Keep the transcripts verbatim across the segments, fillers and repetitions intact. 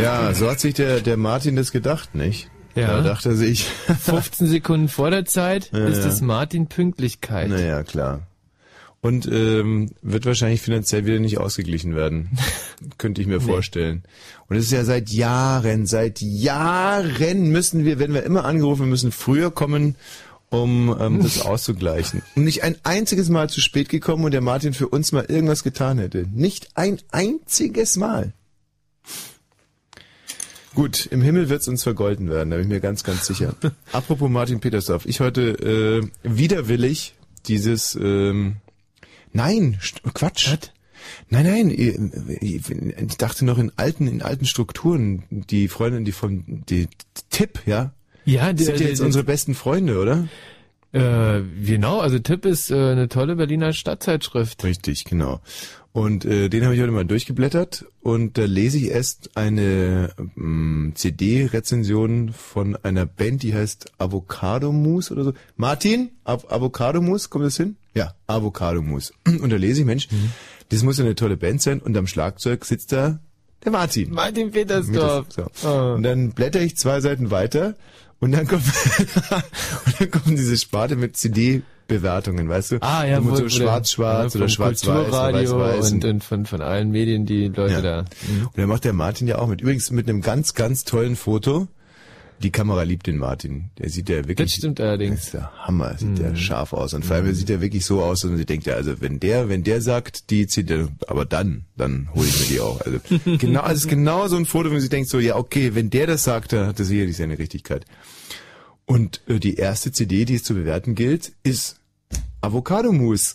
Ja, so hat sich der, der Martin das gedacht, nicht? Ja. Da dachte er sich... fünfzehn Sekunden vor der Zeit ja, ist das Martin Pünktlichkeit. Naja, klar. Und ähm, wird wahrscheinlich finanziell wieder nicht ausgeglichen werden. Könnte ich mir nee. vorstellen. Und es ist ja seit Jahren, seit Jahren müssen wir, werden wir immer angerufen, wir müssen früher kommen, um ähm, das auszugleichen. Und nicht ein einziges Mal zu spät gekommen und der Martin für uns mal irgendwas getan hätte. Nicht ein einziges Mal. Gut, im Himmel wird's uns vergolden werden, da bin ich mir ganz, ganz sicher. Apropos Martin Petersdorf, ich heute äh, widerwillig dieses... Ähm, nein, Quatsch. Was? Nein, nein, ich, ich dachte noch in alten, in alten Strukturen, die Freundin, die von die Tipp, ja? Ja, die sind ja jetzt die, unsere besten Freunde, oder? Äh, genau, also Tipp ist äh, eine tolle Berliner Stadtzeitschrift. Richtig, genau. Und äh, den habe ich heute mal durchgeblättert und da lese ich erst eine ähm, C D-Rezension von einer Band, die heißt Avocado Mousse oder so. Martin, Av- Avocado Mousse, kommt das hin? Ja, Avocado Mousse. Und da lese ich, Mensch, mhm. das muss ja eine tolle Band sein und am Schlagzeug sitzt da der Martin. Martin Petersdorf. So. Oh. Und dann blätter ich zwei Seiten weiter und dann kommt und dann kommt diese Sparte mit C D-Bewertungen, weißt du? Ah, ja, wo, so schwarz-schwarz ja, oder schwarz-weiß oder weiß-weiß. Und, und von, von allen Medien, die Leute ja. da. Mhm. Und da macht der Martin ja auch mit. Übrigens mit einem ganz, ganz tollen Foto. Die Kamera liebt den Martin. Der sieht ja wirklich... Das stimmt allerdings. Das ist der Hammer, sieht mhm. der scharf aus. Und vor allem sieht er wirklich so aus, und sie denkt ja, also wenn der, wenn der sagt, die zieht er, aber dann, dann hole ich mir die auch. Also genau, also es ist genau so ein Foto, wenn sie denkt so, ja okay, wenn der das sagt, dann hat das sicherlich seine Richtigkeit. Und äh, die erste C D, die es zu bewerten gilt, ist Avocado Mousse.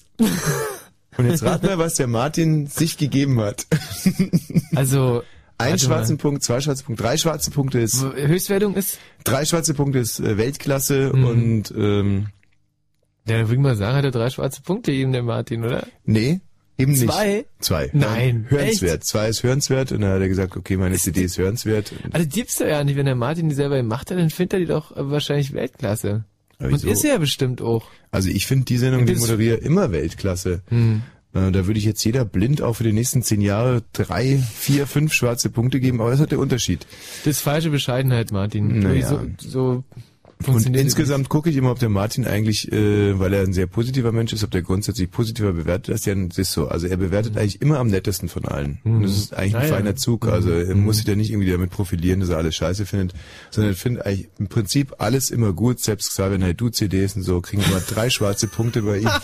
Und jetzt rat mal, was der Martin sich gegeben hat. Also... Ein schwarzen Punkt, zwei schwarze Punkte, drei schwarze Punkte ist... Höchstwertung ist? Drei schwarze Punkte ist äh, Weltklasse mhm. und... Ähm, ja, dann würde ich mal sagen, hat er drei schwarze Punkte eben, der Martin, oder? Nee, eben nicht. Zwei? Zwei. Nein, hörenswert. Echt? Zwei ist hörenswert und dann hat er gesagt, okay, meine C D ist hörenswert. Also die gibt's doch ja nicht, wenn der Martin die selber gemacht hat, dann findet er die doch wahrscheinlich Weltklasse. Aber und wieso? ist er ja bestimmt auch. Also ich finde die Sendung, die moderiere immer Weltklasse. Mhm. Da würde ich jetzt jeder blind auch für die nächsten zehn Jahre drei, vier, fünf schwarze Punkte geben, aber das hat der Unterschied. Das ist falsche Bescheidenheit, Martin. Naja. So, so Und insgesamt gucke ich immer, ob der Martin eigentlich, äh, weil er ein sehr positiver Mensch ist, ob der grundsätzlich positiver bewertet. Das ist ja das ist so. Also er bewertet mhm. eigentlich immer am nettesten von allen. Mhm. Und das ist eigentlich ein ja, feiner Zug. Also er mhm. muss sich da nicht irgendwie damit profilieren, dass er alles scheiße findet, sondern er findet eigentlich im Prinzip alles immer gut. Selbst Xavier Naidoo C Ds und so kriegen immer drei schwarze Punkte bei ihm.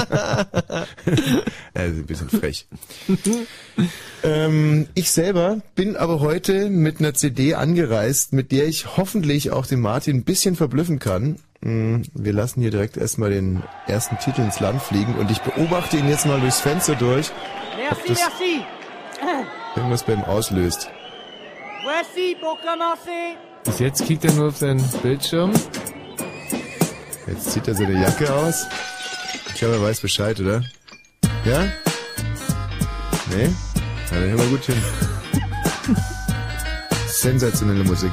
Also ein bisschen frech. ähm, ich selber bin aber heute mit einer C D angereist, mit der ich hoffentlich auch den Martin ein bisschen verblüffen kann. Wir lassen hier direkt erstmal den ersten Titel ins Land fliegen und ich beobachte ihn jetzt mal durchs Fenster durch, ob das irgendwas bei ihm auslöst. Bis jetzt kickt er nur auf seinen Bildschirm. Jetzt zieht er seine Jacke aus. Ich glaube, er weiß Bescheid, oder? Ja? Nee? Na, dann hören wir gut hin. Sensationelle Musik.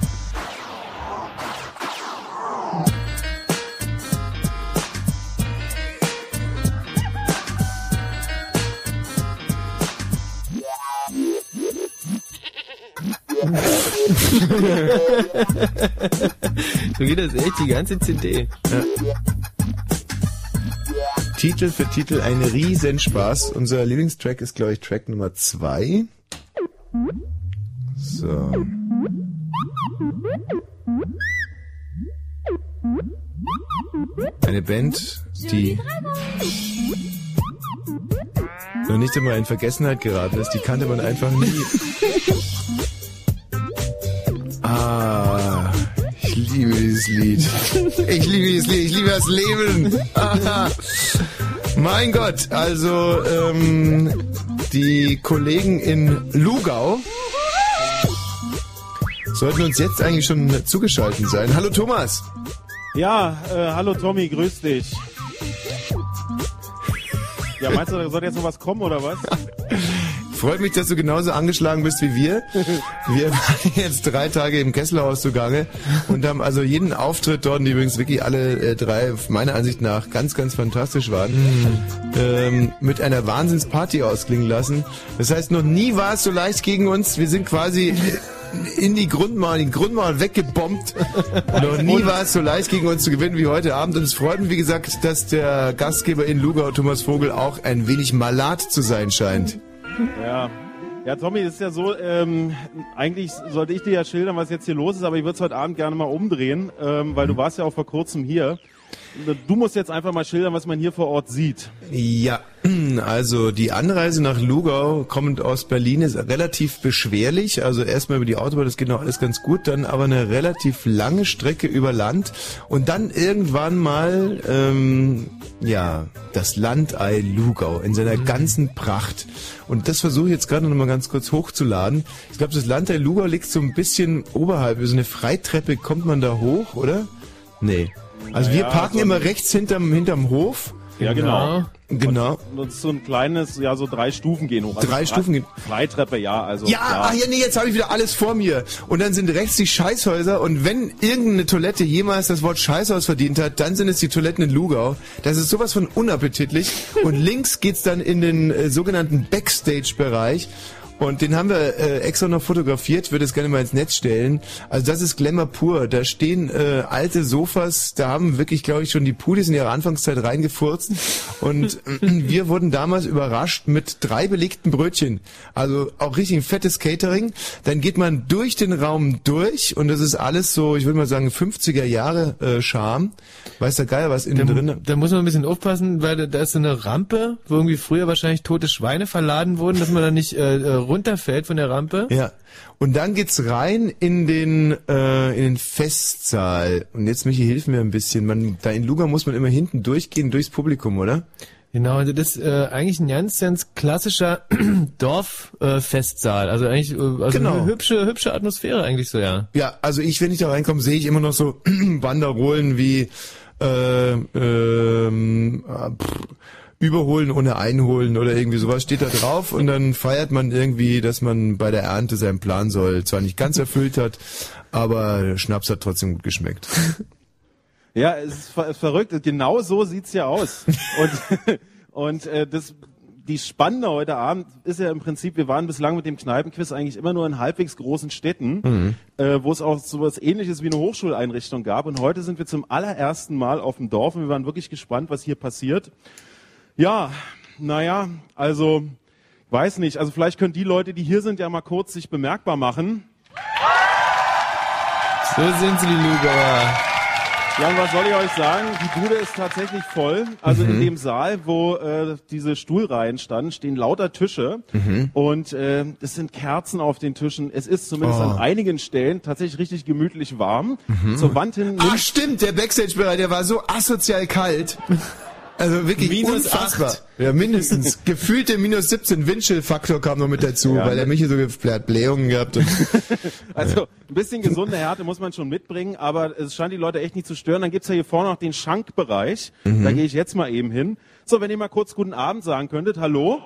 So geht das echt, die ganze C D. Ja. Titel für Titel ein Riesenspaß. Unser Lieblingstrack ist, glaube ich, Track Nummer zwei. So. Eine Band, die noch nicht einmal in Vergessenheit geraten ist, die kannte man einfach nie. Ah, ich liebe dieses Lied. Ich liebe dieses Lied, ich liebe das Leben. Ah, mein Gott, also ähm, die Kollegen in Lugau sollten uns jetzt eigentlich schon zugeschaltet sein. Hallo Thomas. Ja, äh, hallo Tommy, grüß dich. Ja, meinst du, da soll jetzt noch was kommen oder was? Freut mich, dass du genauso angeschlagen bist wie wir. Wir waren jetzt drei Tage im Kesselhaus zugange und haben also jeden Auftritt dort, die übrigens wirklich alle äh, drei meiner Ansicht nach ganz, ganz fantastisch waren, mhm. ähm, mit einer Wahnsinnsparty ausklingen lassen. Das heißt, noch nie war es so leicht gegen uns. Wir sind quasi in die Grundmauern, die Grundmauern weggebombt. Noch nie war es so leicht gegen uns zu gewinnen wie heute Abend. Und es freut mich, wie gesagt, dass der Gastgeber in Lugau, Thomas Vogel, auch ein wenig malat zu sein scheint. Ja. Ja, Tommy, das ist ja so, ähm, eigentlich sollte ich dir ja schildern, was jetzt hier los ist, aber ich würde es heute Abend gerne mal umdrehen, ähm, weil du warst ja auch vor kurzem hier. Du musst jetzt einfach mal schildern, was man hier vor Ort sieht. Ja, also die Anreise nach Lugau kommend aus Berlin ist relativ beschwerlich. Also erstmal über die Autobahn, das geht noch alles ganz gut, dann aber eine relativ lange Strecke über Land und dann irgendwann mal ähm, ja das Landei Lugau in seiner ganzen Pracht. Und das versuche ich jetzt gerade noch mal ganz kurz hochzuladen. Ich glaube, das Landei Lugau liegt so ein bisschen oberhalb. Über so eine Freitreppe kommt man da hoch, oder? Nee. Also wir ja, parken so immer rechts hinterm, hinterm Hof. Ja, genau. Genau. Und, und so ein kleines, ja, so drei Stufen gehen hoch. Also drei Stufen gehen. Freitreppe, ja, also. Ja, ach ja, nee, jetzt habe ich wieder alles vor mir. Und dann sind rechts die Scheißhäuser und wenn irgendeine Toilette jemals das Wort Scheißhaus verdient hat, dann sind es die Toiletten in Lugau. Das ist sowas von unappetitlich. Und links geht's dann in den äh, sogenannten Backstage-Bereich. Und den haben wir äh, extra noch fotografiert, würde es gerne mal ins Netz stellen. Also das ist Glamour pur. Da stehen äh, alte Sofas, da haben wirklich, glaube ich, schon die Pudis in ihrer Anfangszeit reingefurzt. Und äh, wir wurden damals überrascht mit drei belegten Brötchen. Also auch richtig ein fettes Catering. Dann geht man durch den Raum durch und das ist alles so, ich würde mal sagen, fünfziger Jahre äh, Charme. Weiß der Geier was innen da, drin. Da muss man ein bisschen aufpassen, weil da, da ist so eine Rampe, wo irgendwie früher wahrscheinlich tote Schweine verladen wurden, dass man da nicht äh, runterfällt von der Rampe. Ja. Und dann geht's rein in den äh, in den Festsaal. Und jetzt, Michi, hilf mir ein bisschen. Man, da in Lugau muss man immer hinten durchgehen durchs Publikum, oder? Genau, also das ist äh, eigentlich ein ganz, ganz klassischer Dorffestsaal. Äh, also eigentlich äh, also genau. Eine hübsche, hübsche Atmosphäre eigentlich so, ja. Ja, also ich, wenn ich da reinkomme, sehe ich immer noch so Banderolen wie äh, ähm, pff, Überholen ohne Einholen oder irgendwie sowas steht da drauf und dann feiert man irgendwie, dass man bei der Ernte seinen Plan soll zwar nicht ganz erfüllt hat, aber Schnaps hat trotzdem gut geschmeckt. Ja, es ist, ver- verrückt. Genau so sieht's ja aus. Und, und äh, das, die Spannende heute Abend ist ja im Prinzip, wir waren bislang mit dem Kneipenquiz eigentlich immer nur in halbwegs großen Städten, mhm. äh, wo es auch sowas Ähnliches wie eine Hochschuleinrichtung gab. Und heute sind wir zum allerersten Mal auf dem Dorf und wir waren wirklich gespannt, was hier passiert. Ja, naja, also, ich weiß nicht. Also vielleicht können die Leute, die hier sind, ja mal kurz sich bemerkbar machen. So sind sie, die Lugauer. Ja, und was soll ich euch sagen? Die Bude ist tatsächlich voll. Also mhm. in dem Saal, wo äh, diese Stuhlreihen standen, stehen lauter Tische. Mhm. Und äh, es sind Kerzen auf den Tischen. Es ist zumindest oh. an einigen Stellen tatsächlich richtig gemütlich warm. Mhm. Zur Wand hin... Ach stimmt, der Backstage-Bereich, der war so asozial kalt. Also wirklich minus unfassbar. acht. Ja, mindestens. Gefühlte minus siebzehn Windchill-Faktor kam noch mit dazu, ja, weil er mich hier so gebläht, Blähungen gehabt hat. Also ein bisschen gesunde Härte muss man schon mitbringen, aber es scheint die Leute echt nicht zu stören. Dann gibt's ja hier vorne noch den Schankbereich. Mhm. Da gehe ich jetzt mal eben hin. So, wenn ihr mal kurz guten Abend sagen könntet. Hallo?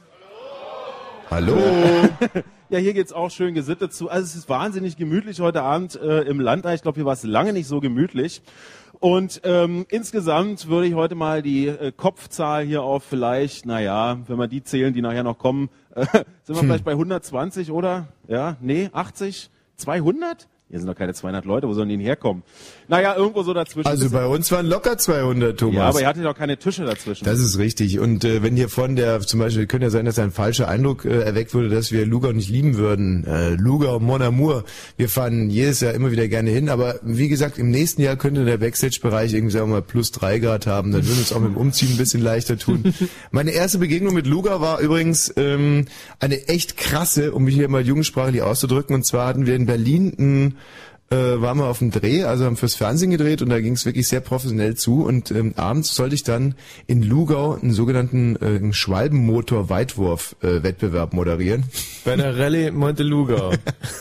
Hallo? Ja, hier geht's auch schön gesittet zu. Also es ist wahnsinnig gemütlich heute Abend äh, im Landei. Ich glaube, hier war es lange nicht so gemütlich. Und ähm, insgesamt würde ich heute mal die äh, Kopfzahl hier auf vielleicht, naja, wenn wir die zählen, die nachher noch kommen, äh, sind wir hm. vielleicht bei hundertzwanzig oder? Ja, nee, achtzig, zweihundert? Hier sind doch keine zweihundert Leute, wo sollen die denn herkommen? Naja, irgendwo so dazwischen. Also bei uns waren locker zweihundert, Thomas. Ja, aber ihr hattet doch keine Tische dazwischen. Das ist richtig. Und äh, wenn hier von der, zum Beispiel, könnte ja sein, dass ein falscher Eindruck äh, erweckt wurde, dass wir Lugau nicht lieben würden. Äh, Lugau, Mon Amour. Wir fahren jedes Jahr immer wieder gerne hin. Aber wie gesagt, im nächsten Jahr könnte der Backstage-Bereich irgendwie, sagen wir mal, plus drei Grad haben. Dann würde uns auch mit dem Umziehen ein bisschen leichter tun. Meine erste Begegnung mit Lugau war übrigens ähm, eine echt krasse, um mich hier mal jugendsprachlich auszudrücken. Und zwar hatten wir in Berlin ein Äh, waren wir auf dem Dreh, also haben fürs Fernsehen gedreht und da ging es wirklich sehr professionell zu und ähm, abends sollte ich dann in Lugau einen sogenannten äh, Schwalbenmotor-Weitwurf-Wettbewerb äh, moderieren. Bei der Rallye Monte Lugau.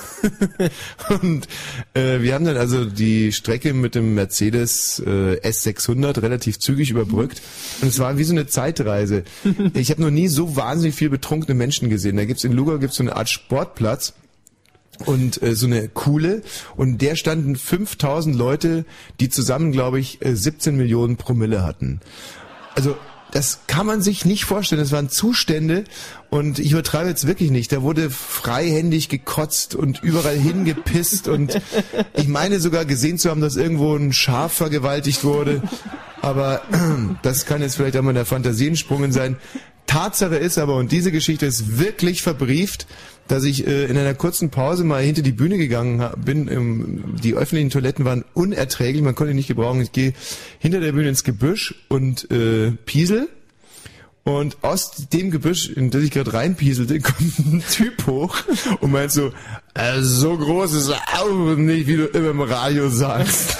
Und äh, wir haben dann also die Strecke mit dem Mercedes äh, S sechshundert relativ zügig überbrückt und es war wie so eine Zeitreise. Ich habe noch nie so wahnsinnig viel betrunkene Menschen gesehen. Da gibt's in Lugau gibt's so eine Art Sportplatz. Und äh, so eine Kuhle und der standen fünftausend Leute, die zusammen, glaube ich, äh, siebzehn Millionen Promille hatten. Also das kann man sich nicht vorstellen. Das waren Zustände und ich übertreibe jetzt wirklich nicht. Da wurde freihändig gekotzt und überall hingepisst und ich meine sogar gesehen zu haben, dass irgendwo ein Schaf vergewaltigt wurde. Aber das kann jetzt vielleicht auch mal der Fantasie entsprungen sein. Tatsache ist aber, und diese Geschichte ist wirklich verbrieft, dass ich äh, in einer kurzen Pause mal hinter die Bühne gegangen bin. Ähm, die öffentlichen Toiletten waren unerträglich, man konnte die nicht gebrauchen. Ich gehe hinter der Bühne ins Gebüsch und äh, piesel. Und aus dem Gebüsch, in das ich gerade reinpieselte, kommt ein Typ hoch und meint so, äh, so groß ist er auch nicht, wie du immer im Radio sagst.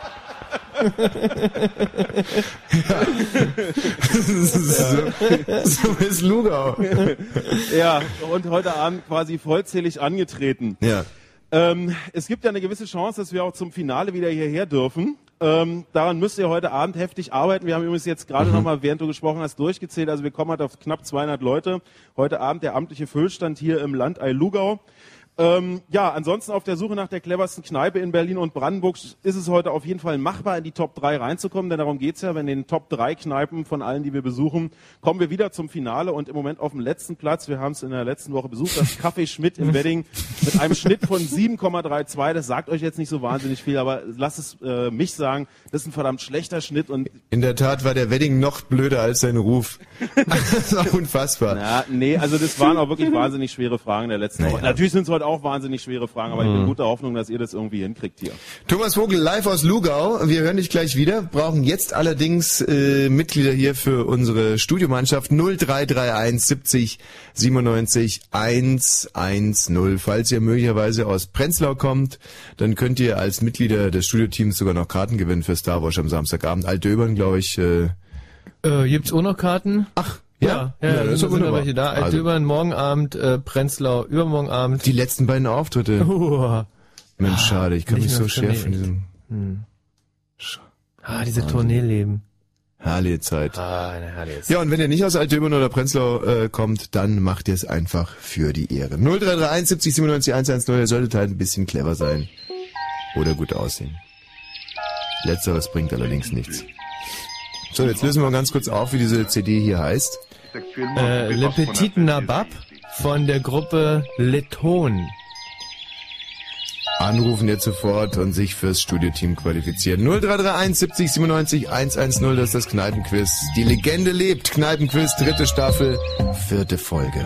Ja. so, so ist Lugau. Ja, und heute Abend quasi vollzählig angetreten. Ja. Ähm, es gibt ja eine gewisse Chance, dass wir auch zum Finale wieder hierher dürfen. Ähm, daran müsst ihr heute Abend heftig arbeiten. Wir haben übrigens jetzt gerade mhm. nochmal, während du gesprochen hast, durchgezählt. Also wir kommen halt auf knapp zweihundert Leute. Heute Abend der amtliche Füllstand hier im Landei Lugau. Ähm, ja, ansonsten auf der Suche nach der cleversten Kneipe in Berlin und Brandenburg ist es heute auf jeden Fall machbar, in die Top drei reinzukommen, denn darum geht's ja, wenn in den Top drei Kneipen von allen, die wir besuchen, kommen wir wieder zum Finale und im Moment auf dem letzten Platz, wir haben es in der letzten Woche besucht, das Café Schmidt im Wedding mit einem Schnitt von sieben Komma zweiunddreißig, das sagt euch jetzt nicht so wahnsinnig viel, aber lasst es äh, mich sagen, das ist ein verdammt schlechter Schnitt. Und in der Tat war der Wedding noch blöder als sein Ruf. Das war unfassbar. Na, nee, also das waren auch wirklich wahnsinnig schwere Fragen der letzten naja. Woche. Natürlich sind es heute auch wahnsinnig schwere Fragen, aber ich bin guter Hoffnung, dass ihr das irgendwie hinkriegt hier. Thomas Vogel live aus Lugau. Wir hören dich gleich wieder. Brauchen jetzt allerdings äh, Mitglieder hier für unsere Studiomannschaft null drei drei eins siebzig siebenundneunzig hundertzehn. Falls ihr möglicherweise aus Prenzlau kommt, dann könnt ihr als Mitglieder des Studioteams sogar noch Karten gewinnen für Star Wars am Samstagabend. Altdöbern, glaube ich. Äh, äh, gibt's auch noch Karten? Ach. Ja, ja, ja, ja, das sind noch welche da. Also, Altdöbern, morgen Abend, äh, Prenzlau, übermorgen Abend. Die letzten beiden Auftritte. Uh, Mensch, schade, ich kann mich so schwer von diesem... Hm. Ah, diese Tourneeleben. Herrliche Zeit. Ah, eine herrliche Zeit. Ja, und wenn ihr nicht aus Altdöbern oder Prenzlau äh, kommt, dann macht ihr es einfach für die Ehre. null drei drei eins siebzig siebenundneunzig hundertzehn, ihr solltet halt ein bisschen clever sein. Oder gut aussehen. Letzteres bringt allerdings nichts. So, jetzt lösen wir ganz kurz auf, wie diese C D hier heißt. Äh, Le Petit Nabab von der Gruppe Letton. Anrufen jetzt sofort und sich fürs Studioteam qualifizieren. null drei drei eins siebzig siebenundneunzig hundertzehn, das ist das Kneipenquiz. Die Legende lebt. Kneipenquiz, dritte Staffel, vierte Folge.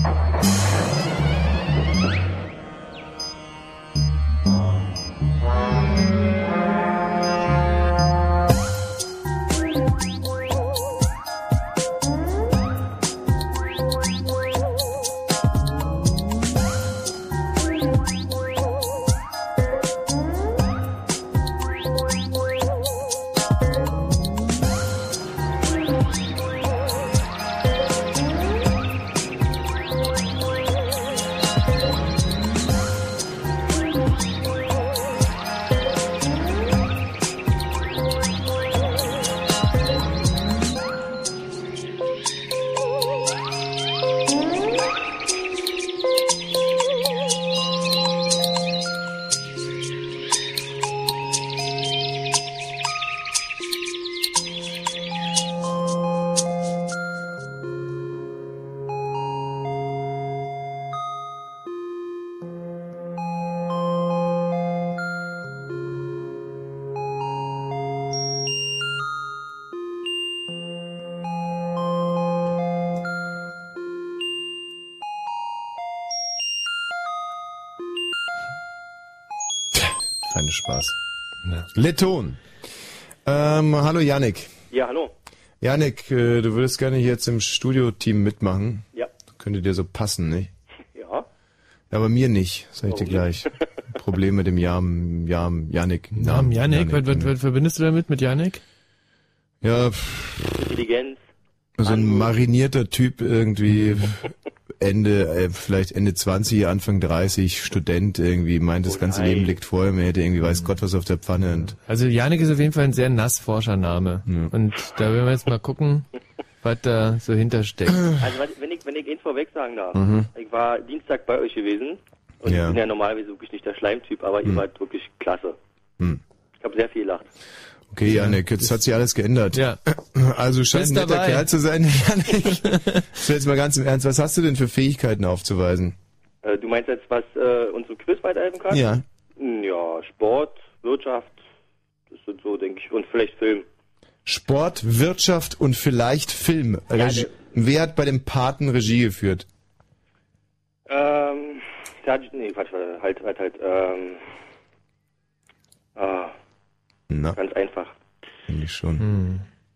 Spaß. Ja. Letton. Ähm, hallo Yannick. Ja, hallo. Yannick, äh, du würdest gerne hier jetzt im Studio-Team mitmachen. Ja. Könnte dir so passen, nicht? Ja. Ja, aber mir nicht, sag ich Warum dir gleich. Problem mit dem Namen, Namen Yannick. Namen Yannick? Was, was, was verbindest du damit mit Yannick? Ja, pff, Intelligenz. so ein marinierter Typ irgendwie. Ende, äh, vielleicht Ende zwanzig, Anfang dreißig, Student irgendwie, meint, das Oh ganze nein. Leben liegt vor ihm, er hätte irgendwie weiß Gott was auf der Pfanne. Und Also Yannick ist auf jeden Fall ein sehr Nassforscher-Name. Ja. Und da werden wir jetzt mal gucken, was da so hintersteckt. Also wenn ich, wenn ich eins vorweg sagen darf, Mhm. ich war Dienstag bei euch gewesen und Ja. ich bin ja normalerweise wirklich nicht der Schleimtyp, aber ihr wart wirklich klasse. Hm. Ich habe sehr viel gelacht. Okay, Yannick, jetzt hat sich alles geändert. Ja. Also scheint ein Bist netter dabei. Kerl zu sein, Yannick. So, jetzt mal ganz im Ernst, was hast du denn für Fähigkeiten aufzuweisen? Äh, du meinst jetzt, was äh, unserem Quiz weiterhelfen kann? Ja. Hm, Ja, Sport, Wirtschaft, das sind so, denke ich, und vielleicht Film. Sport, Wirtschaft und vielleicht Film. Ja, Regie. der- Wer hat bei dem Paten Regie geführt? Ähm, da hat, nee, Quatsch, halt, halt, halt, ähm, ah, Na, ganz einfach. finde ich schon. Hm.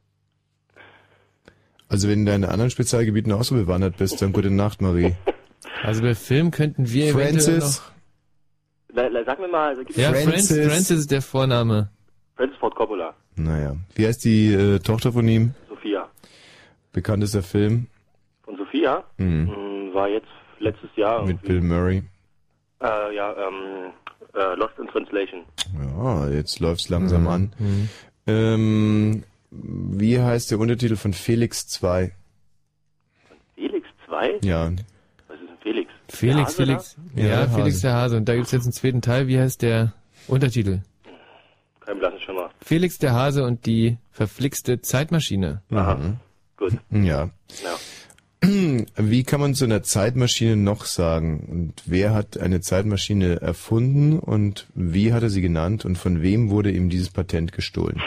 Also wenn du in deinen anderen Spezialgebieten auch so bewandert bist, dann gute Nacht, Marie. Also bei Film könnten wir eventuell Francis, noch... La, la, sag mir mal, also, gib Ja, mir Francis. Francis. Francis ist der Vorname. Francis Ford Coppola, naja. Wie heißt die äh, Tochter von ihm? Sophia. Bekanntester Film? Von Sophia, Mhm. mh, war jetzt letztes Jahr Mit irgendwie, Bill Murray. äh, ja, ähm, äh, Lost in Translation. Ja, jetzt läuft's langsam an. Ähm, wie heißt der Untertitel von Felix zwei? Felix zwei? Ja, Was ist denn Felix? Felix, Der Hase Felix. da? Ja, Ja, der Felix Hase. der Hase. Und da gibt's jetzt einen zweiten Teil. Wie heißt der Untertitel? Da? Kein blasses Schimmer. Felix der Hase und die verflixte Zeitmaschine. Aha, gut. ja. Ja. Wie kann man zu einer Zeitmaschine noch sagen? Und wer hat eine Zeitmaschine erfunden und wie hat er sie genannt und von wem wurde ihm dieses Patent gestohlen?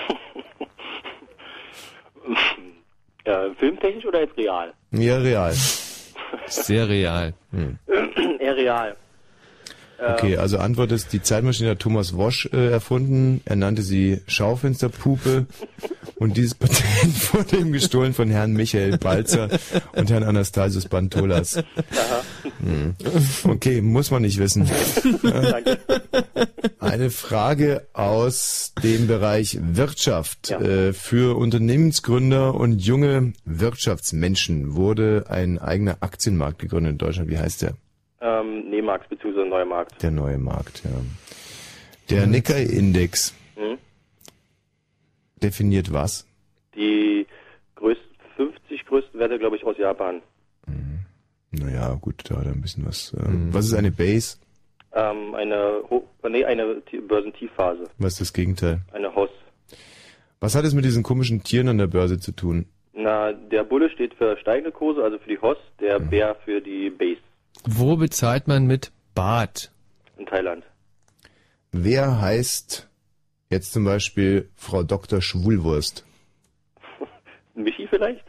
Äh, filmtechnisch oder jetzt real? Ja, real. Sehr real. Eher real. Okay, also Antwort ist, die Zeitmaschine hat Thomas Wosch äh, erfunden. Er nannte sie Schaufensterpupe und dieses Patent wurde ihm gestohlen von Herrn Michael Balzer und Herrn Anastasius Bantolas. Hm. Okay, muss man nicht wissen. Danke. Eine Frage aus dem Bereich Wirtschaft. Ja. Äh, für Unternehmensgründer und junge Wirtschaftsmenschen wurde ein eigener Aktienmarkt gegründet in Deutschland. Wie heißt der? Ähm, Nemax bzw. Neumarkt. Der neue Markt, ja. Der Nikkei-Index Hm? definiert was? Die größten, fünfzig größten Werte, glaube ich, aus Japan. Naja, gut, da hat er ein bisschen was. Ähm, Was ist eine Base? Ähm, eine, Ho nee, eine T- Börsentiefphase. Was ist das Gegenteil? Eine Hoss. Was hat es mit diesen komischen Tieren an der Börse zu tun? Na, der Bulle steht für steigende Kurse, also für die Hoss, der Bär für die Base Wo bezahlt man mit Baht? in Thailand. Wer heißt jetzt zum Beispiel Frau Doktor Schwulwurst? Michi vielleicht?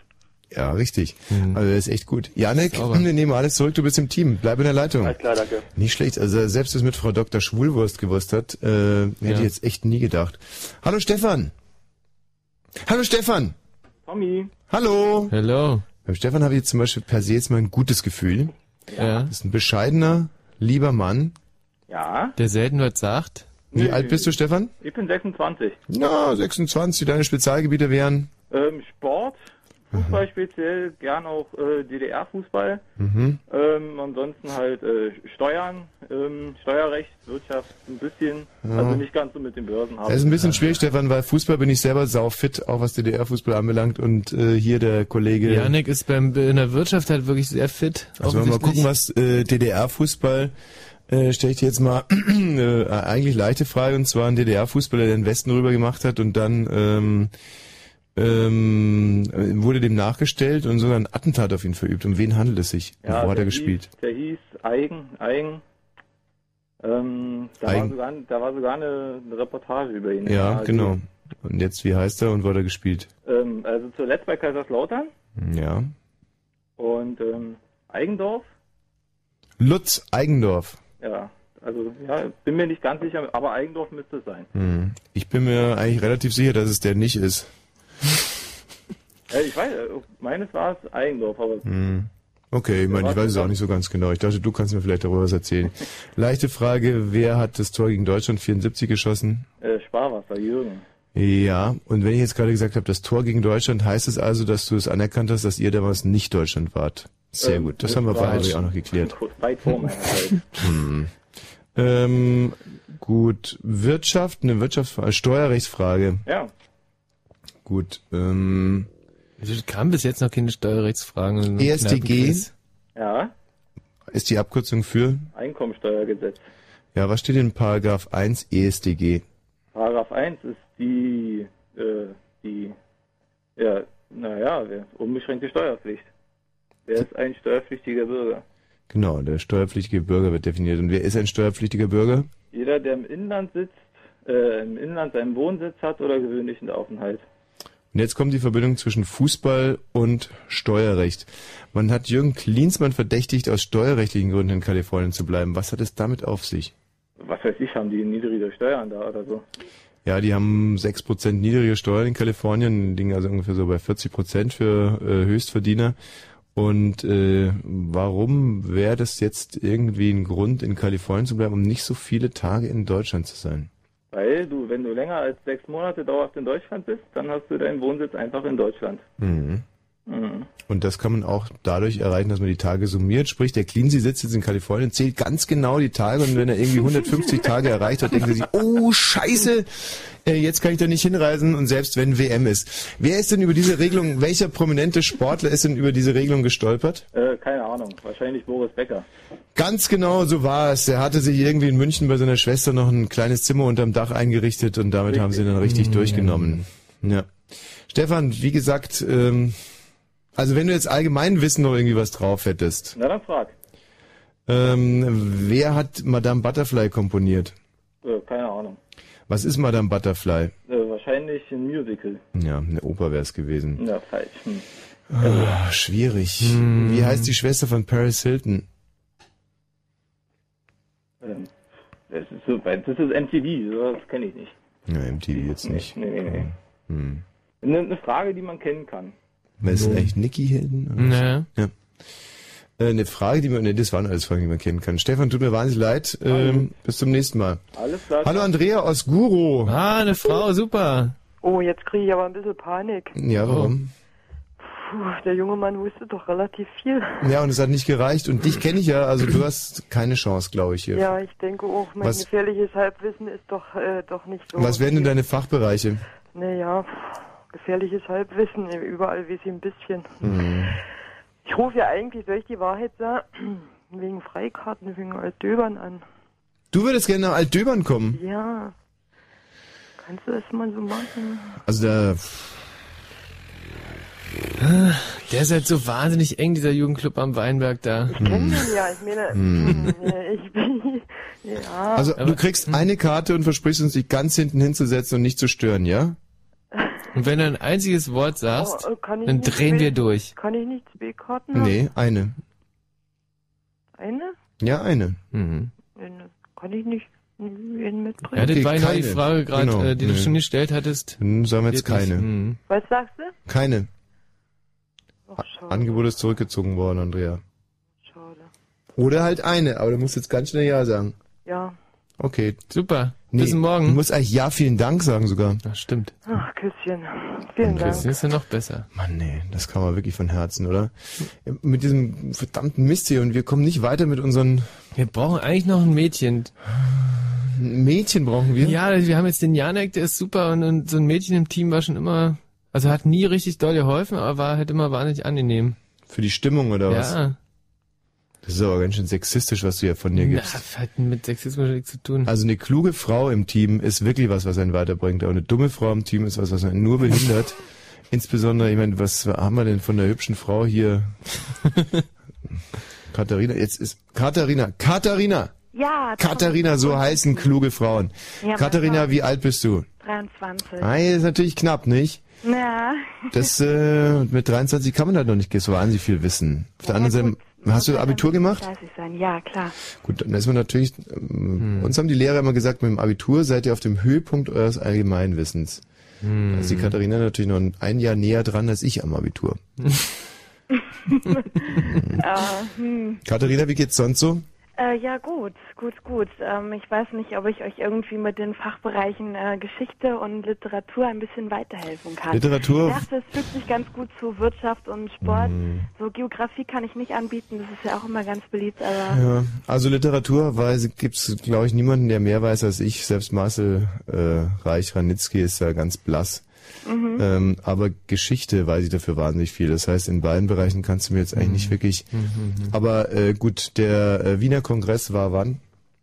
Ja, richtig. Mhm. Also das ist echt gut. Janek, wir nehmen alles zurück, du bist im Team. Bleib in der Leitung. Alles klar, danke. Nicht schlecht. Also selbst das mit Frau Doktor Schwulwurst gewusst hat, äh, hätte ja. ich jetzt echt nie gedacht. Hallo Stefan. Hallo Stefan. Tommy. Hallo. Hallo. Beim Stefan habe ich jetzt zum Beispiel per se jetzt mal ein gutes Gefühl. Ja. Das ist ein bescheidener, lieber Mann. Ja. Der selten was sagt. Wie Nee, alt bist du, Stefan? Ich bin sechsundzwanzig. Na, sechsundzwanzig. Deine Spezialgebiete wären? Ähm, Sport, Fußball speziell, gern auch äh, D D R-Fußball. Mhm. Ähm, ansonsten halt äh, Steuern, ähm, Steuerrecht, Wirtschaft ein bisschen. Ja. Also nicht ganz so mit den Börsen haben. Das ist ein bisschen schwierig, Stefan, weil Fußball bin ich selber saufit, auch was D D R-Fußball anbelangt. Und äh, hier der Kollege... Janik ist beim in der Wirtschaft halt wirklich sehr fit. Also wollen wir mal gucken, was äh, D D R-Fußball... Äh, stelle ich dir jetzt mal äh, eigentlich leichte Frage, und zwar ein D D R-Fußballer, der den Westen rüber gemacht hat und dann ähm, ähm, wurde dem nachgestellt und sogar ein Attentat auf ihn verübt. Um wen handelt es sich? Ja, Wo hat er hieß, gespielt? Der hieß Eigen, Eigen. Ähm, da, Eigen. War sogar, da war sogar eine, eine Reportage über ihn. Ja, also, genau. Und jetzt, wie heißt er und wo hat er gespielt? Ähm, also zuletzt bei Kaiserslautern Ja. und ähm, Eigendorf. Lutz Eigendorf. Ja, also ja, bin mir nicht ganz sicher, aber Eigendorf müsste es sein. Hm. Ich bin mir eigentlich relativ sicher, dass es der nicht ist. Ja, ich weiß, meines war es Eigendorf, aber Hm. Okay, ich meine, ich weiß es auch nicht so ganz genau. Ich dachte, du kannst mir vielleicht darüber was erzählen. Leichte Frage, wer hat das Tor gegen Deutschland vierundsiebzig geschossen? äh, Sparwasser, Jürgen. Ja, und wenn ich jetzt gerade gesagt habe, das Tor gegen Deutschland, heißt es also, dass du es anerkannt hast, dass ihr damals nicht Deutschland wart? Sehr Ähm, gut, das das haben wir war- beide auch noch geklärt. Weit vor meiner Zeit. Hm. Ähm, gut, Wirtschaft, eine Wirtschaftsfrage, Steuerrechtsfrage. Ja, Gut, ähm, Es kamen bis jetzt noch keine Steuerrechtsfragen. E S T G Kneipenquiz. ja, ist die Abkürzung für, Einkommensteuergesetz. ja, was steht in Paragraph eins E S T G? Paragraph eins ist die, äh, die, ja, naja, unbeschränkte Steuerpflicht. Wer ist ein steuerpflichtiger Bürger? Genau, der steuerpflichtige Bürger wird definiert. Und wer ist ein steuerpflichtiger Bürger? Jeder, der im Inland sitzt, äh, im Inland seinen Wohnsitz hat oder gewöhnlichen Aufenthalt. Und jetzt kommt die Verbindung zwischen Fußball und Steuerrecht. Man hat Jürgen Klinsmann verdächtigt, aus steuerrechtlichen Gründen in Kalifornien zu bleiben. Was hat es damit auf sich? Was weiß ich, haben die niedrige Steuern da oder so? Ja, die haben sechs Prozent niedrige Steuern in Kalifornien, liegen also ungefähr so bei vierzig Prozent für äh, Höchstverdiener. Und äh, warum wäre das jetzt irgendwie ein Grund, in Kalifornien zu bleiben, um nicht so viele Tage in Deutschland zu sein? Weil du, wenn du länger als sechs Monate dauerhaft in Deutschland bist, dann hast du deinen Wohnsitz einfach in Deutschland. Mhm. Mhm. Und das kann man auch dadurch erreichen, dass man die Tage summiert. Sprich, der Cleansy sitzt jetzt in Kalifornien, zählt ganz genau die Tage und wenn er irgendwie hundertfünfzig Tage erreicht hat, denkt er sich, oh Scheiße, äh, jetzt kann ich da nicht hinreisen und selbst wenn W M ist. Wer ist denn über diese Regelung, welcher prominente Sportler ist denn über diese Regelung gestolpert? Äh, keine Ahnung, wahrscheinlich Boris Becker. Ganz genau so war es. Er hatte sich irgendwie in München bei seiner Schwester noch ein kleines Zimmer unterm Dach eingerichtet und damit Richtig. haben sie ihn dann richtig Mhm. durchgenommen. Ja. Stefan, wie gesagt, ähm, also wenn du jetzt Allgemeinwissen noch irgendwie was drauf hättest, Na dann frag. ähm, wer hat Madame Butterfly komponiert? Äh, keine Ahnung. Was ist Madame Butterfly? Äh, wahrscheinlich ein Musical. Ja, eine Oper wäre es gewesen. Ja, falsch. Hm. Ah, schwierig. Wie heißt die Schwester von Paris Hilton? Ähm, das ist so, das ist M T V, das kenne ich nicht. Ja, M T V jetzt nicht. Nee, nee, nee. Hm. Eine, eine Frage, die man kennen kann. Wer ist denn eigentlich Nicky Hilton? Nee. Ja. Äh, eine Frage, die man, ne, das waren alles Fragen, die man kennen kann. Stefan, tut mir wahnsinnig leid. Ähm, bis zum nächsten Mal. Alles klar. Hallo Andrea aus Guro. Ah, eine Frau, super. Oh, jetzt kriege ich aber ein bisschen Panik. Ja, warum? Puh, der junge Mann wusste doch relativ viel. Ja, und es hat nicht gereicht. Und dich kenne ich ja, also du hast keine Chance, glaube ich, hier. Ja, ich denke auch, mein Was- gefährliches Halbwissen ist doch, äh, doch nicht so. Was wären denn deine Fachbereiche? Naja, gefährliches Halbwissen, überall weiß ich ein bisschen. Hm. Ich rufe ja eigentlich, soll ich die Wahrheit sagen, wegen Freikarten, wegen Altdöbern an. Du würdest gerne nach Altdöbern kommen. Ja. Kannst du das mal so machen? Also da, Der ist halt so wahnsinnig eng, dieser Jugendclub am Weinberg da. Ich kenne den ja, ich meine, Hm. äh, ich bin, ja. also du kriegst eine Karte und versprichst uns, dich ganz hinten hinzusetzen und nicht zu stören, ja? Und wenn du ein einziges Wort sagst, Oh, äh, kann ich dann nicht drehen zwei- wir durch. Kann ich nicht zwei Karten haben? Nee, eine. Eine? Ja, eine. Mhm. Eine. Kann ich nicht einen mitbringen? Ja, das Okay, war genau die keine. Frage gerade, Genau, äh, die du nee. schon gestellt hattest. Dann sagen wir jetzt Geht nicht. keine. Mhm. Was sagst du? Keine. Ach, schade. Angebot ist zurückgezogen worden, Andrea. Schade. Oder halt eine, aber du musst jetzt ganz schnell Ja sagen. Ja. Okay. Super. Nee, Bis Du morgen. musst eigentlich Ja, vielen Dank sagen sogar. Ach, stimmt. Ach, Küsschen. Vielen Dank. Das ist ja noch besser. Mann, nee, das kann man wirklich von Herzen, oder? Mit diesem verdammten Mist hier und wir kommen nicht weiter mit unseren... Wir brauchen eigentlich noch ein Mädchen. Ein Mädchen brauchen wir? Ja, wir haben jetzt den Janek, der ist super und, und so ein Mädchen im Team war schon immer, also hat nie richtig doll geholfen, aber war halt immer wahnsinnig angenehm. Für die Stimmung oder was? Ja. Das ist aber ganz schön sexistisch, was du ja von dir Na, gibst. das hat mit Sexismus nichts zu tun. Also eine kluge Frau im Team ist wirklich was, was einen weiterbringt. Aber eine dumme Frau im Team ist was, was einen nur behindert. Insbesondere, ich meine, was haben wir denn von der hübschen Frau hier? Katharina, jetzt ist Katharina, Katharina! Ja. Katharina, so heißen kluge Frauen. Ja, Katharina, mein wie alt bist du? dreiundzwanzig. Ah, ist natürlich knapp, nicht? Ja. Das, äh, mit dreiundzwanzig kann man halt noch nicht so wahnsinnig viel wissen. Auf der Ja, anderen gut. Seite, hast du Muss Abitur halt ein bisschen gemacht? fleißig sein. Ja, klar. Gut, dann ist man natürlich, ähm, uns haben die Lehrer immer gesagt, mit dem Abitur seid ihr auf dem Höhepunkt eures Allgemeinwissens. Hm. Da ist die Katharina natürlich noch ein, ein Jahr näher dran als ich am Abitur. äh, hm. Katharina, wie geht's sonst so? Äh, ja, gut, gut, gut. Ähm, ich weiß nicht, ob ich euch irgendwie mit den Fachbereichen äh, Geschichte und Literatur ein bisschen weiterhelfen kann. Literatur? Ich dachte, es fügt sich ganz gut zu Wirtschaft und Sport. So Geografie kann ich nicht anbieten, das ist ja auch immer ganz beliebt, aber... Ja, also Literaturweise gibt's, glaube ich, niemanden, der mehr weiß als ich. Selbst Marcel äh, Reich-Ranitzky ist da ganz blass. Mhm. Ähm, aber Geschichte weiß ich dafür wahnsinnig viel. Das heißt, in beiden Bereichen kannst du mir jetzt eigentlich Mhm. nicht wirklich... Mhm. Aber äh, gut, der äh, Wiener Kongress war wann?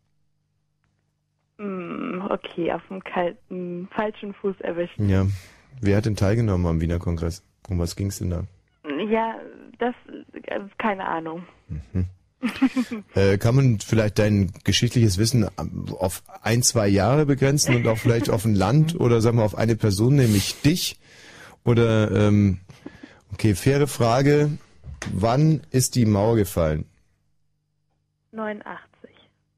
Mm, okay, auf dem kalten, falschen Fuß erwischt. Ja. Wer hat denn teilgenommen am Wiener Kongress? Um was ging's denn da? Ja, das, äh, keine Ahnung. Äh, kann man vielleicht dein geschichtliches Wissen auf ein, zwei Jahre begrenzen und auch vielleicht auf ein Land oder sagen wir auf eine Person, nämlich dich? Oder, ähm, okay, faire Frage. Wann ist die Mauer gefallen? neunundachtzig.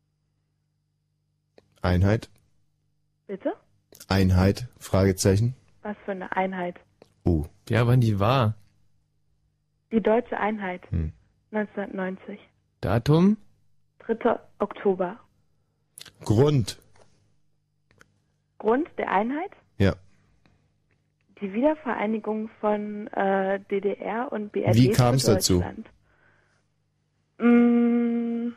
Einheit? Bitte? Einheit? Fragezeichen? Was für eine Einheit? Oh. Ja, wann die war. Die deutsche Einheit. Hm. neunzehnhundertneunzig. Datum? dritter Oktober. Grund? Grund der Einheit? Ja. Die Wiedervereinigung von äh, D D R und B R D Wie kam's für dazu? Deutschland. Mm,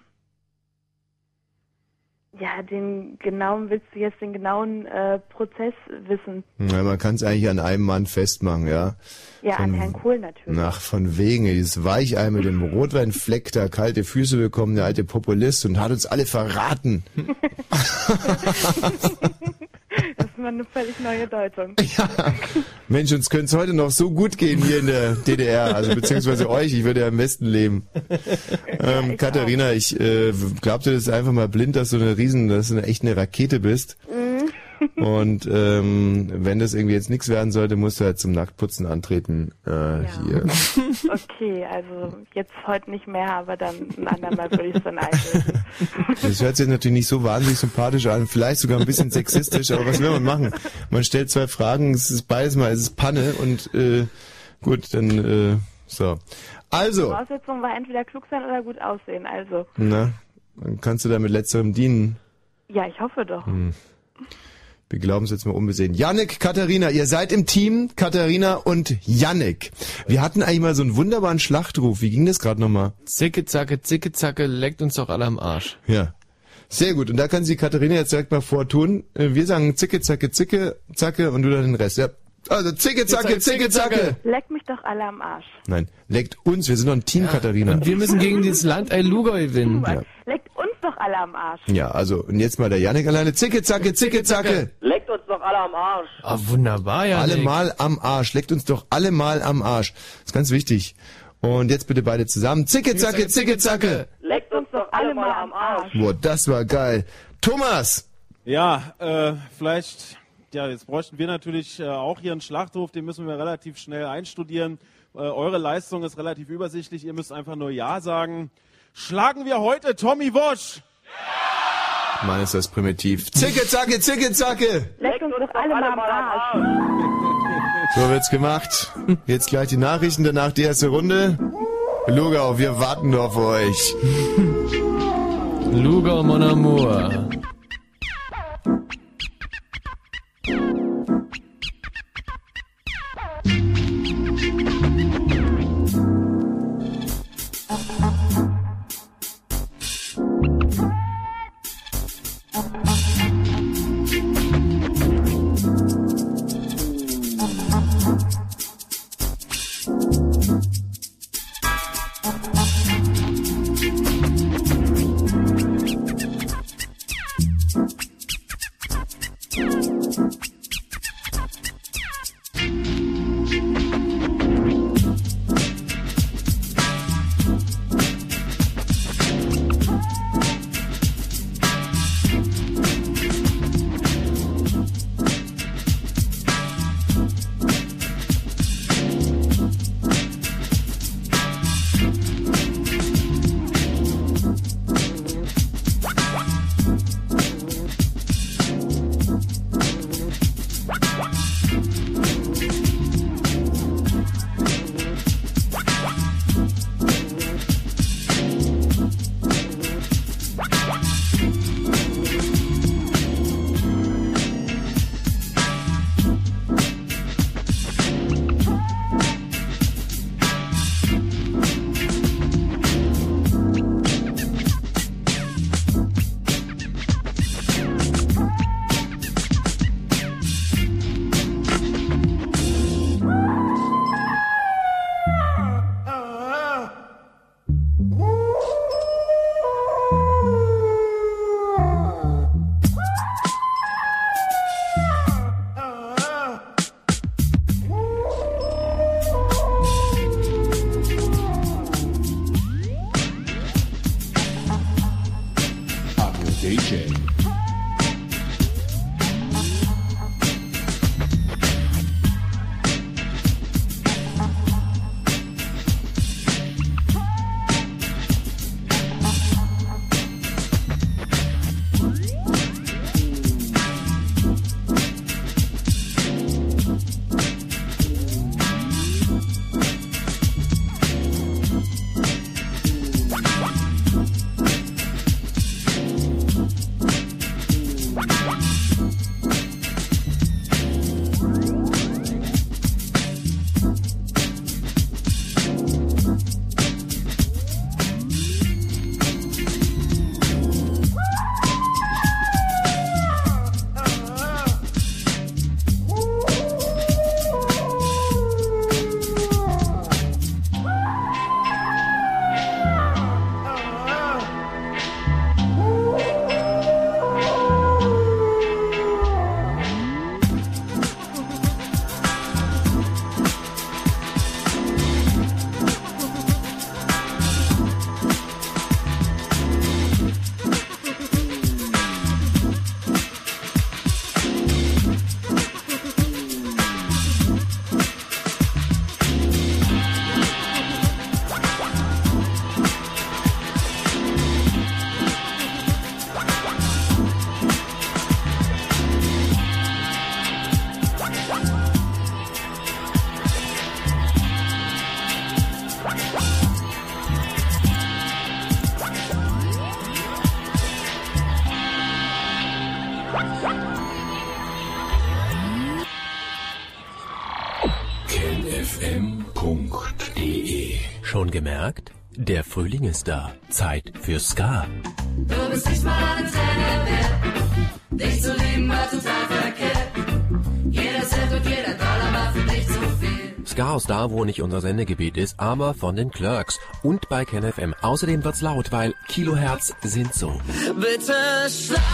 ja, den genauen, willst du jetzt den genauen äh, Prozess wissen? Ja, man kann es eigentlich an einem Mann festmachen, ja. Ja, Von- an Herrn Kohl natürlich. Nach von wegen, dieses Weichei mit dem Rotweinfleck, da kalte Füße bekommen, der alte Populist und hat uns alle verraten. Das ist mal eine völlig neue Deutung. Mensch, uns könnte es heute noch so gut gehen hier in der D D R, also beziehungsweise euch, ich würde ja im Westen leben. Ähm, ich Katharina, ich äh, glaubte das ist einfach mal blind, dass du eine Riesen, dass du eine, echt eine Rakete bist. Und ähm, wenn das irgendwie jetzt nichts werden sollte, musst du halt zum Nacktputzen antreten. Äh, hier. Okay, also jetzt heute nicht mehr, aber dann ein andermal würde ich es dann einlösen. Das hört sich natürlich nicht so wahnsinnig sympathisch an, vielleicht sogar ein bisschen sexistisch, aber was will man machen? Man stellt zwei Fragen, es ist beides mal, es ist Panne und äh, gut, dann äh, so. Die Also, Voraussetzung war entweder klug sein oder gut aussehen, also. na, dann kannst du da mit letzterem dienen. Ja, ich hoffe doch. Hm. Wir glauben es jetzt mal unbesehen. Yannick, Katharina, ihr seid im Team, Katharina und Yannick. Wir hatten eigentlich mal so einen wunderbaren Schlachtruf. Wie ging das gerade nochmal? Zicke, zacke, zicke, zacke, leckt uns doch alle am Arsch. Ja. Sehr gut. Und da kann sie Katharina jetzt direkt mal vortun. Äh, Wir sagen Zicke, Zacke, Zicke, Zacke und du dann den Rest. Ja. Also Zicke, Zacke, Zicke, Zacke. Leckt mich doch alle am Arsch. Nein, leckt uns. Wir sind doch ein Team, Katharina. Und wir müssen gegen dieses Land ein Luga gewinnen. Ja. Leckt uns doch alle am Arsch. Ja, also und jetzt mal der Yannick alleine. Zicke, Zacke, Zicke, Zacke. Leckt uns doch alle am Arsch. Ah, wunderbar, ja. Alle mal am Arsch. Leckt uns doch alle mal am Arsch. Das ist ganz wichtig. Und jetzt bitte beide zusammen. Zicke, Zacke, Zicke, Zacke. Leckt uns doch alle mal am Arsch. Boah, das war geil. Thomas! Ja, äh, vielleicht Ja, jetzt bräuchten wir natürlich äh, auch hier einen Schlachthof, den müssen wir relativ schnell einstudieren. Äh, eure Leistung ist relativ übersichtlich, ihr müsst einfach nur Ja sagen. Schlagen wir heute Tommy Walsh? Mann, ist das primitiv. Zicke, zacke, zicke, zacke! Leckt uns doch alle mal am Arsch. So wird's gemacht. Jetzt gleich die Nachrichten, danach die erste Runde. Lugau, wir warten nur auf euch. Lugau, mon amour. kennfm punkt de. Schon gemerkt? Der Frühling ist da. Zeit für Ska. Du bist nicht mal eine Träne wert. Dich zu lieben war total verkehrt. Jeder Cent und jeder Dollar war für dich zu viel. Ska aus da, wo nicht unser Sendegebiet ist, aber von den Clerks. Und bei KenFM. Außerdem wird's laut, weil Kilohertz sind so. Bitte schlaf.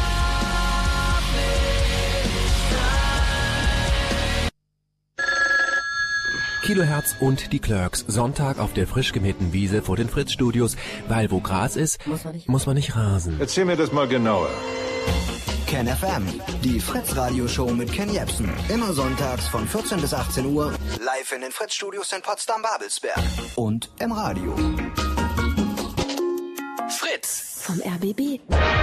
Kilohertz und die Clerks. Sonntag auf der frisch gemähten Wiese vor den Fritz-Studios. Weil wo Gras ist, muss man nicht, muss man nicht rasen. Erzähl mir das mal genauer. Ken F M, die Fritz-Radio-Show mit Ken Jebsen. Immer sonntags von vierzehn bis achtzehn Uhr, live in den Fritz-Studios in Potsdam-Babelsberg und im Radio. Fritz vom R B B.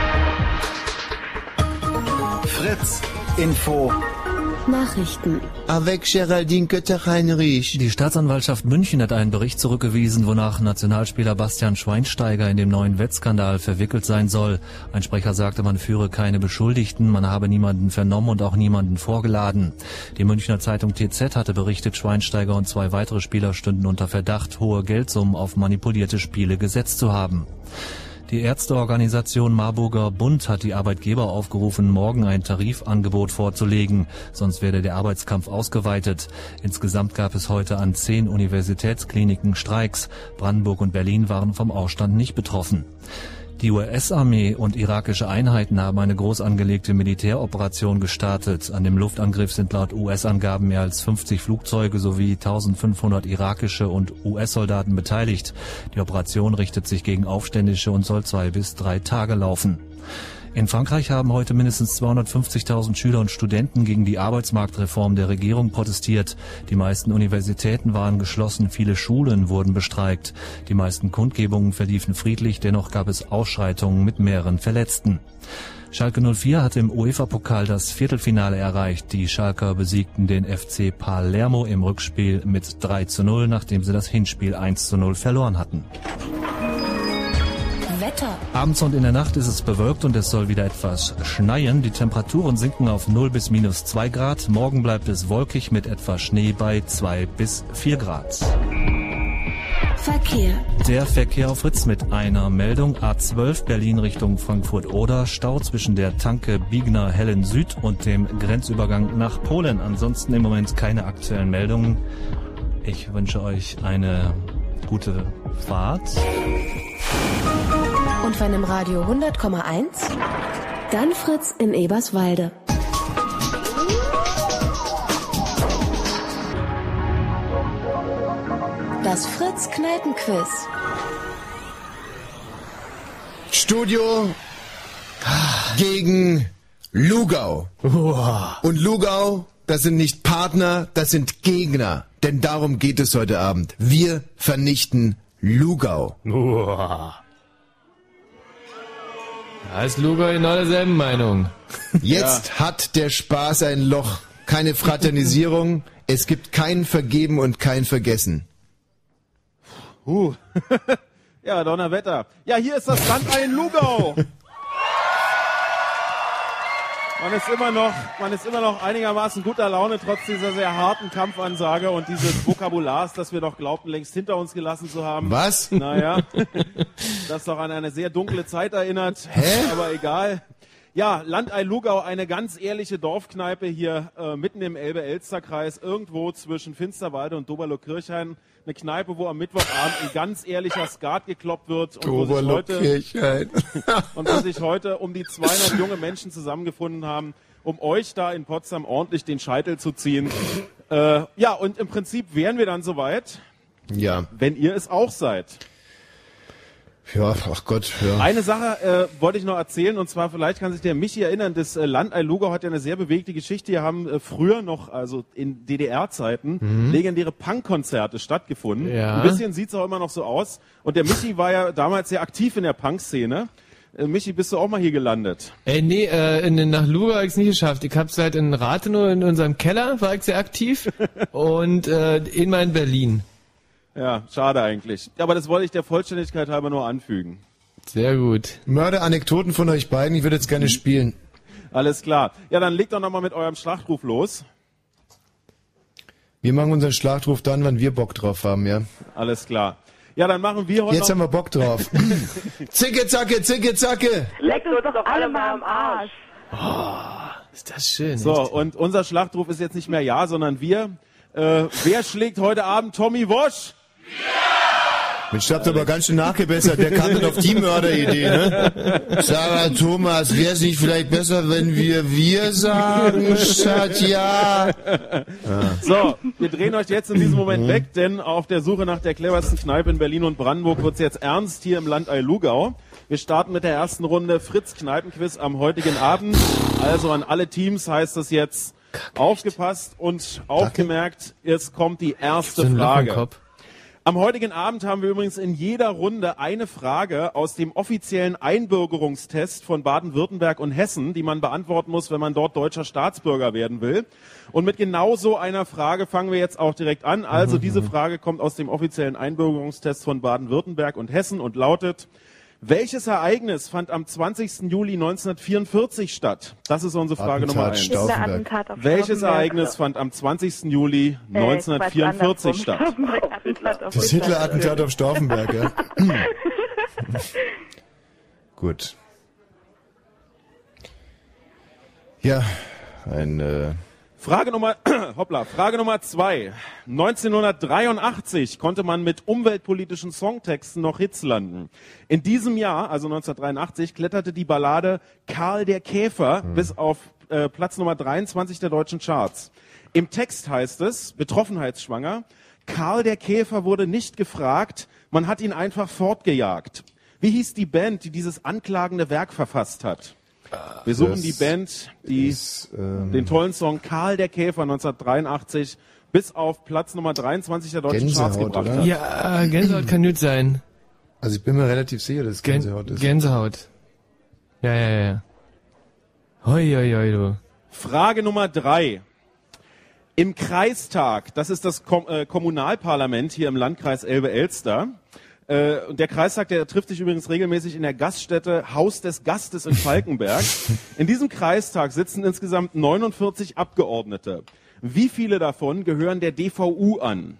Fritz Info Nachrichten. Avec Geraldine Götter-Heinrich. Die Staatsanwaltschaft München hat einen Bericht zurückgewiesen, wonach Nationalspieler Bastian Schweinsteiger in dem neuen Wettskandal verwickelt sein soll. Ein Sprecher sagte, man führe keine Beschuldigten, man habe niemanden vernommen und auch niemanden vorgeladen. Die Münchner Zeitung T Z hatte berichtet, Schweinsteiger und zwei weitere Spieler stünden unter Verdacht, hohe Geldsummen auf manipulierte Spiele gesetzt zu haben. Die Ärzteorganisation Marburger Bund hat die Arbeitgeber aufgerufen, morgen ein Tarifangebot vorzulegen, sonst werde der Arbeitskampf ausgeweitet. Insgesamt gab es heute an zehn Universitätskliniken Streiks. Brandenburg und Berlin waren vom Ausstand nicht betroffen. Die U S-Armee und irakische Einheiten haben eine groß angelegte Militäroperation gestartet. An dem Luftangriff sind laut U S-Angaben mehr als fünfzig Flugzeuge sowie eintausendfünfhundert irakische und U S-Soldaten beteiligt. Die Operation richtet sich gegen Aufständische und soll zwei bis drei Tage laufen. In Frankreich haben heute mindestens zweihundertfünfzigtausend Schüler und Studenten gegen die Arbeitsmarktreform der Regierung protestiert. Die meisten Universitäten waren geschlossen, viele Schulen wurden bestreikt. Die meisten Kundgebungen verliefen friedlich, dennoch gab es Ausschreitungen mit mehreren Verletzten. Schalke null vier hat im UEFA-Pokal das Viertelfinale erreicht. Die Schalker besiegten den F C Palermo im Rückspiel mit drei zu null, nachdem sie das Hinspiel eins zu null verloren hatten. Wetter. Abends und in der Nacht ist es bewölkt und es soll wieder etwas schneien. Die Temperaturen sinken auf null bis minus zwei Grad. Morgen bleibt es wolkig mit etwas Schnee bei zwei bis vier Grad. Verkehr. Der Verkehr auf Fritz mit einer Meldung. A zwölf Berlin Richtung Frankfurt-Oder. Stau zwischen der Tanke Biegner-Hellen Süd und dem Grenzübergang nach Polen. Ansonsten im Moment keine aktuellen Meldungen. Ich wünsche euch eine gute Fahrt. Und von dem Radio hundert Komma eins? Dann Fritz in Eberswalde. Das Fritz-Kneipenquiz. Studio gegen Lugau. Und Lugau, das sind nicht Partner, das sind Gegner. Denn darum geht es heute Abend. Wir vernichten Lugau. Da ist Lugau genau derselben Meinung. Jetzt ja. Hat der Spaß ein Loch. Keine Fraternisierung. Es gibt kein Vergeben und kein Vergessen. Uh. Ja, Donnerwetter. Ja, hier ist das Landei in Lugau. Man ist immer noch, man ist immer noch einigermaßen guter Laune, trotz dieser sehr harten Kampfansage und dieses Vokabulars, das wir doch glaubten, längst hinter uns gelassen zu haben. Was? Naja, das doch an eine sehr dunkle Zeit erinnert. Hä? Aber egal. Ja, Landei Lugau, eine ganz ehrliche Dorfkneipe hier äh, mitten im Elbe-Elster-Kreis, irgendwo zwischen Finsterwalde und Doberlo-Kirchhain. Eine Kneipe, wo am Mittwochabend ein ganz ehrlicher Skat gekloppt wird und wo, sich heute, und wo sich heute um die zweihundert junge Menschen zusammengefunden haben, um euch da in Potsdam ordentlich den Scheitel zu ziehen. Äh, ja, und im Prinzip wären wir dann soweit, ja, wenn ihr es auch seid. Ja, ach Gott, ja. Eine Sache äh, wollte ich noch erzählen, und zwar vielleicht kann sich der Michi erinnern, das äh, Landei Lugau hat ja eine sehr bewegte Geschichte. Hier haben äh, früher noch, also in D D R-Zeiten, mhm. legendäre Punkkonzerte stattgefunden. Ja. Ein bisschen sieht's auch immer noch so aus. Und der Michi war ja damals sehr aktiv in der Punk-Szene. Äh, Michi, bist du auch mal hier gelandet? Ey, nee, äh, in, nach Lugau hab ich's nicht geschafft. Ich hab's halt in Rathenow, in unserem Keller, war ich sehr aktiv. Und äh, immer in Berlin. Ja, schade eigentlich. Aber das wollte ich der Vollständigkeit halber nur anfügen. Sehr gut. Mörderanekdoten von euch beiden, ich würde jetzt gerne spielen. Alles klar. Ja, dann legt doch nochmal mit eurem Schlachtruf los. Wir machen unseren Schlachtruf dann, wenn wir Bock drauf haben, ja? Alles klar. Ja, dann machen wir heute Jetzt haben wir Bock drauf. Zicke, zacke, zicke, zacke. Leckt uns doch alle mal am Arsch. Oh, ist das schön. So, echt? Und unser Schlachtruf ist jetzt nicht mehr ja, sondern wir. Äh, wer schlägt heute Abend Tommy Walsh? Mensch, habt aber ganz schön nachgebessert. Der kam dann auf die Mörderidee, ne? Sag mal, Thomas, wäre es nicht vielleicht besser, wenn wir wir sagen, Schatz, ja. ja. So, wir drehen euch jetzt in diesem Moment weg, denn auf der Suche nach der cleversten Kneipe in Berlin und Brandenburg wird's jetzt ernst hier im Landei Lugau. Wir starten mit der ersten Runde Fritz Kneipenquiz am heutigen Abend. Also an alle Teams heißt es jetzt aufgepasst und aufgemerkt, es kommt die erste Frage. Am heutigen Abend haben wir übrigens in jeder Runde eine Frage aus dem offiziellen Einbürgerungstest von Baden-Württemberg und Hessen, die man beantworten muss, wenn man dort deutscher Staatsbürger werden will. Und mit genau so einer Frage fangen wir jetzt auch direkt an. Also diese Frage kommt aus dem offiziellen Einbürgerungstest von Baden-Württemberg und Hessen und lautet: Welches Ereignis fand am zwanzigsten Juli neunzehnhundertvierundvierzig statt? Das ist unsere Frage Nummer eins. Welches Ereignis fand am zwanzigsten Juli neunzehnhundertvierundvierzig statt? Das Hitler-Attentat auf Stauffenberg, ja. Gut. Ja, ein... Äh Frage Nummer, hoppla, Frage Nummer zwei. neunzehnhundertdreiundachtzig konnte man mit umweltpolitischen Songtexten noch Hits landen. In diesem Jahr, also neunzehnhundertdreiundachtzig, kletterte die Ballade Karl der Käfer hm. bis auf äh, Platz Nummer dreiundzwanzig der deutschen Charts. Im Text heißt es, betroffenheitsschwanger, Karl der Käfer wurde nicht gefragt, man hat ihn einfach fortgejagt. Wie hieß die Band, die dieses anklagende Werk verfasst hat? Wir suchen das die Band, die ist, ähm, den tollen Song Karl der Käfer neunzehnhundertdreiundachtzig bis auf Platz Nummer dreiundzwanzig der deutschen Gänsehaut, Charts gebracht oder? hat. Ja, Gänsehaut kann gut sein. Also ich bin mir relativ sicher, dass es Gänsehaut ist. Gänsehaut. Ja, ja, ja. Hoi, hoi, hoi, du. Frage Nummer drei. Im Kreistag, das ist das Kom- äh, Kommunalparlament hier im Landkreis Elbe-Elster. Äh, und der Kreistag, der trifft sich übrigens regelmäßig in der Gaststätte Haus des Gastes in Falkenberg. In diesem Kreistag sitzen insgesamt neunundvierzig Abgeordnete. Wie viele davon gehören der D V U an?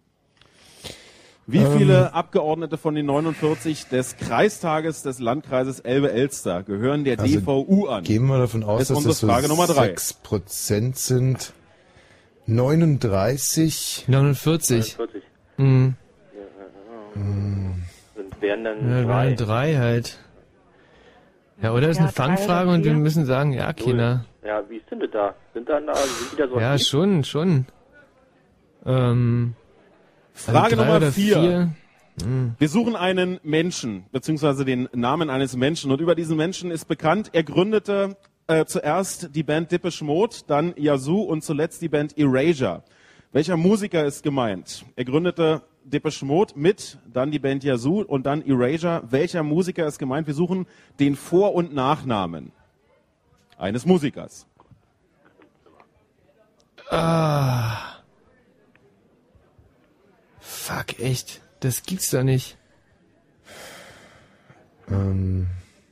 Wie viele ähm, Abgeordnete von den neunundvierzig des Kreistages des Landkreises Elbe-Elster gehören der also D V U an? Gehen wir davon aus, dass das so Frage Nummer drei. sechs Prozent sind. neununddreißig. neunundvierzig. neunundvierzig. Mhm. Hm. Und wären dann ja, drei. Wären drei halt. Ja, oder ist ja, eine Fangfrage und wir müssen sagen, ja, Kinder. Ja, wie sind denn da? Sind da, sind wieder so Ja, aktiv? schon, schon. Ähm, Frage also Nummer vier. vier. Hm. Wir suchen einen Menschen, beziehungsweise den Namen eines Menschen. Und über diesen Menschen ist bekannt, er gründete äh, zuerst die Band Depeche Mode, dann Yazoo und zuletzt die Band Erasure. Welcher Musiker ist gemeint? Er gründete Depeche Mode mit, dann die Band Yazoo und dann Erasure. Welcher Musiker ist gemeint? Wir suchen den Vor- und Nachnamen eines Musikers. Ah. Fuck, echt. Das gibt's doch nicht. Ähm.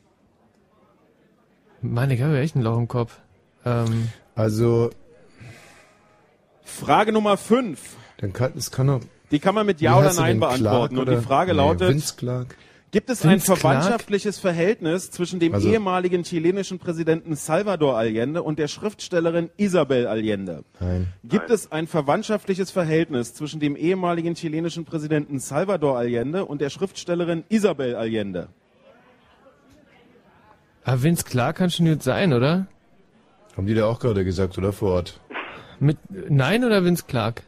Mann, ich habe echt ein Loch im Kopf. Ähm. Also. Frage Nummer fünf. Dann kann, es kann doch. Die kann man mit Ja oder Nein beantworten. Clark und die Frage nee, lautet, Vince Clark. Gibt es Vince ein verwandtschaftliches Clark? Verhältnis zwischen dem also, ehemaligen chilenischen Präsidenten Salvador Allende und der Schriftstellerin Isabel Allende? Nein. Gibt Nein. es ein verwandtschaftliches Verhältnis zwischen dem ehemaligen chilenischen Präsidenten Salvador Allende und der Schriftstellerin Isabel Allende? Ah, Vince Clark kann schon gut sein, oder? Haben die da auch gerade gesagt, oder vor Ort? Mit Nein oder Vince Clark?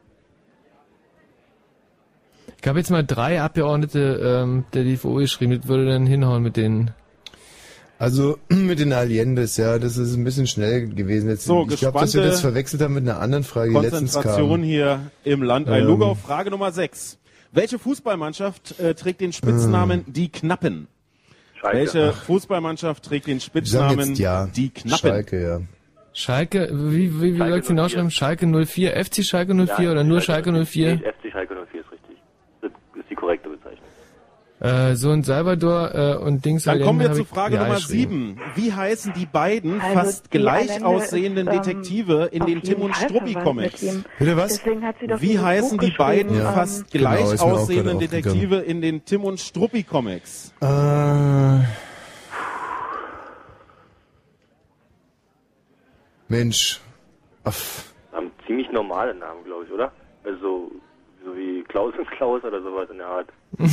Ich habe jetzt mal drei Abgeordnete ähm, der D V O geschrieben, das würde dann hinhauen mit denen. Also mit den Allendes, ja, das ist ein bisschen schnell gewesen. Jetzt, So, ich glaube, dass wir das verwechselt haben mit einer anderen Frage, die letztens kam. Konzentration hier im Landei Ähm. Lugau. Frage Nummer sechs. Welche Fußballmannschaft äh, trägt den Spitznamen Die Knappen? Schalke. Welche Fußballmannschaft trägt den Wir sagen Spitznamen jetzt ja. Die Knappen? Schalke, ja. Schalke, wie, wie, wie soll ich den ausschreiben? Schalke null vier, F C Schalke null vier Ja, oder nur Schalke null vier? Nee, F C Schalke null vier ist richtig. Das ist die korrekte Bezeichnung. Äh, so ein Salvador äh, und Dings. Dann kommen wir hab zu ich- Frage ja, Nummer geschrieben. sieben. Wie heißen die beiden Also fast die gleich Allende aussehenden ist, ähm, Detektive in auf den jeden Tim und Fall Struppi verwandt mit Comics? ihm. Bitte was? Deswegen hat sie doch Wie dieses heißen Buch die beiden geschrieben, Ja. fast Genau, gleich ist mir auch aussehenden gerade Detektive in den Tim und Struppi Comics? Äh, Mensch. Aff. Haben ziemlich normale Namen, glaube ich, oder? Also So wie Klaus und Klaus oder sowas in der Art.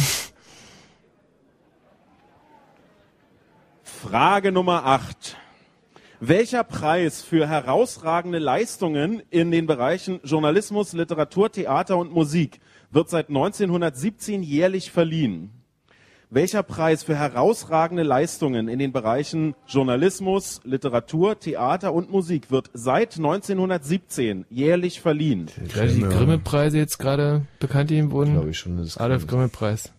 Frage Nummer acht. Welcher Preis für herausragende Leistungen in den Bereichen Journalismus, Literatur, Theater und Musik wird seit neunzehnhundertsiebzehn jährlich verliehen? Welcher Preis für herausragende Leistungen in den Bereichen Journalismus, Literatur, Theater und Musik wird seit neunzehnhundertsiebzehn jährlich verliehen? Da die Grimme-Preise jetzt gerade bekannt gegeben wurden. Glaube ich schon, das ist Adolf Grimme-Preis.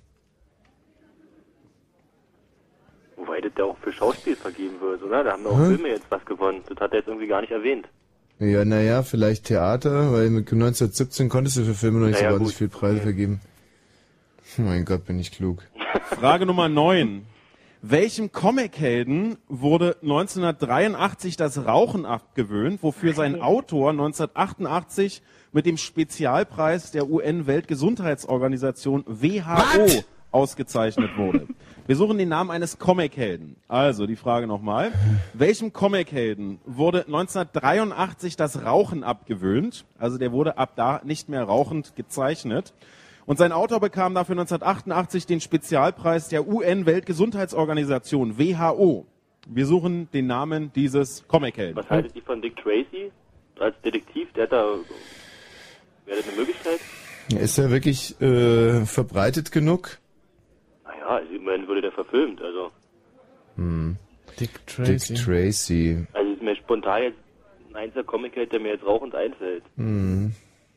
Wobei das ja auch für Schauspiel vergeben wird, oder? Da haben doch auch Hä? Filme jetzt was gewonnen. Das hat er jetzt irgendwie gar nicht erwähnt. Ja, naja, vielleicht Theater, weil mit neunzehnhundertsiebzehn konntest du für Filme noch nicht Naja, so wahnsinnig gut. viel Preise vergeben. Mein Gott, bin ich klug. Frage Nummer neun. Welchem Comichelden wurde neunzehnhundertdreiundachtzig das Rauchen abgewöhnt, wofür sein Autor neunzehnhundertachtundachtzig mit dem Spezialpreis der U N-Weltgesundheitsorganisation W H O What? ausgezeichnet wurde? Wir suchen den Namen eines Comichelden. Also, die Frage nochmal. Welchem Comichelden wurde neunzehnhundertdreiundachtzig das Rauchen abgewöhnt? Also, der wurde ab da nicht mehr rauchend gezeichnet. Und sein Autor bekam dafür neunzehnhundertachtundachtzig den Spezialpreis der U N-Weltgesundheitsorganisation W H O. Wir suchen den Namen dieses Comichelden. Was haltet ihr von Dick Tracy als Detektiv? Der hat da... Wäre das eine Möglichkeit? Ist er wirklich äh, verbreitet genug? Naja, also immerhin wurde der verfilmt, also... Hm. Dick Tracy. Dick Tracy. Also ist mir spontan jetzt ein einziger Comic-Held, der mir jetzt rauchend einfällt. Hm.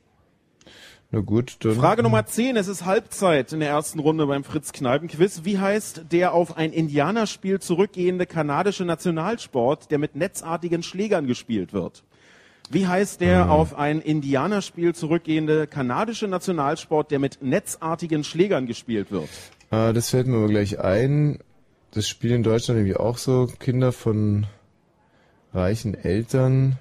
Na gut, dann... Frage Nummer zehn. Es ist Halbzeit in der ersten Runde beim Fritz-Kneipen-Quiz. Wie heißt der auf ein Indianerspiel zurückgehende kanadische Nationalsport, der mit netzartigen Schlägern gespielt wird? Wie heißt der Mhm. auf ein Indianerspiel zurückgehende kanadische Nationalsport, der mit netzartigen Schlägern gespielt wird? Ah, das fällt mir aber gleich ein. Das Spiel in Deutschland nämlich auch so. Kinder von reichen Eltern.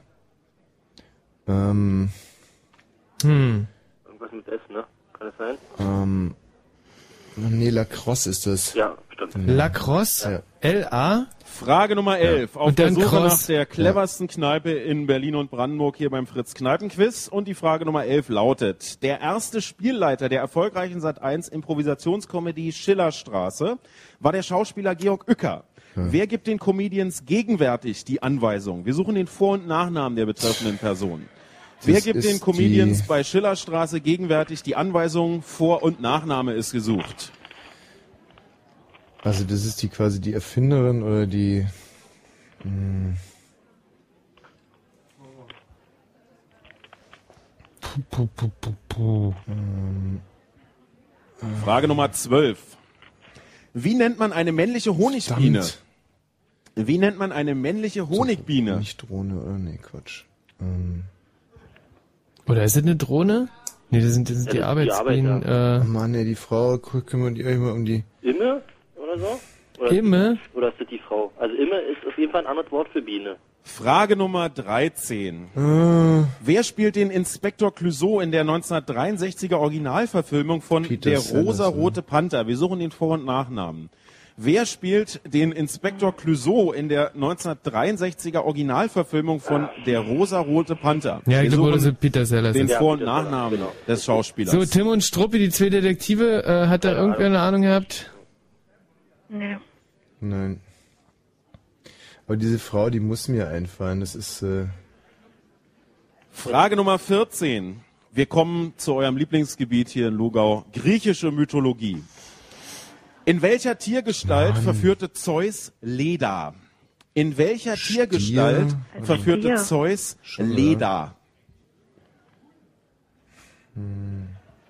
Ähm... Hm. Irgendwas mit S, ne? Kann das sein? Ähm... Nee, Lacrosse ist das. Ja, stimmt. Lacrosse? Ja. L A? Frage Nummer elf. Ja. Auf Und der dann Suche Cross. nach der cleversten Kneipe in Berlin und Brandenburg hier beim Fritz-Kneipen-Quiz. Und die Frage Nummer elf lautet: Der erste Spielleiter der erfolgreichen Sat eins Improvisationskomödie Schillerstraße war der Schauspieler Georg Uecker. Ja. Wer gibt den Comedians gegenwärtig die Anweisung? Wir suchen den Vor- und Nachnamen der betreffenden Person. Wer Das gibt ist den Comedians die- bei Schillerstraße gegenwärtig die Anweisung? Vor- und Nachname ist gesucht. Also das ist die quasi die Erfinderin oder die... Mh, Puh, puh, puh, puh. ähm, Frage Nummer zwölf. Wie nennt man eine männliche Honigbiene? Verdammt. Wie nennt man eine männliche Honigbiene? Nicht Drohne, oder? Nee, Quatsch. Ähm, Oder ist es eine Drohne? Nee, das sind, das sind Ja, die das sind die Arbeitsbienen. oh Äh, Mann, ey, die Frau, gu- kümmert ihr euch mal um die... Imme oder so? Oder Imme? Oder ist das die Frau? Also Imme ist auf jeden Fall ein anderes Wort für Biene. Frage Nummer dreizehn. Äh, Wer spielt den Inspektor Clouseau in der neunzehnhundertdreiundsechziger Originalverfilmung von Peter Der Sellers, rosa-rote Panther? Wir suchen den Vor- und Nachnamen. Wer spielt den Inspektor Clouseau in der neunzehnhundertdreiundsechziger Originalverfilmung von Der rosa-rote Panther? ja, ich Wir glaube, suchen das ist Peter Sellers. den ist. Vor- und Peter Sellers, Nachnamen genau. des Schauspielers. So, Tim und Struppi, die zwei Detektive, äh, hat da irgendwer eine Ahnung gehabt? Nee. nein. Aber diese Frau, die muss mir einfallen. Das ist... Äh, Frage Nummer vierzehn. Wir kommen zu eurem Lieblingsgebiet hier in Lugau. Griechische Mythologie. In welcher Tiergestalt Mann. verführte Zeus Leda? In welcher Stier? Tiergestalt Ein verführte Stier. Zeus Schon, ja. Leda? hm,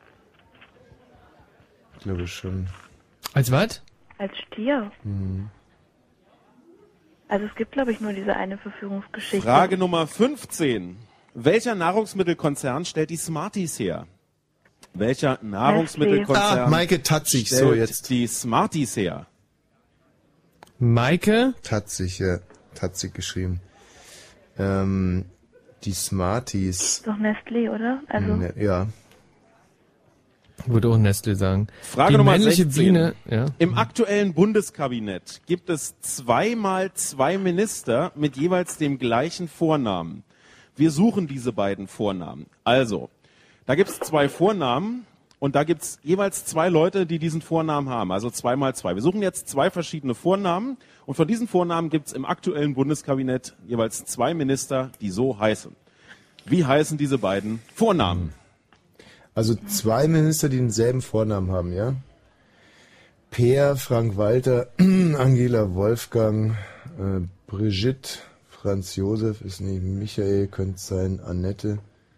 ich glaube schon. Als was? Als Stier. Hm. Also es gibt, glaube ich, nur diese eine Verführungsgeschichte. Frage Nummer fünfzehn. Welcher Nahrungsmittelkonzern stellt die Smarties her? Welcher Nahrungsmittelkonzern Ah, Maike Tatzig, stellt so jetzt. die Smarties her? Maike? Tatzig, ja. Tatzig geschrieben. Ähm, die Smarties. Ist doch Nestlé, oder? Also Ne, ja. Würde auch Nestle sagen. Frage die Nummer männliche sechzehn. Biene, ja. Im aktuellen Bundeskabinett gibt es zweimal zwei Minister mit jeweils dem gleichen Vornamen. Wir suchen diese beiden Vornamen. Also, da gibt es zwei Vornamen Und da gibt's jeweils zwei Leute, die diesen Vornamen haben, also zwei mal zwei. Wir suchen jetzt zwei verschiedene Vornamen und von diesen Vornamen gibt's im aktuellen Bundeskabinett jeweils zwei Minister, die so heißen. Wie heißen diese beiden Vornamen? Also zwei Minister, die denselben Vornamen haben, ja? Peer, Frank-Walter, Angela Wolfgang, äh, Brigitte, Franz Josef ist nicht, Michael könnte es sein, Annette.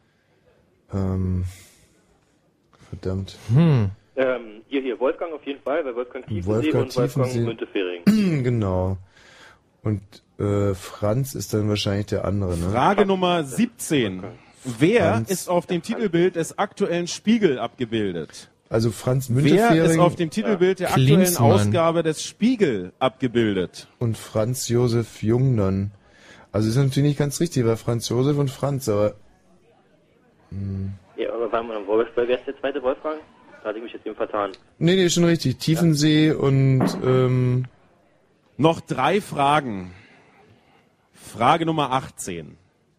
Ähm, verdammt. Hm. Ähm, hier, hier, Wolfgang auf jeden Fall, weil Wolfgang Tiefensee Wolfgang und Wolfgang Tiefensee. Müntefering. Genau. Und äh, Franz ist dann wahrscheinlich der andere, ne? Frage Nummer siebzehn. Wer Franz. ist auf dem Titelbild des aktuellen Spiegel abgebildet? Also Franz Müntefering. Wer ist auf dem Titelbild der aktuellen Klinsmann. Ausgabe des Spiegel abgebildet? Und Franz Josef Jung dann. Also ist natürlich nicht ganz richtig, weil Franz Josef und Franz, aber... Hm. Ja, aber warte mal, Wolf, wer ist der zweite Wolfgang? Da hatte ich mich jetzt eben vertan. Nee, nee, schon richtig. Tiefensee ja. und... Ähm, Noch drei Fragen. Frage Nummer achtzehn.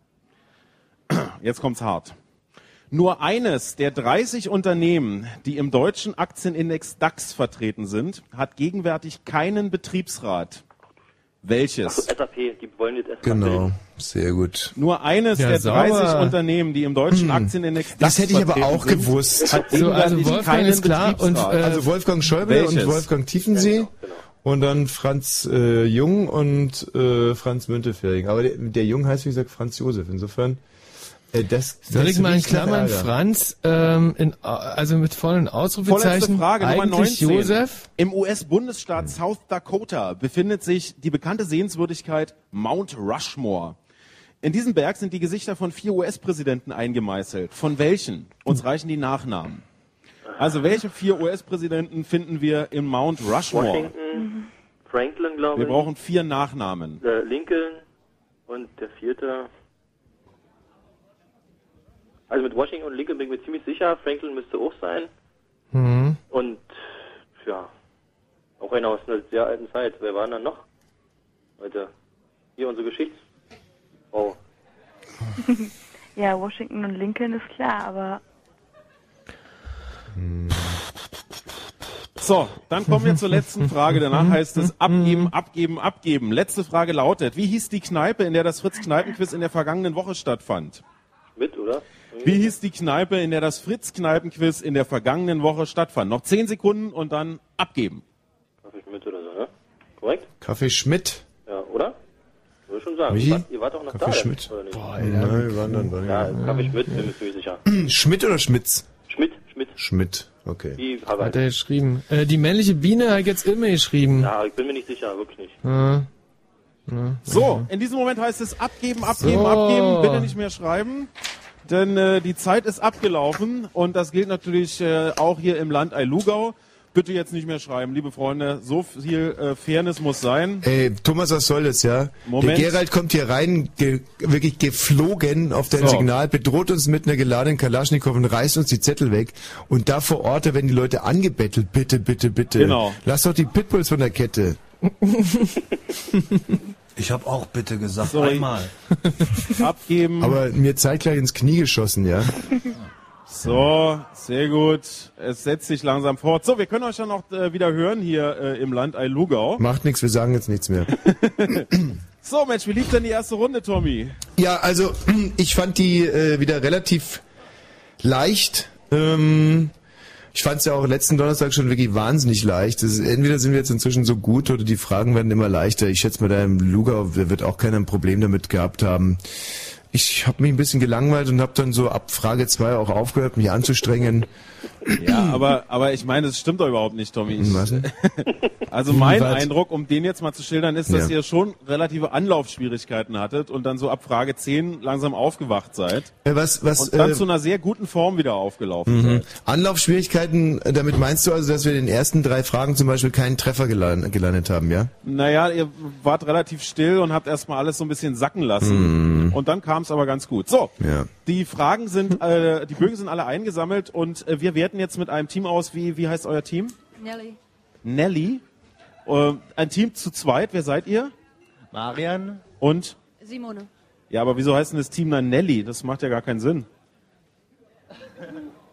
Jetzt kommt's hart. Nur eines der dreißig Unternehmen, die im deutschen Aktienindex DAX vertreten sind, hat gegenwärtig keinen Betriebsrat. Welches? Ach so, S A P, die wollen jetzt S A P. Genau, sehr gut. Nur eines Ja, der sauber. dreißig Unternehmen, die im deutschen Aktienindex DAX Das hätte ich aber vertreten auch sind, gewusst. hat So, also gegenwärtig Wolfgang keinen ist klar und, Betriebsrat. äh, Also Wolfgang Schäuble Welches? und Wolfgang Tiefensee Ja, genau, genau. und dann Franz äh, Jung und äh, Franz Müntefering. Aber der, der Jung heißt, wie gesagt, Franz Josef. Insofern, äh, das... Soll das ich mal in riecht nach Klammern Ärger. Franz, ähm, in, also mit vollen Vorletzte Ausrufezeichen, Frage, Nummer eigentlich neunzehn. Josef? Im U S-Bundesstaat South Dakota befindet sich die bekannte Sehenswürdigkeit Mount Rushmore. In diesem Berg sind die Gesichter von vier U S-Präsidenten eingemeißelt. Von welchen? Uns reichen die Nachnamen. Also welche vier U S-Präsidenten finden wir im Mount Rushmore? Washington, Franklin, glaube Wir ich. brauchen vier Nachnamen. Äh, Lincoln und der vierte. Also mit Washington und Lincoln bin ich mir ziemlich sicher. Franklin müsste auch sein. Mhm. Und ja, auch einer aus einer sehr alten Zeit. Wer war denn dann noch? Leute, hier unsere Geschichts... Oh. Ja, Washington und Lincoln ist klar, aber So, dann kommen wir zur letzten Frage. Danach heißt es abgeben, abgeben, abgeben. Letzte Frage lautet, wie hieß die Kneipe, in der das Fritz-Kneipen-Quiz in der vergangenen Woche stattfand? Mit, oder? Wie hieß die Kneipe, in der das Fritz-Kneipen-Quiz in der vergangenen Woche stattfand? Noch zehn Sekunden und dann abgeben. Kaffee Schmidt oder so, ne? Korrekt? Kaffee Schmidt. Ja, oder? Würde schon sagen. Wie? Ihr wart, ihr wart doch noch Kaffee da. Schmidt. Oder nicht? Boah, Nein, wir waren dann, waren Ja, ja. Kaffee Schmidt, bin mir ziemlich sicher. Schmidt oder Schmitz? Schmidt, Schmidt. Schmidt, okay. Wie Hat Harald. er geschrieben. Äh, die männliche Biene hat jetzt immer geschrieben. Ja, ich bin mir nicht sicher, wirklich nicht. Ja. Ja. So, in diesem Moment heißt es abgeben, abgeben, So. abgeben. Bitte nicht mehr schreiben, denn äh, die Zeit ist abgelaufen und das gilt natürlich äh, auch hier im Land Ailugau. Bitte jetzt nicht mehr schreiben, liebe Freunde. So viel äh, Fairness muss sein. Ey, Thomas, was soll das, ja? Moment. Der Gerald kommt hier rein, ge wirklich geflogen auf dein So. Signal, bedroht uns mit einer geladenen Kalaschnikow und reißt uns die Zettel weg. Und da vor Ort, da werden die Leute angebettelt. Bitte, bitte, bitte. Genau. Lass doch die Pitbulls von der Kette. Ich habe auch bitte gesagt, So, einmal. Abgeben. Aber mir zeitgleich ins Knie geschossen, ja? So, sehr gut. Es setzt sich langsam fort. So, wir können euch dann auch äh, wieder hören hier äh, im Land Ailugau. Macht nichts, wir sagen jetzt nichts mehr. So, Mensch, wie lief denn die erste Runde, Tommy? Ja, also ich fand die äh, wieder relativ leicht. Ähm, ich fand es ja auch letzten Donnerstag schon wirklich wahnsinnig leicht. Das ist, entweder sind wir jetzt inzwischen so gut oder die Fragen werden immer leichter. Ich schätze mal, da im Lugau der wird auch keiner ein Problem damit gehabt haben. Ich habe mich ein bisschen gelangweilt und habe dann so ab Frage zwei auch aufgehört, mich anzustrengen. Ja, aber aber ich meine, das stimmt doch überhaupt nicht, Tommy. Ich, Was denn? also mein Was? Eindruck, um den jetzt mal zu schildern, ist, dass Ja. ihr schon relative Anlaufschwierigkeiten hattet und dann so ab Frage zehn langsam aufgewacht seid. Äh, was, was, und dann äh, zu einer sehr guten Form wieder aufgelaufen Mhm. seid. Anlaufschwierigkeiten, äh, damit meinst du also, dass wir in den ersten drei Fragen zum Beispiel keinen Treffer gelan- gelandet haben, ja? Naja, ihr wart relativ still und habt erstmal alles so ein bisschen sacken lassen. Mhm. Und dann kam es aber ganz gut. So, Ja. die Fragen sind, äh, die Bögen sind alle eingesammelt und äh, wir werten jetzt mit einem Team aus. Wie, wie heißt euer Team? Nelly. Nelly. Äh, ein Team zu zweit. Wer seid ihr? Marian. Und? Simone. Ja, aber wieso heißt denn das Team dann Nelly? Das macht ja gar keinen Sinn.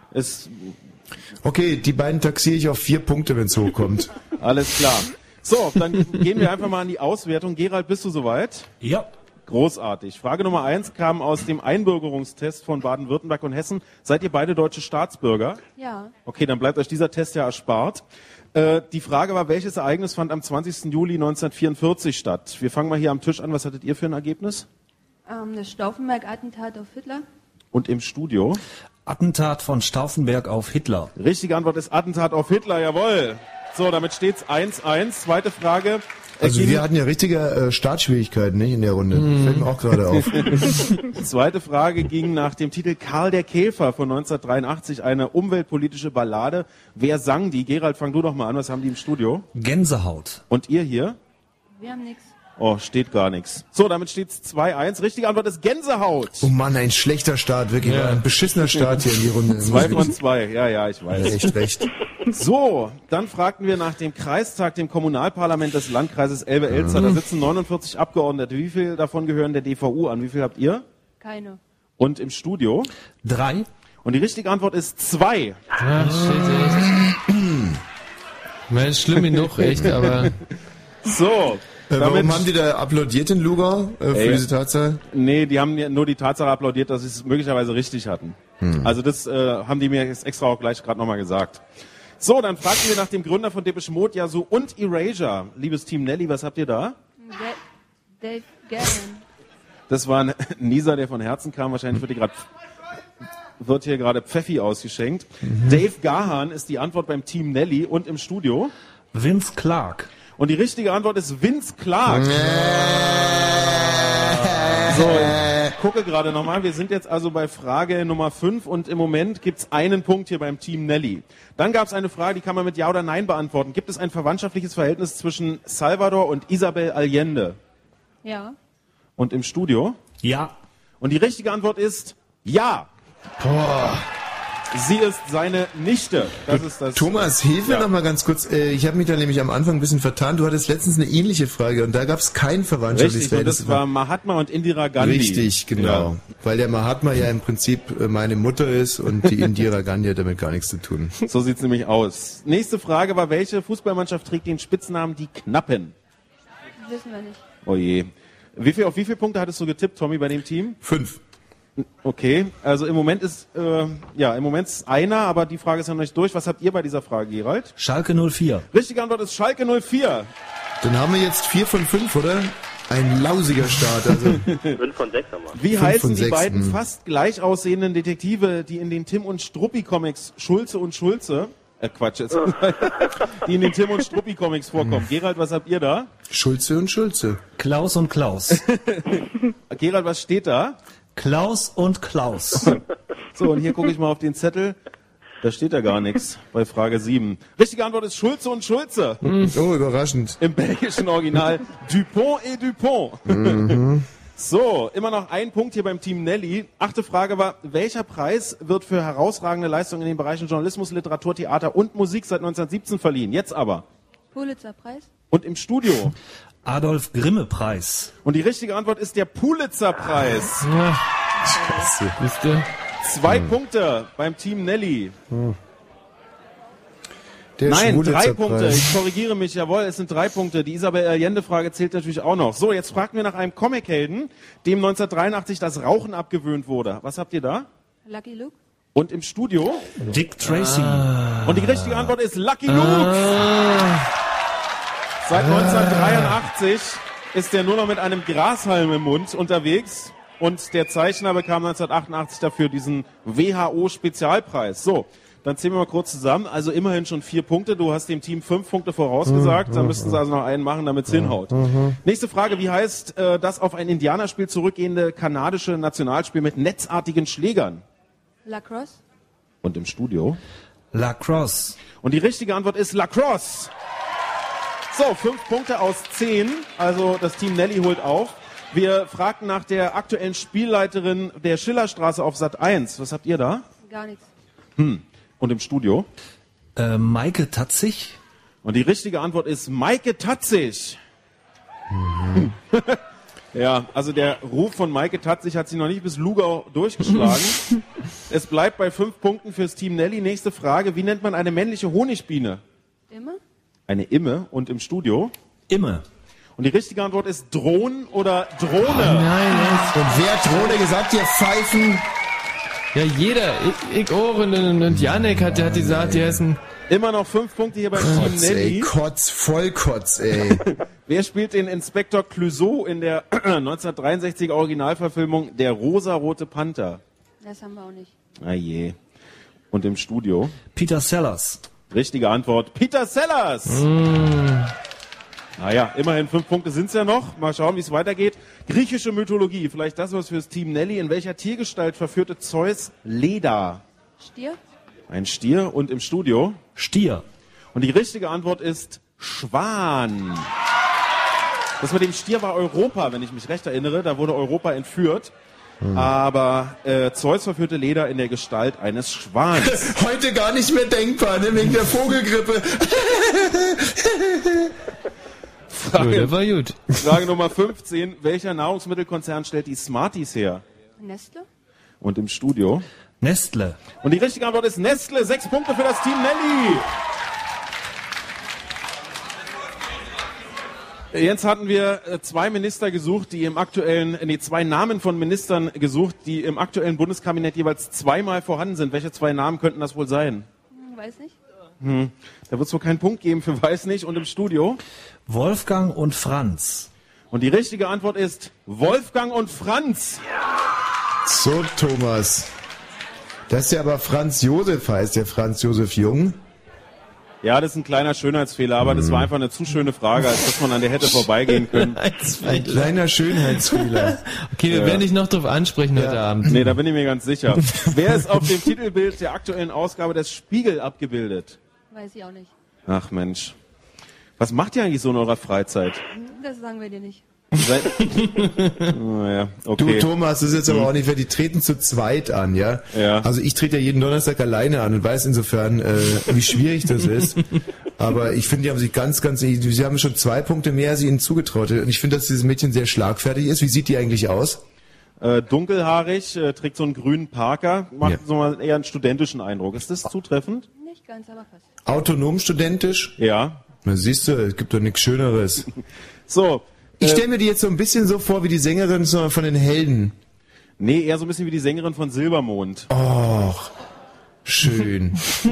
Ist okay, die beiden taxiere ich auf vier Punkte, wenn es hochkommt. Alles klar. So, dann gehen wir einfach mal an die Auswertung. Gerald, bist du soweit? Ja. Großartig. Frage Nummer eins kam aus dem Einbürgerungstest von Baden-Württemberg und Hessen. Seid ihr beide deutsche Staatsbürger? Ja. Okay, dann bleibt euch dieser Test ja erspart. Äh, die Frage war, welches Ereignis fand am zwanzigsten Juli neunzehnhundertvierundvierzig statt? Wir fangen mal hier am Tisch an. Was hattet ihr für ein Ergebnis? Ähm, das Stauffenberg-Attentat auf Hitler. Und im Studio? Attentat von Stauffenberg auf Hitler. Richtige Antwort ist Attentat auf Hitler, jawohl. So, damit steht's eins eins. Zweite Frage. Also wir hatten ja richtige äh, Startschwierigkeiten, nicht, in der Runde. Hm. Fällt mir auch gerade auf. Zweite Frage ging nach dem Titel Karl der Käfer von neunzehnhundertdreiundachtzig, eine umweltpolitische Ballade. Wer sang die? Gerald, fang du doch mal an. Was haben die im Studio? Gänsehaut. Und ihr hier? Wir haben nichts. Oh, steht gar nichts. So, damit steht's zwei eins. Richtige Antwort ist Gänsehaut. Oh Mann, ein schlechter Start, wirklich. Ja. Ein beschissener Start hier in die Runde. Zwei von zwei, ja, ja, ich weiß. Ja, echt recht. So, dann fragten wir nach dem Kreistag, dem Kommunalparlament des Landkreises Elbe-Elster. Da sitzen neunundvierzig Abgeordnete. Wie viel davon gehören der D V U an? Wie viel habt ihr? Keine. Und im Studio? Drei. Und die richtige Antwort ist zwei. Ach, shit, echt. Man ist schlimm genug, echt, aber... So. Äh, warum haben die da applaudiert in Lugau äh, für Ey, diese Tatsache? Nee, die haben nur die Tatsache applaudiert, dass sie es möglicherweise richtig hatten. Hm. Also das äh, haben die mir jetzt extra auch gleich gerade nochmal gesagt. So, dann fragten wir nach dem Gründer von Depeche Mode, Yazoo und Erasure. Liebes Team Nelly, was habt ihr da? Dave Gahan. Das war ein Nieser, der von Herzen kam. Wahrscheinlich wird hier gerade wird hier gerade Pfeffi ausgeschenkt. Mhm. Dave Gahan ist die Antwort beim Team Nelly und im Studio. Vince Clarke. Und die richtige Antwort ist Vince Clarke. So, ich gucke gerade nochmal. Wir sind jetzt also bei Frage Nummer fünf und im Moment gibt's einen Punkt hier beim Team Nelly. Dann gab's eine Frage, die kann man mit Ja oder Nein beantworten. Gibt es ein verwandtschaftliches Verhältnis zwischen Salvador und Isabel Allende? Ja. Und im Studio? Ja. Und die richtige Antwort ist Ja. Boah. Sie ist seine Nichte. Das ist das. Thomas, hilf mir Ja. noch mal ganz kurz. Äh, Ich habe mich da nämlich am Anfang ein bisschen vertan. Du hattest letztens eine ähnliche Frage und da gab es kein verwandtschaftliches Richtig, und Verhältnis. das war Mahatma und Indira Gandhi. Richtig, genau. Ja. Weil der Mahatma ja im Prinzip äh, meine Mutter ist und die Indira Gandhi hat damit gar nichts zu tun. So sieht's nämlich aus. Nächste Frage war, welche Fußballmannschaft trägt den Spitznamen die Knappen? Wissen wir nicht. Oh je. Wie viel, auf wie viele Punkte hattest du getippt, Tommy, bei dem Team? Fünf. Okay, also im Moment ist, äh, ja, im Moment ist einer, aber die Frage ist ja noch nicht durch. Was habt ihr bei dieser Frage, Gerald? Schalke null vier. Richtige Antwort ist Schalke null vier. Dann haben wir jetzt vier von fünf, oder? Ein lausiger Start. Also. fünf von sechs haben wir. Wie Fünf heißen von die sechs, beiden hm. fast gleich aussehenden Detektive, die in den Tim und Struppi Comics Schulze und Schulze, äh Quatsch jetzt, die in den Tim und Struppi Comics vorkommen? Gerald, was habt ihr da? Schulze und Schulze. Klaus und Klaus. Gerald, was steht da? Klaus und Klaus. So, und hier gucke ich mal auf den Zettel. Da steht ja gar nichts bei Frage sieben. Richtige Antwort ist Schulze und Schulze. Oh, überraschend. Im belgischen Original Dupont et Dupont. Mhm. So, immer noch ein Punkt hier beim Team Nelly. Achte Frage war, welcher Preis wird für herausragende Leistungen in den Bereichen Journalismus, Literatur, Theater und Musik seit neunzehnhundertsiebzehn verliehen? Jetzt aber. Pulitzerpreis? Und im Studio. Adolf Grimme Preis. Und die richtige Antwort ist der Pulitzerpreis. Ja. Scheiße. Wisst ihr? Zwei Punkte beim Team Nelly. Der Nein, drei Schwulitzerpreis. Punkte. Ich korrigiere mich. Jawohl, es sind drei Punkte. Die Isabel Allende-Frage zählt natürlich auch noch. So, jetzt fragten wir nach einem Comichelden, dem neunzehnhundertdreiundachtzig das Rauchen abgewöhnt wurde. Was habt ihr da? Lucky Luke? Und im Studio? Dick Tracy. Und die richtige Antwort ist Lucky Luke. Seit neunzehnhundertdreiundachtzig ist er nur noch mit einem Grashalm im Mund unterwegs. Und der Zeichner bekam neunzehnhundertachtundachtzig dafür diesen W H O-Spezialpreis. So, dann zählen wir mal kurz zusammen. Also immerhin schon vier Punkte. Du hast dem Team fünf Punkte vorausgesagt. Da müssten sie also noch einen machen, damit es hinhaut. Nächste Frage. Wie heißt äh, das auf ein Indianerspiel zurückgehende kanadische Nationalspiel mit netzartigen Schlägern? Lacrosse? Und im Studio? Lacrosse. Und die richtige Antwort ist Lacrosse. So, fünf Punkte aus zehn. Also das Team Nelly holt auf. Wir fragten nach der aktuellen Spielleiterin der Schillerstraße auf Sat eins. Was habt ihr da? Gar nichts. Hm. Und im Studio? Äh, Maike Tatzig. Und die richtige Antwort ist Maike Tatzig. Mhm. Ja, also der Ruf von Maike Tatzig hat sich noch nicht bis Lugau durchgeschlagen. Es bleibt bei fünf Punkten fürs Team Nelly. Nächste Frage, wie nennt man eine männliche Honigbiene? Immer? Eine Imme und im Studio? Imme. Und die richtige Antwort ist Drohnen oder Drohne. Oh nein, Und wer hat Drohne gesagt, ihr Pfeifen? ja jeder, ich, ich auch und, und, und Janek hat, hat gesagt, die heißen... Immer noch fünf Punkte hier beim Team Kotz, ey, Nelly. Kotz, Vollkotz, ey. Wer spielt den Inspektor Clouseau in der neunzehnhundertdreiundsechziger Originalverfilmung Der rosarote Panther? Das haben wir auch nicht. Ah je. Und im Studio? Peter Sellers. Richtige Antwort, Peter Sellers. Mm. Naja, immerhin fünf Punkte sind's ja noch. Mal schauen, wie es weitergeht. Griechische Mythologie, vielleicht das was fürs Team Nelly. In welcher Tiergestalt verführte Zeus Leda? Stier? Ein Stier und im Studio? Stier. Und die richtige Antwort ist Schwan. Das mit dem Stier war Europa, wenn ich mich recht erinnere. Da wurde Europa entführt. Hm. Aber äh, Zeus verführte Leda in der Gestalt eines Schwans. Heute gar nicht mehr denkbar, ne, wegen der Vogelgrippe. Frage, Ja, der war gut. Frage Nummer fünfzehn. Welcher Nahrungsmittelkonzern stellt die Smarties her? Nestle? Und im Studio? Nestle. Und die richtige Antwort ist Nestle. Sechs Punkte für das Team Nelly. Jetzt hatten wir äh, zwei Minister gesucht, die im aktuellen, nee, zwei Namen von Ministern gesucht, die im aktuellen Bundeskabinett jeweils zweimal vorhanden sind. Welche zwei Namen könnten das wohl sein? Hm, weiß nicht. Hm. Da wird es wohl keinen Punkt geben für weiß nicht. Und im Studio? Wolfgang und Franz. Und die richtige Antwort ist Wolfgang und Franz. So, Thomas. Dass der aber Franz Josef heißt, der Franz Josef Jung. Ja, das ist ein kleiner Schönheitsfehler, aber das war einfach eine zu schöne Frage, als dass man an der hätte vorbeigehen können. Ein kleiner Schönheitsfehler. Okay, wir Ja. werden dich noch drauf ansprechen Ja. heute Abend. Nee, da bin ich mir ganz sicher. Wer ist auf dem Titelbild der aktuellen Ausgabe des Spiegel abgebildet? Weiß ich auch nicht. Ach Mensch. Was macht ihr eigentlich so in eurer Freizeit? Das sagen wir dir nicht. Seid- naja, okay. Du, Thomas, das ist jetzt aber Hm. auch nicht fair. Die treten zu zweit an, ja? Ja. Also ich trete ja jeden Donnerstag alleine an und weiß insofern, äh, wie schwierig das ist. Aber ich finde, die haben sich ganz, ganz, sie haben schon zwei Punkte mehr, als ich ihnen zugetraut hätte. Und ich finde, dass dieses Mädchen sehr schlagfertig ist. Wie sieht die eigentlich aus? Äh, dunkelhaarig, äh, trägt so einen grünen Parker, macht Ja. so mal eher einen studentischen Eindruck. Ist das zutreffend? Nicht ganz, aber fast. Autonom studentisch? Ja. Na, siehst du, es gibt doch nichts Schöneres. So. Ich äh, stelle mir die jetzt so ein bisschen so vor wie die Sängerin so von den Helden. Nee, eher so ein bisschen wie die Sängerin von Silbermond. Och, schön.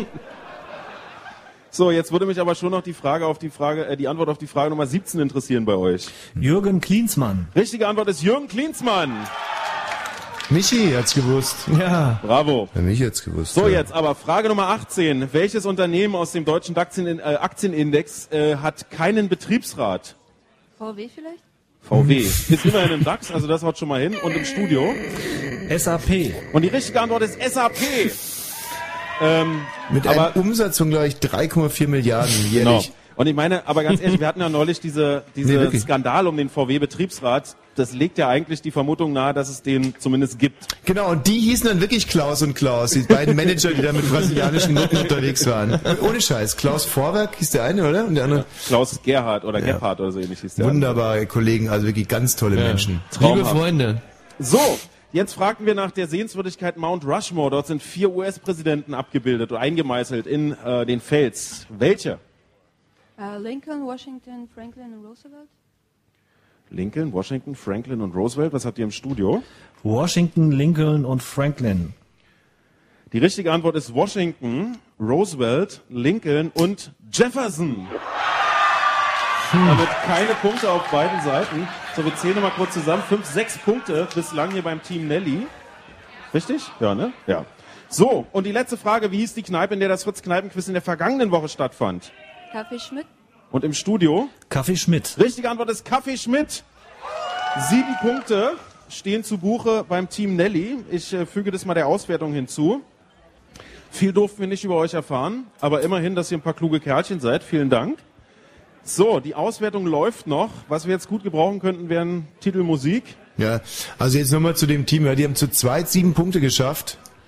So, jetzt würde mich aber schon noch die Frage auf die Frage, äh, die Antwort auf die Frage Nummer siebzehn interessieren bei euch. Jürgen Klinsmann. Richtige Antwort ist Jürgen Klinsmann. Michi hat's gewusst. Ja. Bravo. Ja, Michi hat's gewusst. So, ja. jetzt aber Frage Nummer achtzehn. Welches Unternehmen aus dem deutschen Aktien, äh, Aktienindex äh, hat keinen Betriebsrat? V W vielleicht? V W. Ist immerhin im DAX, also das haut schon mal hin. Und im Studio? S A P. Und die richtige Antwort ist S A P. Ähm, Mit aber, einem Umsatz von, glaube ich, drei Komma vier Milliarden genau. jährlich. Und ich meine, aber ganz ehrlich, wir hatten ja neulich diese, diese Nee, wirklich. Skandal um den V W-Betriebsrat. Das legt ja eigentlich die Vermutung nahe, dass es den zumindest gibt. Genau, und die hießen dann wirklich Klaus und Klaus, die beiden Manager, die da mit brasilianischen Nutten unterwegs waren. Ohne Scheiß, Klaus Vorwerk hieß der eine, oder? Und der andere. Klaus Gerhard oder Ja. Gebhardt oder so ähnlich hieß der. Wunderbare Kollegen, also wirklich ganz tolle Menschen. Liebe Freunde. So, jetzt fragten wir nach der Sehenswürdigkeit Mount Rushmore. Dort sind vier U S-Präsidenten abgebildet oder eingemeißelt in äh, den Fels. Welche? Äh, Lincoln, Washington, Franklin und Roosevelt? Lincoln, Washington, Franklin und Roosevelt. Was habt ihr im Studio? Washington, Lincoln und Franklin. Die richtige Antwort ist Washington, Roosevelt, Lincoln und Jefferson. Damit keine Punkte auf beiden Seiten. So, wir zählen nochmal kurz zusammen. Fünf, sechs Punkte bislang hier beim Team Nelly. Richtig? Ja, ne? Ja. So, und die letzte Frage. Wie hieß die Kneipe, in der das Fritz-Kneipen-Quiz in der vergangenen Woche stattfand? Kaffee Schmidt? Und im Studio? Kaffee Schmidt. Richtige Antwort ist Kaffee Schmidt. Sieben Punkte stehen zu Buche beim Team Nelly. Ich äh, füge das mal der Auswertung hinzu. Viel durften wir nicht über euch erfahren, aber immerhin, dass ihr ein paar kluge Kerlchen seid. Vielen Dank. So, die Auswertung läuft noch. Was wir jetzt gut gebrauchen könnten, wären Titelmusik. Ja, also jetzt nochmal zu dem Team, ja, die haben zu zweit sieben Punkte geschafft.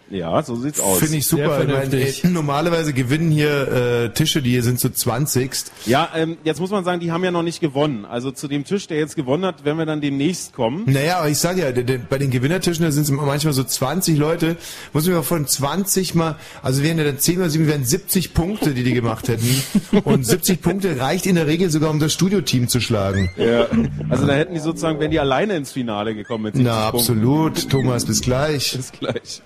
Ja, so sieht's aus. Finde ich super. Ich meine, ey, normalerweise gewinnen hier äh, Tische, die hier sind zu zwanzigst. Ja, ähm, jetzt muss man sagen, die haben ja noch nicht gewonnen. Also zu dem Tisch, der jetzt gewonnen hat, werden wir dann demnächst kommen. Naja, aber ich sage ja, de, de, bei den Gewinnertischen, da sind es manchmal so zwanzig Leute. Muss man mal von zwanzig mal, also wären ja dann zehn oder sieben, wären siebzig Punkte, die die gemacht hätten. Und siebzig Punkte reicht in der Regel sogar, um das Studioteam zu schlagen. Ja, also da hätten die sozusagen, wären die alleine ins Finale gekommen mit siebzig Na, absolut. Punkten. Thomas, bis gleich. Bis gleich.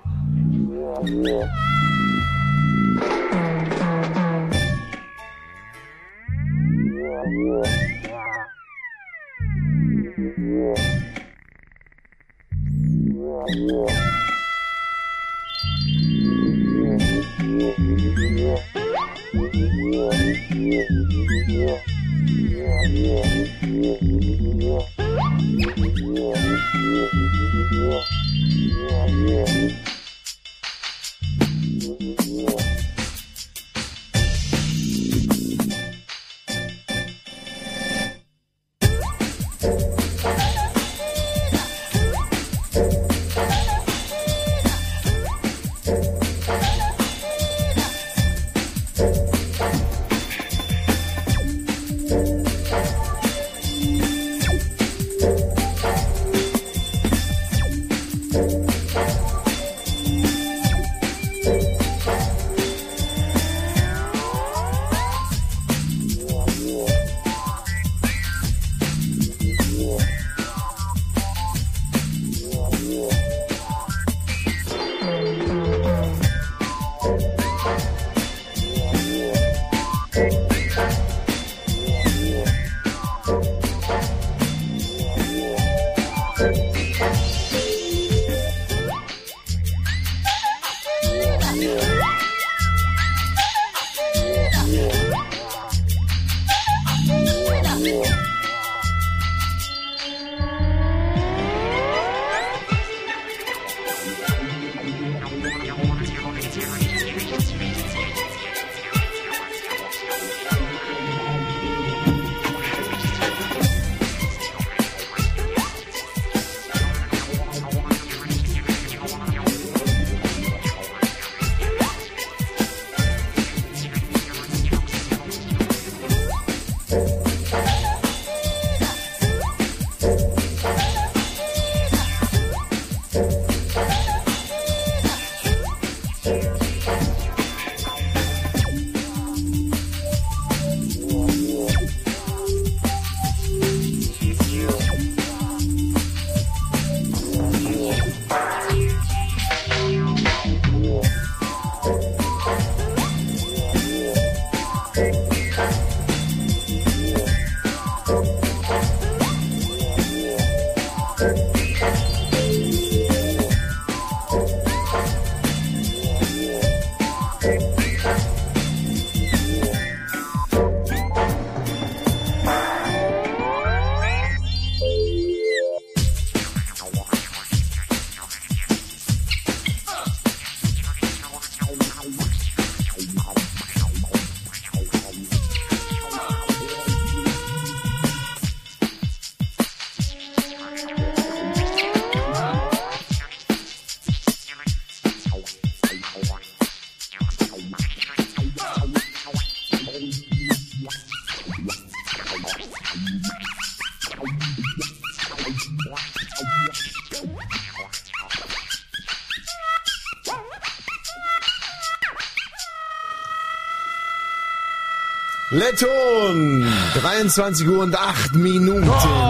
Letton, dreiundzwanzig Uhr und acht Minuten.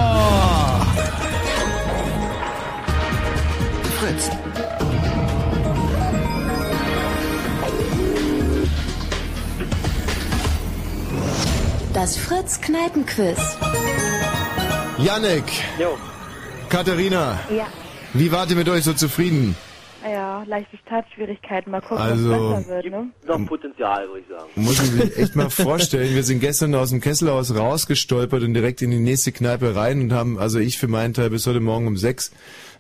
Oh. Fritz. Das Fritz-Kneipen-Quiz. Jannik. Jo. Katharina. Ja. Wie wart ihr mit euch so zufrieden? Ja, leichte Startschwierigkeiten. Mal gucken, Also, was besser wird, ne? Noch Potenzial, würde ich sagen. Muss man sich echt mal vorstellen. Wir sind gestern aus dem Kesselhaus rausgestolpert und direkt in die nächste Kneipe rein und haben, also ich für meinen Teil bis heute Morgen um sechs,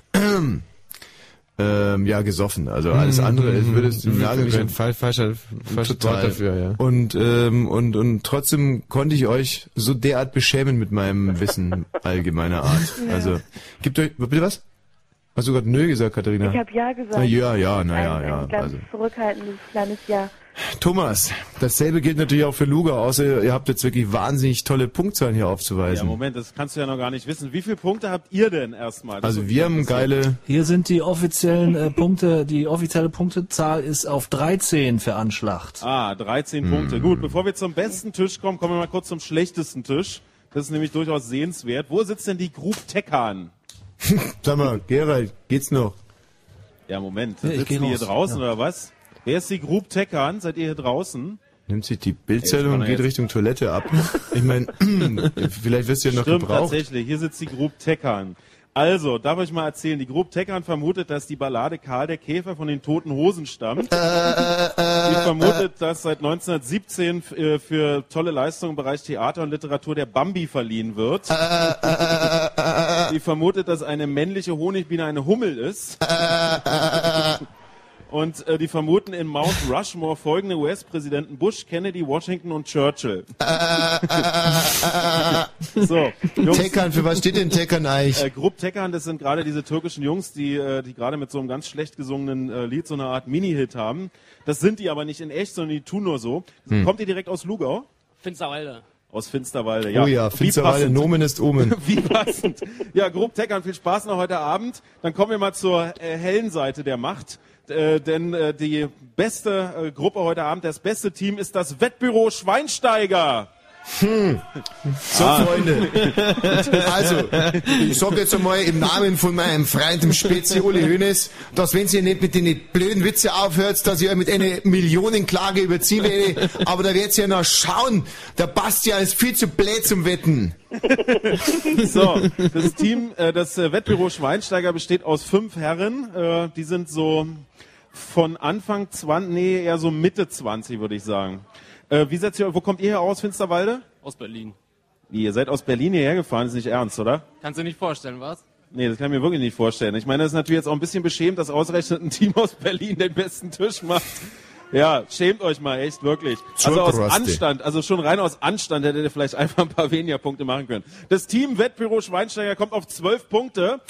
ähm, ja, gesoffen. Also alles andere, es würde es im Nagel nicht. Fall, falscher, falscher Wort dafür, ja. Und, ähm, und, und trotzdem konnte ich euch so derart beschämen mit meinem Wissen allgemeiner Art. Ja. Also, gibt euch, bitte was? Hast du gerade nö gesagt, Katharina? Ich habe ja gesagt. Na, ja, ja, Ein- naja, ja. Ein ganz Also. zurückhaltendes kleines Ja. Thomas, dasselbe gilt natürlich auch für Luga, außer ihr habt jetzt wirklich wahnsinnig tolle Punktzahlen hier Ja, aufzuweisen. Moment, das kannst du ja noch gar nicht wissen. Wie viele Punkte habt ihr denn erstmal? Das Also ist wir haben geile... Hier sind die offiziellen äh, Punkte, die offizielle Punktezahl ist auf dreizehn veranschlagt. Ah, dreizehn Hm. Punkte. Gut, bevor wir zum besten Tisch kommen, kommen wir mal kurz zum schlechtesten Tisch. Das ist nämlich durchaus sehenswert. Wo sitzt denn die Group Tekan? Sag mal, Gerald, geht's noch? Ja, Moment. Ja, ich Sitzen geh die hier raus. draußen Ja. oder was? Wer ist die Group Tekan? Seid ihr hier draußen? Nimmt sich die Bildzeitung Ey, und das kann geht er Richtung Toilette ab. Ich meine, vielleicht wirst du ja noch Stimmt, gebraucht. tatsächlich. Hier sitzt die Group Tekan. Also, darf ich mal erzählen, die Group Tekan vermutet, dass die Ballade Karl der Käfer von den Toten Hosen stammt. Sie vermutet, dass seit neunzehnhundertsiebzehn äh, für tolle Leistungen im Bereich Theater und Literatur der Bambi verliehen wird. Sie vermutet, dass eine männliche Honigbiene eine Hummel ist. Und äh, die vermuten in Mount Rushmore folgende U S-Präsidenten Bush, Kennedy, Washington und Churchill. So, Jungs. Tekan, für was steht denn Tekan eigentlich? Äh, Grupp Tekan, das sind gerade diese türkischen Jungs, die, äh, die gerade mit so einem ganz schlecht gesungenen äh, Lied so eine Art Mini-Hit haben. Das sind die aber nicht in echt, sondern die tun nur so. Hm. Kommt ihr direkt aus Lugau? Finsterwalde. Aus Finsterwalde, ja. Oh ja, Wie Finsterwalde, passend. Nomen ist Omen. Wie passend. Ja, Grupp Tekan, viel Spaß noch heute Abend. Dann kommen wir mal zur äh, hellen Seite der Macht. Äh, denn äh, die beste äh, Gruppe heute Abend, das beste Team ist das Wettbüro Schweinsteiger. Hm. So, Ah. Freunde. Also, ich sage jetzt einmal im Namen von meinem Freund, dem Spezi Uli Hoeneß, dass wenn ihr nicht mit den blöden Witze aufhört, dass ihr mit einer Millionenklage überziehen werde. Aber da werdet ihr ja noch schauen. Der Bastian ist viel zu blöd zum Wetten. So, das Team, äh, das äh, Wettbüro Schweinsteiger besteht aus fünf Herren. Äh, die sind so von Anfang zwanzig, nee, eher so Mitte zwanzig, würde ich sagen. Äh, wie setzt ihr, wo kommt ihr her aus, Finsterwalde? Aus Berlin. Wie, ihr seid aus Berlin hierher gefahren, ist nicht ernst, oder? Kannst du nicht vorstellen, was? Nee, das kann ich mir wirklich nicht vorstellen. Ich meine, das ist natürlich jetzt auch ein bisschen beschämt, dass ausgerechnet ein Team aus Berlin den besten Tisch macht. Ja, schämt euch mal, echt, wirklich. Also aus Schurkraste. Anstand, also schon rein aus Anstand hättet ihr vielleicht einfach ein paar weniger Punkte machen können. Das Team Wettbüro Schweinsteiger kommt auf zwölf Punkte.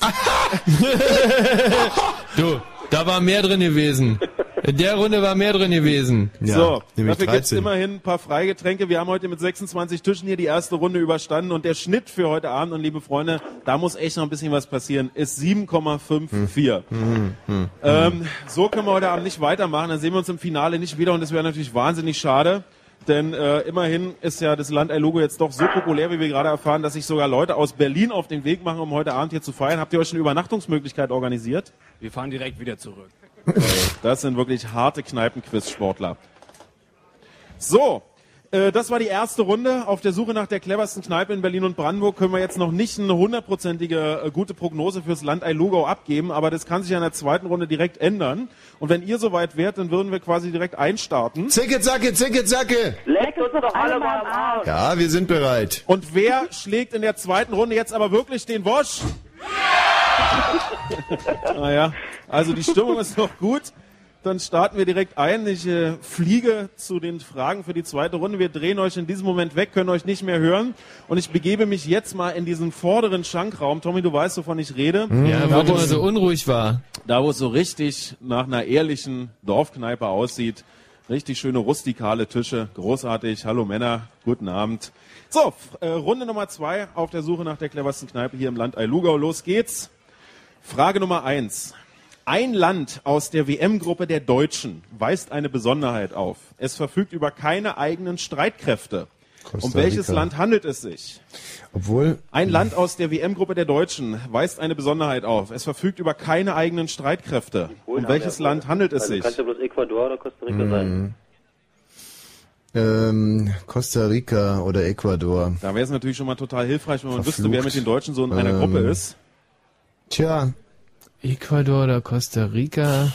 Du, da war mehr drin gewesen. In der Runde war mehr drin gewesen. so, dafür gibt's immerhin ein paar Freigetränke. Wir haben heute mit sechsundzwanzig Tischen hier die erste Runde überstanden und der Schnitt für heute Abend, und liebe Freunde, da muss echt noch ein bisschen was passieren, ist sieben Komma vierundfünfzig. Hm, hm, Ähm, so können wir heute Abend nicht weitermachen, dann sehen wir uns im Finale nicht wieder und das wäre natürlich wahnsinnig schade. Denn äh, immerhin ist ja das Land Ailugo jetzt doch so populär, wie wir gerade erfahren, dass sich sogar Leute aus Berlin auf den Weg machen, um heute Abend hier zu feiern. Habt ihr euch eine Übernachtungsmöglichkeit organisiert? Wir fahren direkt wieder zurück. Das sind wirklich harte Kneipenquiz-Sportler. So, äh, das war die erste Runde. Auf der Suche nach der cleversten Kneipe in Berlin und Brandenburg können wir jetzt noch nicht eine hundertprozentige äh, gute Prognose fürs Land Ailugo abgeben, aber das kann sich ja in der zweiten Runde direkt ändern. Und wenn ihr soweit wärt, dann würden wir quasi direkt einstarten. Zicke, zacke, zicke, zacke. Leckt uns doch alle mal am Arsch. Ja, wir sind bereit. Und wer schlägt in der zweiten Runde jetzt aber wirklich den Wosch? Naja, also die Stimmung ist noch gut. Dann starten wir direkt ein. Ich äh, fliege zu den Fragen für die zweite Runde. Wir drehen euch in diesem Moment weg, können euch nicht mehr hören. Und ich begebe mich jetzt mal in diesen vorderen Schankraum. Tommy, du weißt, wovon ich rede. Ja, da, weil wo immer es- so unruhig war. da, wo es so richtig nach einer ehrlichen Dorfkneipe aussieht. Richtig schöne rustikale Tische. Großartig. Hallo Männer. Guten Abend. So, f- äh, Runde Nummer zwei auf der Suche nach der cleversten Kneipe hier im Land Ailugau. Los geht's. Frage Nummer eins. Ein Land aus der W M-Gruppe der Deutschen weist eine Besonderheit auf. Es verfügt über keine eigenen Streitkräfte. Um Costa welches Rica. Land handelt es sich? Obwohl, Ein Land aus der W M-Gruppe der Deutschen weist eine Besonderheit auf. Es verfügt über keine eigenen Streitkräfte. Um welches Land handelt es also sich? Kann ja bloß Ecuador oder Costa Rica sein. ähm, Costa Rica oder Ecuador. Da wäre es natürlich schon mal total hilfreich, wenn man Verflucht. wüsste, wer mit den Deutschen so in einer Ähm, Gruppe ist. Tja, Ecuador oder Costa Rica.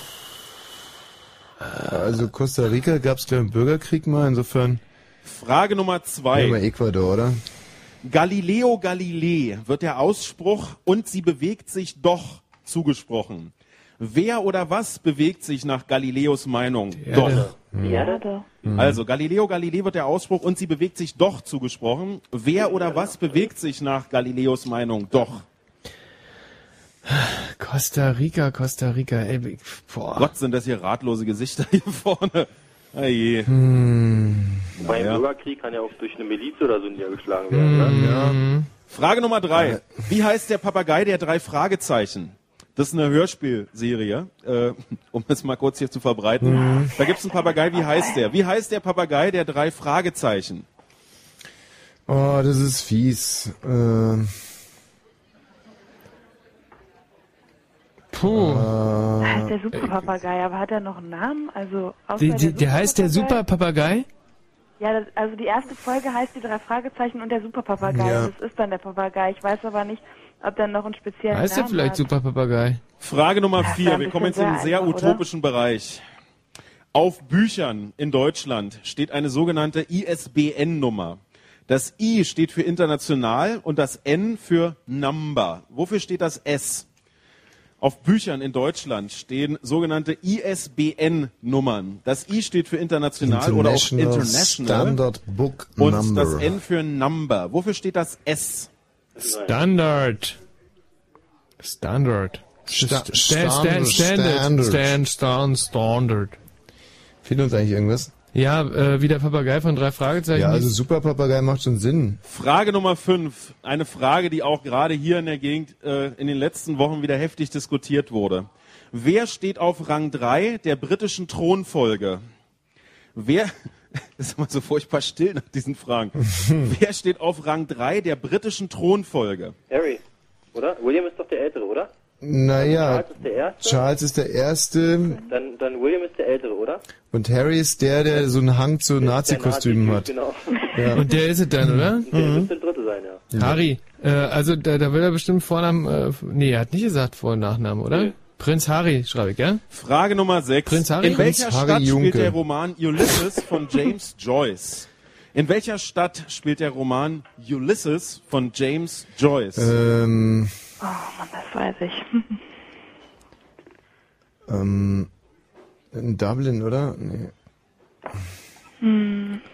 also Costa Rica gab es, glaube ich, einen Bürgerkrieg mal, insofern. Frage Nummer zwei. Nehmen wir Ecuador, oder? Galileo Galilei wird der Ausspruch "und sie bewegt sich doch" zugesprochen. Wer oder was bewegt sich nach Galileos Meinung doch? Die Erde. Also Galileo Galilei wird der Ausspruch "und sie bewegt sich doch" zugesprochen. Wer oder was bewegt sich nach Galileos Meinung doch? Costa Rica, Costa Rica, ey, boah. Gott, sind das hier ratlose Gesichter hier vorne. Ah je. Hm. Wobei im Naja. Bürgerkrieg kann ja auch durch eine Miliz oder so niedergeschlagen werden, ne? Ja. Frage Nummer drei. Wie heißt der Papagei der drei Fragezeichen? Das ist eine Hörspielserie, äh, um es mal kurz hier zu verbreiten. Mhm. Da gibt's einen Papagei, wie heißt der? Wie heißt der Papagei der drei Fragezeichen? Oh, das ist fies. Äh, Puh. Das heißt der Superpapagei, aber hat er noch einen Namen? Also, außer Die, die, der der heißt der Superpapagei? Superpapagei? Ja, das, also die erste Folge heißt die drei Fragezeichen und der Superpapagei. Ja. Das ist dann der Papagei. Ich weiß aber nicht, ob der noch einen speziellen Heißt der Namen vielleicht hat. Superpapagei? Frage Nummer Das vier. wär ein Wir kommen jetzt bisschen in einen sehr sehr einfach, oder? utopischen Bereich. Auf Büchern in Deutschland steht eine sogenannte I S B N-Nummer. Das I steht für international und das N für Number. Wofür steht das S? Auf Büchern in Deutschland stehen sogenannte I S B N-Nummern. Das I steht für international oder auch International international. Standard Book und Number. das N für Number. Wofür steht das S? Standard. Standard. Sta- St- Stand, Standard. Standard. Stand, Stand, Standard. Fehlt uns eigentlich irgendwas? Ja, äh, wie der Papagei von drei Fragezeichen. Ja, also hieß. Superpapagei macht schon Sinn. Frage Nummer fünf. Eine Frage, die auch gerade hier in der Gegend äh, in den letzten Wochen wieder heftig diskutiert wurde. Wer steht auf Rang drei der britischen Thronfolge? Wer, das ist immer so furchtbar still nach diesen Fragen. Wer steht auf Rang drei der britischen Thronfolge? Harry, oder? William ist doch der Ältere, oder? Naja, Charles ist der Erste. Charles ist der Erste Dann, dann William ist der Ältere, oder? und Harry ist der, der so einen Hang zu Nazi-Kostümen hat. Genau. Ja. Und der ist es dann, oder? Der müsste der Dritte sein, ja. Harry, äh, also da, da will er bestimmt Vornamen, äh, nee, er hat nicht gesagt Vor- und Nachnamen, oder? Nee. Prinz Harry, schreibe ich, ja? Frage Nummer sechs. Prinz Harry? In welcher Prinz Harry Stadt Junke. spielt der Roman Ulysses von James Joyce? In welcher Stadt spielt der Roman Ulysses von James Joyce? Ähm, Oh Mann, das weiß ich. ähm, in Dublin, oder? Nee. Hm.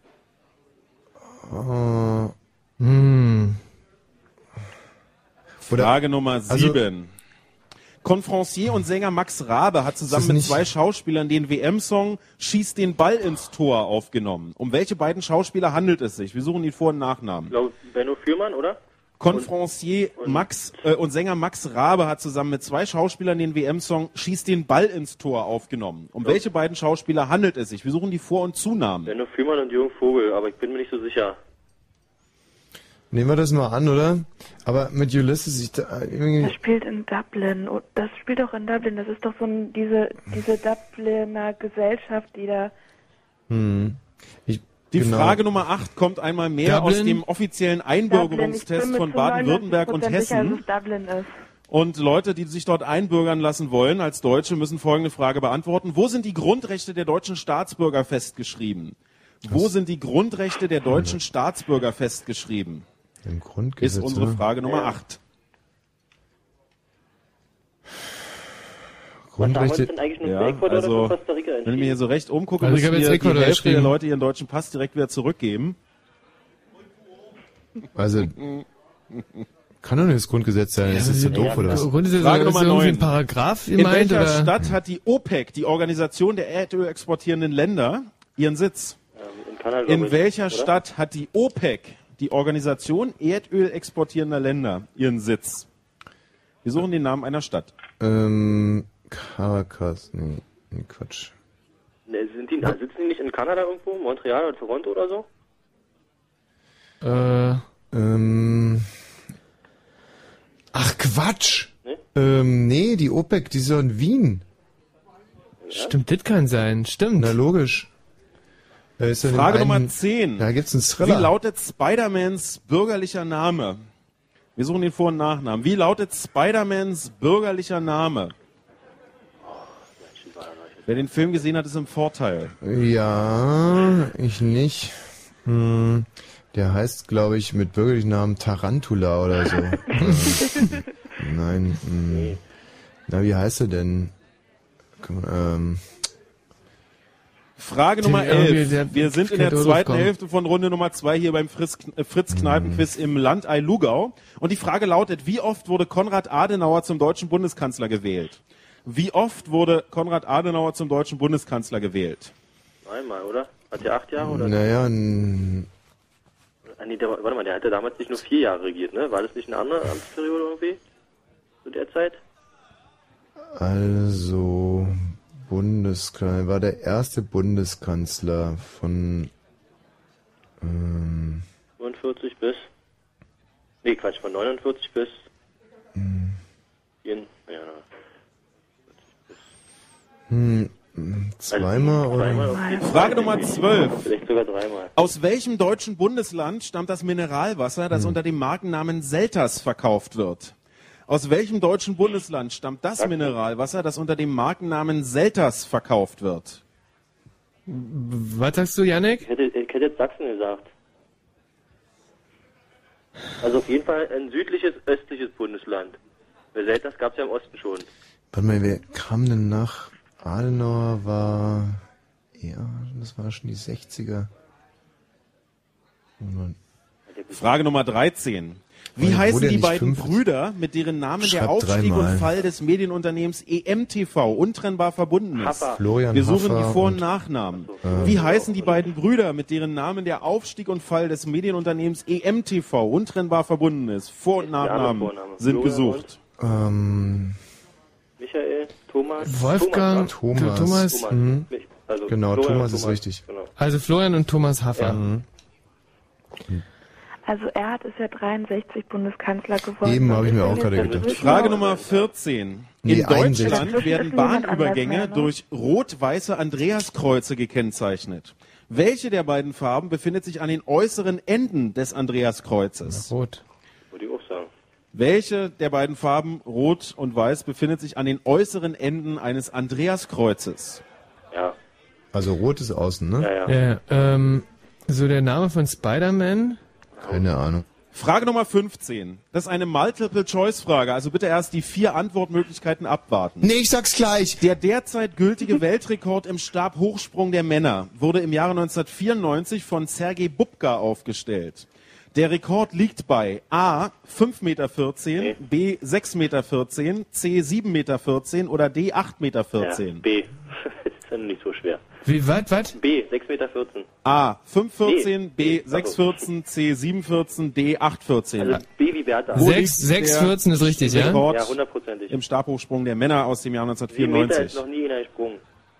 Oh, Hm. oder, Frage Nummer also- sieben. Konferencier und Sänger Max Rabe hat zusammen Ist das mit nicht- zwei Schauspielern den W M-Song Schieß den Ball ins Tor aufgenommen. Um welche beiden Schauspieler handelt es sich? Wir suchen die Vor- und Nachnamen. Ich glaube, Benno Fürmann, oder? Konferencier Max äh, und Sänger Max Rabe hat zusammen mit zwei Schauspielern den W M-Song Schieß den Ball ins Tor aufgenommen. Um Ja. welche beiden Schauspieler handelt es sich? Wir suchen die Vor- und Zunamen. Benno Fürmann und Jürgen Vogel, aber ich bin mir nicht so sicher. nehmen wir das mal an, oder? Aber mit Ulysses, ich, da, irgendwie, Das spielt in Dublin. Oh, das spielt doch in Dublin. Das ist doch so ein, diese, diese Dubliner Gesellschaft, die da... hm, ich, Die genau. Frage Nummer acht kommt einmal mehr Dublin? aus dem offiziellen Dublin. Ich Einbürgerungstest bin mir von zu Baden-Württemberg und neunundneunzig Prozent Hessen. sicher, dass es Dublin ist. Und Leute, die sich dort einbürgern lassen wollen als Deutsche, müssen folgende Frage beantworten. Wo sind die Grundrechte der deutschen Staatsbürger festgeschrieben? Wo sind die Grundrechte der deutschen Staatsbürger festgeschrieben? Im Grundgesetz, Ist unsere oder? Frage Nummer acht. Was haben wir uns Grundrechte, denn eigentlich nur Ja, für Ecuador also, oder für Costa Rica Wenn ich mir entschieden? hier so recht umgucke, Also ich müssen habe jetzt wir die Ecuador Hälfte der geschrieben. Leute ihren deutschen Pass direkt wieder zurückgeben. also, kann doch nicht das Grundgesetz sein, das ist so doof, oder was? Grundsätzlich Frage ist Nummer irgendwie ein neun. Paragraph, ihr In meint, welcher oder? Stadt hat die OPEC, die Organisation der Erdöl exportierenden Länder, ihren Sitz? Ähm, in Kanada, glaub In ich, welcher oder? Stadt hat die OPEC, die Organisation Erdöl exportierender Länder, ihren Sitz? Wir suchen den Namen einer Stadt. Ähm, Caracas, nee, nee, Quatsch. Ne, sind die, sitzen die nicht in Kanada irgendwo? Montreal oder Toronto oder so? Äh, Ähm, ach Quatsch! Nee? Ähm, nee, die OPEC, die ist doch in Wien. stimmt, das kann sein, stimmt. Na logisch. Da ist ja Frage dem einen- Nummer zehn. Da gibt's einen Wie Thriller. lautet Spider-Mans bürgerlicher Name? Wir suchen den Vor- und Nachnamen. Wie lautet Spider-Mans bürgerlicher Name? Wer den Film gesehen hat, ist im Vorteil. Ja, ich nicht. Hm, der heißt, glaube ich, mit bürgerlichen Namen Tarantula oder so. äh, nein. Hm. Na, wie heißt er denn? Kann man, ähm, Frage Nummer Die- irgendwie, elf. der- Wir sind in der könnte zweiten kommen. Hälfte von Runde Nummer zwei hier beim Fritz, äh, Fritz Kneipenquiz im Landei Lugau. Und die Frage lautet, wie oft wurde Konrad Adenauer zum deutschen Bundeskanzler gewählt? Wie oft wurde Konrad Adenauer zum deutschen Bundeskanzler gewählt? Einmal, oder? Hat der acht Jahre oder? Naja, n- Ah, nee, der, warte mal, der hatte damals nicht nur vier Jahre regiert, ne? War das nicht eine andere Amtsperiode irgendwie? Zu der Zeit? also Bundeskanzler, war der erste Bundeskanzler von ähm, fünfundvierzig bis. Nee, Quatsch, von neunundvierzig bis. hm, Jeden, ja. hm, zweimal Zweimal oder? auf jeden Frage Fall. Nummer zwölf. Vielleicht sogar dreimal. Aus welchem deutschen Bundesland stammt das Mineralwasser, das unter dem Markennamen Selters verkauft wird? Aus welchem deutschen Bundesland stammt das Mineralwasser, das unter dem Markennamen Selters verkauft wird? Was sagst du, Yannick? Ich hätte, ich hätte jetzt Sachsen gesagt. Also auf jeden Fall ein südliches, östliches Bundesland. Weil Selters gab es ja im Osten schon. Warte mal, wer kam denn nach Adenauer? War ja, das war schon die sechziger. Frage Nummer dreizehn. Wie Wurde heißen der die nicht beiden fünf? Brüder, mit deren Namen der Schreibt Aufstieg dreimal. und Fall des Medienunternehmens E M T V untrennbar verbunden ist? Haffer. Florian Wir suchen Haffer die Vor- und und, Nachnamen. äh, Wie heißen die beiden Brüder, mit deren Namen der Aufstieg und Fall des Medienunternehmens E M T V untrennbar verbunden ist? Vor- und Der andere Nachnamen Vorname. sind Florian gesucht. Ähm, Michael, Thomas. Wolfgang, Thomas. Thomas. Thomas. Thomas. Mhm. Mich- Also Genau, Florian Thomas und ist richtig. Genau. Also Florian und Thomas Haffer. Ja. Mhm. Also Erhard ist ja dreiundsechzig Bundeskanzler geworden. Eben habe ich mir auch Und gerade ist gedacht. jetzt Frage Nummer vierzehn. In Nee, einundsechzig. Deutschland Das werden ist niemand anders Bahnübergänge mehr, ne? durch rot-weiße Andreaskreuze gekennzeichnet. Welche der beiden Farben befindet sich an den äußeren Enden des Andreaskreuzes? Rot. Würde ich auch sagen. Welche der beiden Farben, rot und weiß, befindet sich an den äußeren Enden eines Andreaskreuzes? Ja. Also rot ist außen, ne? Ja, ja. Ja, ähm, so der Name von Spider-Man? Keine Ahnung. Frage Nummer fünfzehn. Das ist eine Multiple-Choice-Frage, also bitte erst die vier Antwortmöglichkeiten abwarten. Nee, ich sag's gleich. Der derzeit gültige Weltrekord im Stabhochsprung der Männer wurde im Jahre neunzehnhundertvierundneunzig von Sergei Bubka aufgestellt. Der Rekord liegt bei A. fünf Meter vierzehn, Nee. B. sechs Meter vierzehn, C. sieben Meter vierzehn oder D. acht Meter Ja, vierzehn. B. Das ist ja nicht so schwer. Wie, was, was? B, sechs Meter vierzehn. A. fünf vierzehn, B. B. sechs vierzehn, C. sieben vierzehn, D. acht vierzehn. Also B wie Bertha. Wo Sechs- liegt sechs der vierzehn ist richtig, ja? Rekord Ja, hundertprozentig. im Stabhochsprung der Männer aus dem Jahr Sieben Meter ist neunzehnhundertvierundneunzig. noch nie einer gesprungen.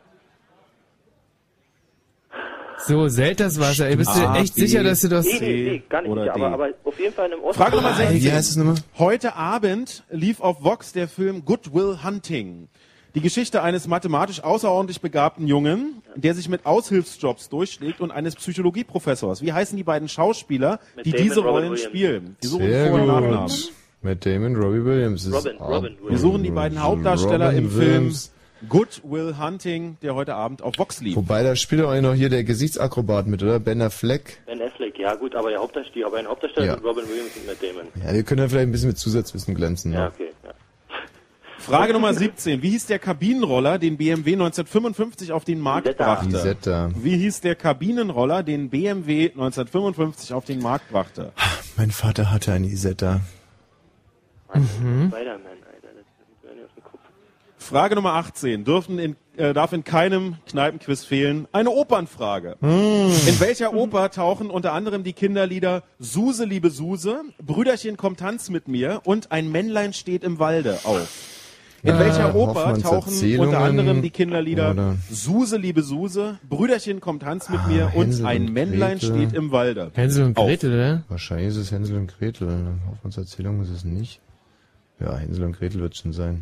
So, Selterswasser. Ey, bist du A, echt B, sicher, dass du das... Nee, nee, nee, gar nicht oder sicher, D. aber, aber auf jeden Fall im Osten. Frage Nummer sechzehn. Wie heißt es nochmal? Heute Abend lief auf Vox der Film Good Will Hunting. Die Geschichte eines mathematisch außerordentlich begabten Jungen, der sich mit Aushilfsjobs durchschlägt, und eines Psychologieprofessors. Wie heißen die beiden Schauspieler, Mit die Damon diese Robin Rollen Williams. spielen? Die suchen Sehr Vor- und Nachnamen. gut. Mit Damon Robbie Williams. Das Robin, ist Robin Wir suchen die beiden Hauptdarsteller Robin im Film Williams. Good Will Hunting, der heute Abend auf Vox lief. Wobei, da spielt auch noch hier der Gesichtsakrobat mit, oder? Ben Affleck. Ben Affleck, ja gut, aber der Hauptdarsteller, aber ein Hauptdarsteller Ja. sind Robin Williams und Matt Damon. Ja, wir können ja vielleicht ein bisschen mit Zusatzwissen glänzen. Ja, Ne? okay. Ja. Frage Nummer siebzehn. Wie hieß der Kabinenroller, den B M W neunzehnhundertfünfundfünfzig auf den Markt Isetta. brachte? Isetta. Wie hieß der Kabinenroller, den B M W neunzehnhundertfünfundfünfzig auf den Markt brachte? Mein Vater hatte einen Isetta. Mhm. Spider-Man, Alter, das ist mir nicht aus dem Kopf. Frage Nummer achtzehn. Dürfen in, äh, darf in keinem Kneipenquiz fehlen. Eine Opernfrage. In welcher Oper tauchen unter anderem die Kinderlieder Suse, liebe Suse, Brüderchen, komm tanz mit mir und Ein Männlein steht im Walde auf? In Äh, welcher Oper Hoffmanns tauchen Erzählungen unter anderem die Kinderlieder oder- Suse, liebe Suse, Brüderchen, komm tanz mit Ah, mir und Hänsel Ein und Männlein Gretel. steht im Walde? Hänsel und Auf. Gretel, oder? Wahrscheinlich ist es Hänsel und Gretel. Hoffmanns Erzählung ist es nicht. Ja, Hänsel und Gretel wird schon sein.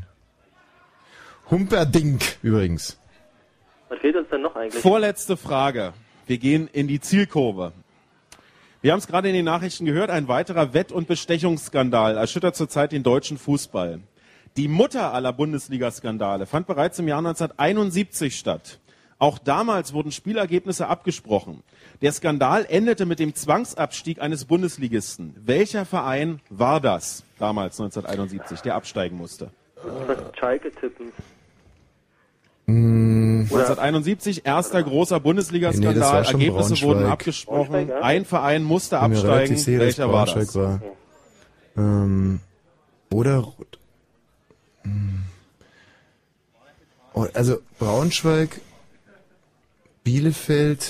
Humperdinck übrigens. Was fehlt uns denn noch eigentlich? Vorletzte Frage. Wir gehen in die Zielkurve. Wir haben es gerade in den Nachrichten gehört, ein weiterer Wett- und Bestechungsskandal erschüttert zurzeit den deutschen Fußball. Die Mutter aller Bundesliga-Skandale fand bereits im Jahr neunzehnhunderteinundsiebzig statt. Auch damals wurden Spielergebnisse abgesprochen. Der Skandal endete mit dem Zwangsabstieg eines Bundesligisten. Welcher Verein war das damals neunzehnhunderteinundsiebzig, der absteigen musste? Was Schalke tippen. Mm, neunzehnhunderteinundsiebzig, erster großer Bundesliga-Skandal, Nee, das war schon Ergebnisse Braunschweig. wurden abgesprochen, Braunschweig, ja? ein Verein musste Bin mir absteigen. relativ sicher, dass Welcher war Braunschweig das? war. Ähm, oder hm. Oh, also Braunschweig, Bielefeld,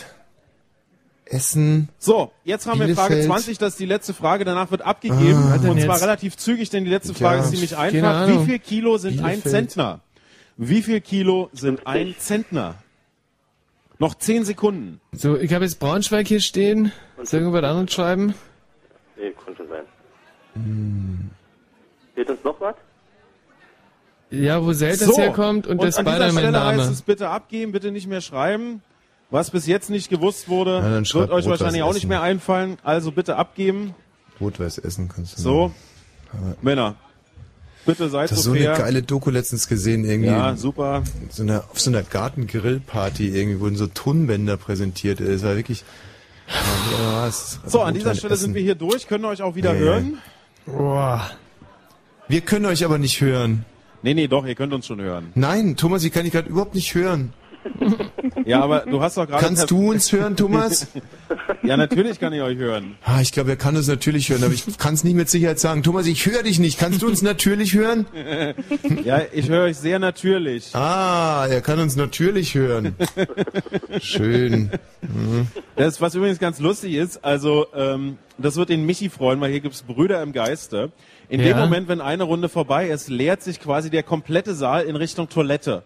Essen. So, jetzt haben wir Frage Bielefeld. zwanzig, das ist die letzte Frage, danach wird abgegeben. Ah, und zwar jetzt? relativ zügig, denn die letzte Ja, Frage ist ziemlich keine einfach. Ahnung. Wie viel Kilo sind ein Bielefeld. Zentner? Wie viel Kilo sind ein Zentner? Noch zehn Sekunden. So, ich habe jetzt Braunschweig hier stehen. Soll ich irgendwas anderes schreiben? Nee, konnte sein. Fehlt uns noch was? Ja, wo Selters herkommt und, und der an dieser Spider-Man-Name. Stelle heißt es bitte abgeben, bitte nicht mehr schreiben. Was bis jetzt nicht gewusst wurde, Ja, dann wird schreibt euch Rot-Weiß wahrscheinlich auch nicht Essen. mehr einfallen. Also bitte abgeben. Rot-Weiß Essen kannst du So, machen. Aber Männer, bitte seid das ist so so fair. eine geile Doku letztens gesehen, irgendwie. Ja, super. So eine, auf so einer Gartengrillparty irgendwie wurden so Tonbänder präsentiert. Es war wirklich. Ja, es ist So, an dieser Rot-Weiß Stelle sind Essen. wir hier durch, können euch auch wieder Ja, ja. hören. Boah. Wir können euch aber nicht hören. Nee, nee, doch, ihr könnt uns schon hören. Nein, Thomas, ich kann dich gerade überhaupt nicht hören. Ja, aber du hast doch gerade... Kannst du uns hören, Thomas? Ja, natürlich kann ich euch hören. Ah, ich glaube, er kann uns natürlich hören, aber ich kann es nicht mit Sicherheit sagen. Thomas, ich höre dich nicht. Kannst du uns natürlich hören? Ja, ich höre euch sehr natürlich. Ah, er kann uns natürlich hören. Schön. Mhm. Das, was übrigens ganz lustig ist, also ähm, das wird den Michi freuen, weil hier gibt's Brüder im Geiste. In Ja. dem Moment, wenn eine Runde vorbei ist, leert sich quasi der komplette Saal in Richtung Toilette.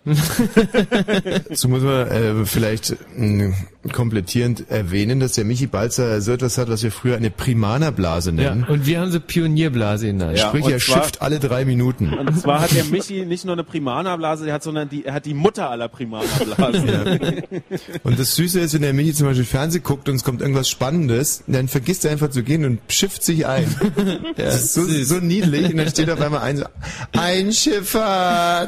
Dazu muss man äh, vielleicht äh, komplettierend erwähnen, dass der Michi Balzer so etwas hat, was wir früher eine Primanerblase Ja, nennen. und wir haben sie Pionierblase genannt. Ja, Sprich, und er zwar- schifft alle drei Minuten. Und zwar hat der Michi nicht nur eine Primanerblase, der hat, sondern die, er hat die Mutter aller Primanerblasen. Und das Süße ist, wenn der Michi zum Beispiel Fernsehen guckt und es kommt irgendwas Spannendes, dann vergisst er einfach zu gehen und schifft sich ein. Das ist so, so niedlich und dann steht auf einmal ein, Einschifffahrt.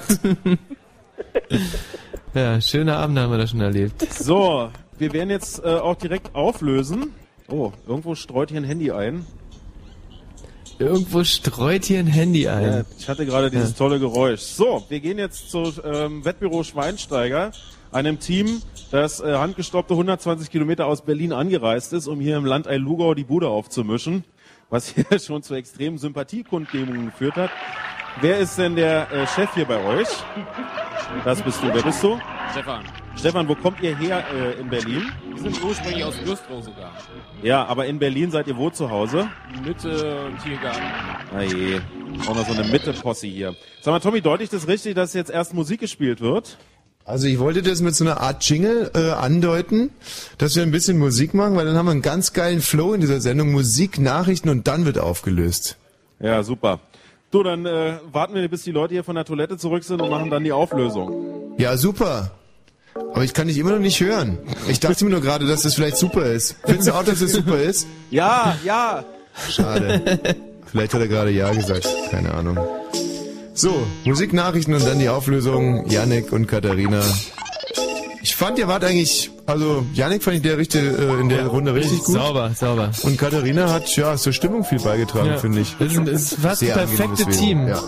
Ja, schöner Abend haben wir da schon erlebt. So, wir werden jetzt äh, auch direkt auflösen. Oh, irgendwo streut hier ein Handy ein. Irgendwo streut hier ein Handy ein. Ja, ich hatte gerade dieses Ja. tolle Geräusch. So, wir gehen jetzt zu ähm, Wettbüro Schweinsteiger, einem Team, das äh, handgestoppte hundertzwanzig Kilometer aus Berlin angereist ist, um hier im Landei Lugau die Bude aufzumischen, was hier schon zu extremen Sympathiekundgebungen geführt hat. Wer ist denn der äh, Chef hier bei euch? Das bist du. Wer bist du? Stefan. Stefan, wo kommt ihr her äh, in Berlin? Wir sind ursprünglich aus Güstrow sogar. Ja, aber in Berlin seid ihr wo zu Hause? Mitte und Tiergarten. Ah je, auch noch so eine Mitte-Posse hier. Sag mal, Tommy, deute ich das richtig, dass jetzt erst Musik gespielt wird? Also ich wollte das mit so einer Art Jingle äh, andeuten, dass wir ein bisschen Musik machen, weil dann haben wir einen ganz geilen Flow in dieser Sendung, Musik, Nachrichten und dann wird aufgelöst. Ja, super. Du, dann äh, warten wir, bis die Leute hier von der Toilette zurück sind und machen dann die Auflösung. Ja, super. Aber ich kann dich immer noch nicht hören. Ich dachte mir nur gerade, dass das vielleicht super ist. Findest du auch, dass es super ist? Ja, ja. Schade. Vielleicht hat er gerade Ja gesagt. Keine Ahnung. So, Musiknachrichten und dann die Auflösung. Yannick und Katharina. Ich fand, ihr wart eigentlich, also Yannick fand ich der richtig, äh, in der Runde richtig gut. Sauber, sauber. Und Katharina hat ja zur Stimmung viel beigetragen, Ja. finde ich. Das ist, das ist fast Sehr das perfekte angenehmes Team. Wesen. Ja.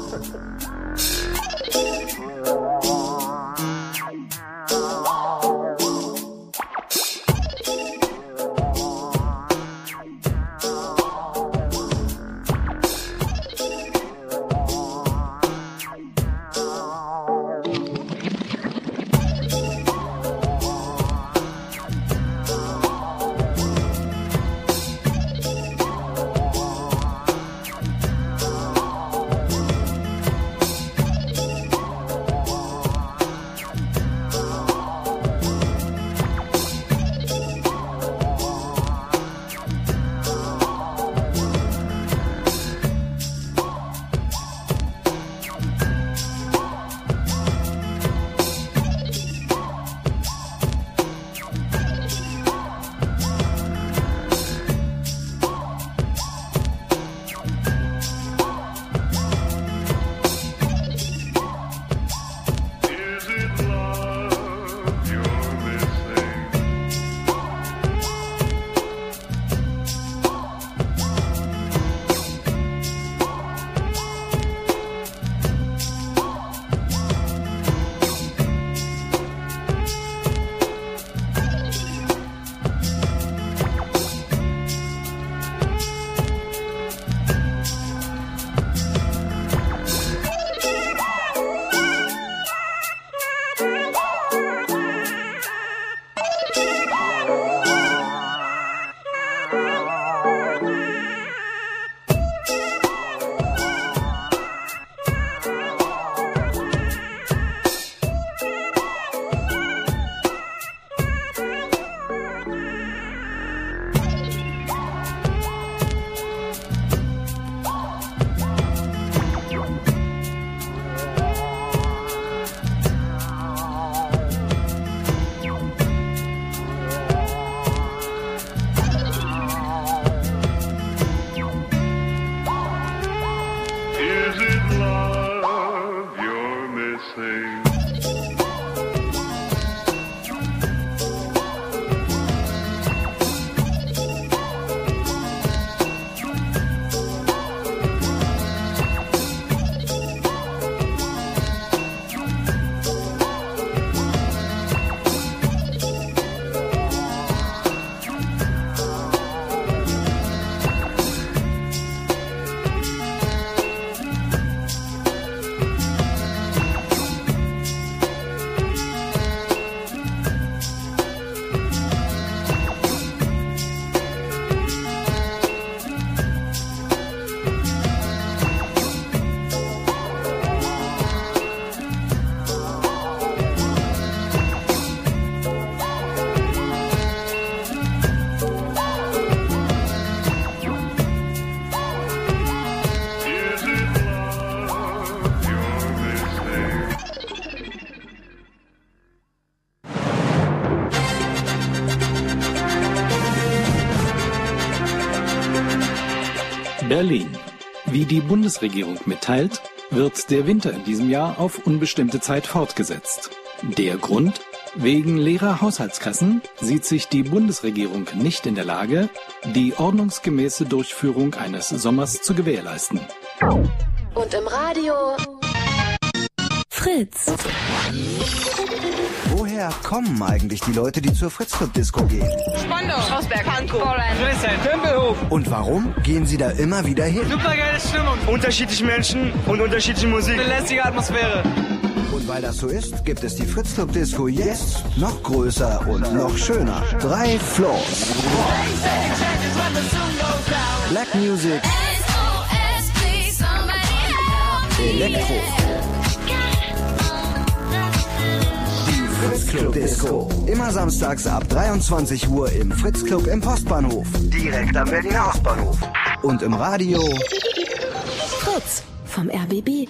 Berlin. Wie die Bundesregierung mitteilt, wird der Winter in diesem Jahr auf unbestimmte Zeit fortgesetzt. Der Grund? Wegen leerer Haushaltskassen sieht sich die Bundesregierung nicht in der Lage, die ordnungsgemäße Durchführung eines Sommers zu gewährleisten. Und im Radio Fritz. Woher kommen eigentlich die Leute, die zur Fritz-Club-Disco gehen? Spandau, Schlossberg, Pankow, Dresden, Tempelhof. Und warum gehen sie da immer wieder hin? Super geile Stimmung. Unterschiedliche Menschen und unterschiedliche Musik. Eine lässige Atmosphäre. Und weil das so ist, gibt es die Fritz-Club-Disco jetzt noch größer und noch schöner. Drei Floors. Black Music. Elektro. Fritz Club Disco. Immer samstags ab dreiundzwanzig Uhr im Fritz Club im Postbahnhof. Direkt am Berliner Hauptbahnhof. Und im Radio Fritz vom R B B.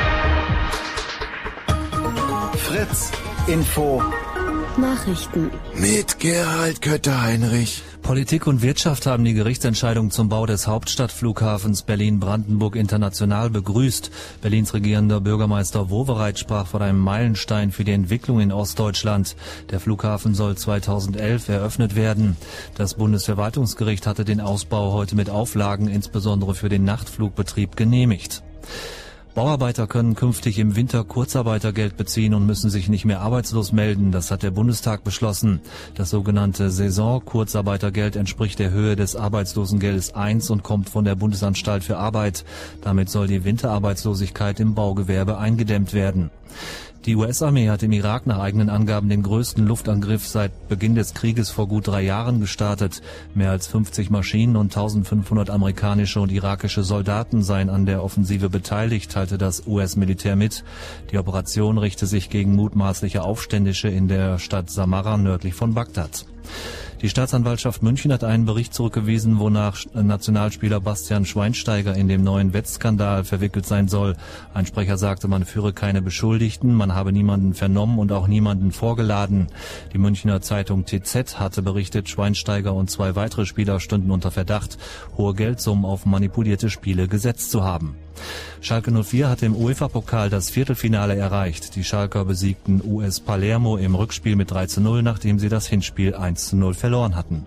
Fritz Info. Nachrichten. Mit Gerald Kötter-Heinrich. Politik und Wirtschaft haben die Gerichtsentscheidung zum Bau des Hauptstadtflughafens Berlin-Brandenburg International begrüßt. Berlins regierender Bürgermeister Wowereit sprach von einem Meilenstein für die Entwicklung in Ostdeutschland. Der Flughafen soll zweitausendelf eröffnet werden. Das Bundesverwaltungsgericht hatte den Ausbau heute mit Auflagen, insbesondere für den Nachtflugbetrieb, genehmigt. Bauarbeiter können künftig im Winter Kurzarbeitergeld beziehen und müssen sich nicht mehr arbeitslos melden. Das hat der Bundestag beschlossen. Das sogenannte Saison-Kurzarbeitergeld entspricht der Höhe des Arbeitslosengeldes eins und kommt von der Bundesanstalt für Arbeit. Damit soll die Winterarbeitslosigkeit im Baugewerbe eingedämmt werden. Die U S-Armee hat im Irak nach eigenen Angaben den größten Luftangriff seit Beginn des Krieges vor gut drei Jahren gestartet. Mehr als fünfzig Maschinen und eintausendfünfhundert amerikanische und irakische Soldaten seien an der Offensive beteiligt, teilte das U S-Militär mit. Die Operation richte sich gegen mutmaßliche Aufständische in der Stadt Samarra nördlich von Bagdad. Die Staatsanwaltschaft München hat einen Bericht zurückgewiesen, wonach Nationalspieler Bastian Schweinsteiger in dem neuen Wettskandal verwickelt sein soll. Ein Sprecher sagte, man führe keine Beschuldigten, man habe niemanden vernommen und auch niemanden vorgeladen. Die Münchner Zeitung T Z hatte berichtet, Schweinsteiger und zwei weitere Spieler stünden unter Verdacht, hohe Geldsummen auf manipulierte Spiele gesetzt zu haben. Schalke null vier hat im UEFA-Pokal das Viertelfinale erreicht. Die Schalker besiegten U S Palermo im Rückspiel mit drei zu null, nachdem sie das Hinspiel eins zu null verloren hatten.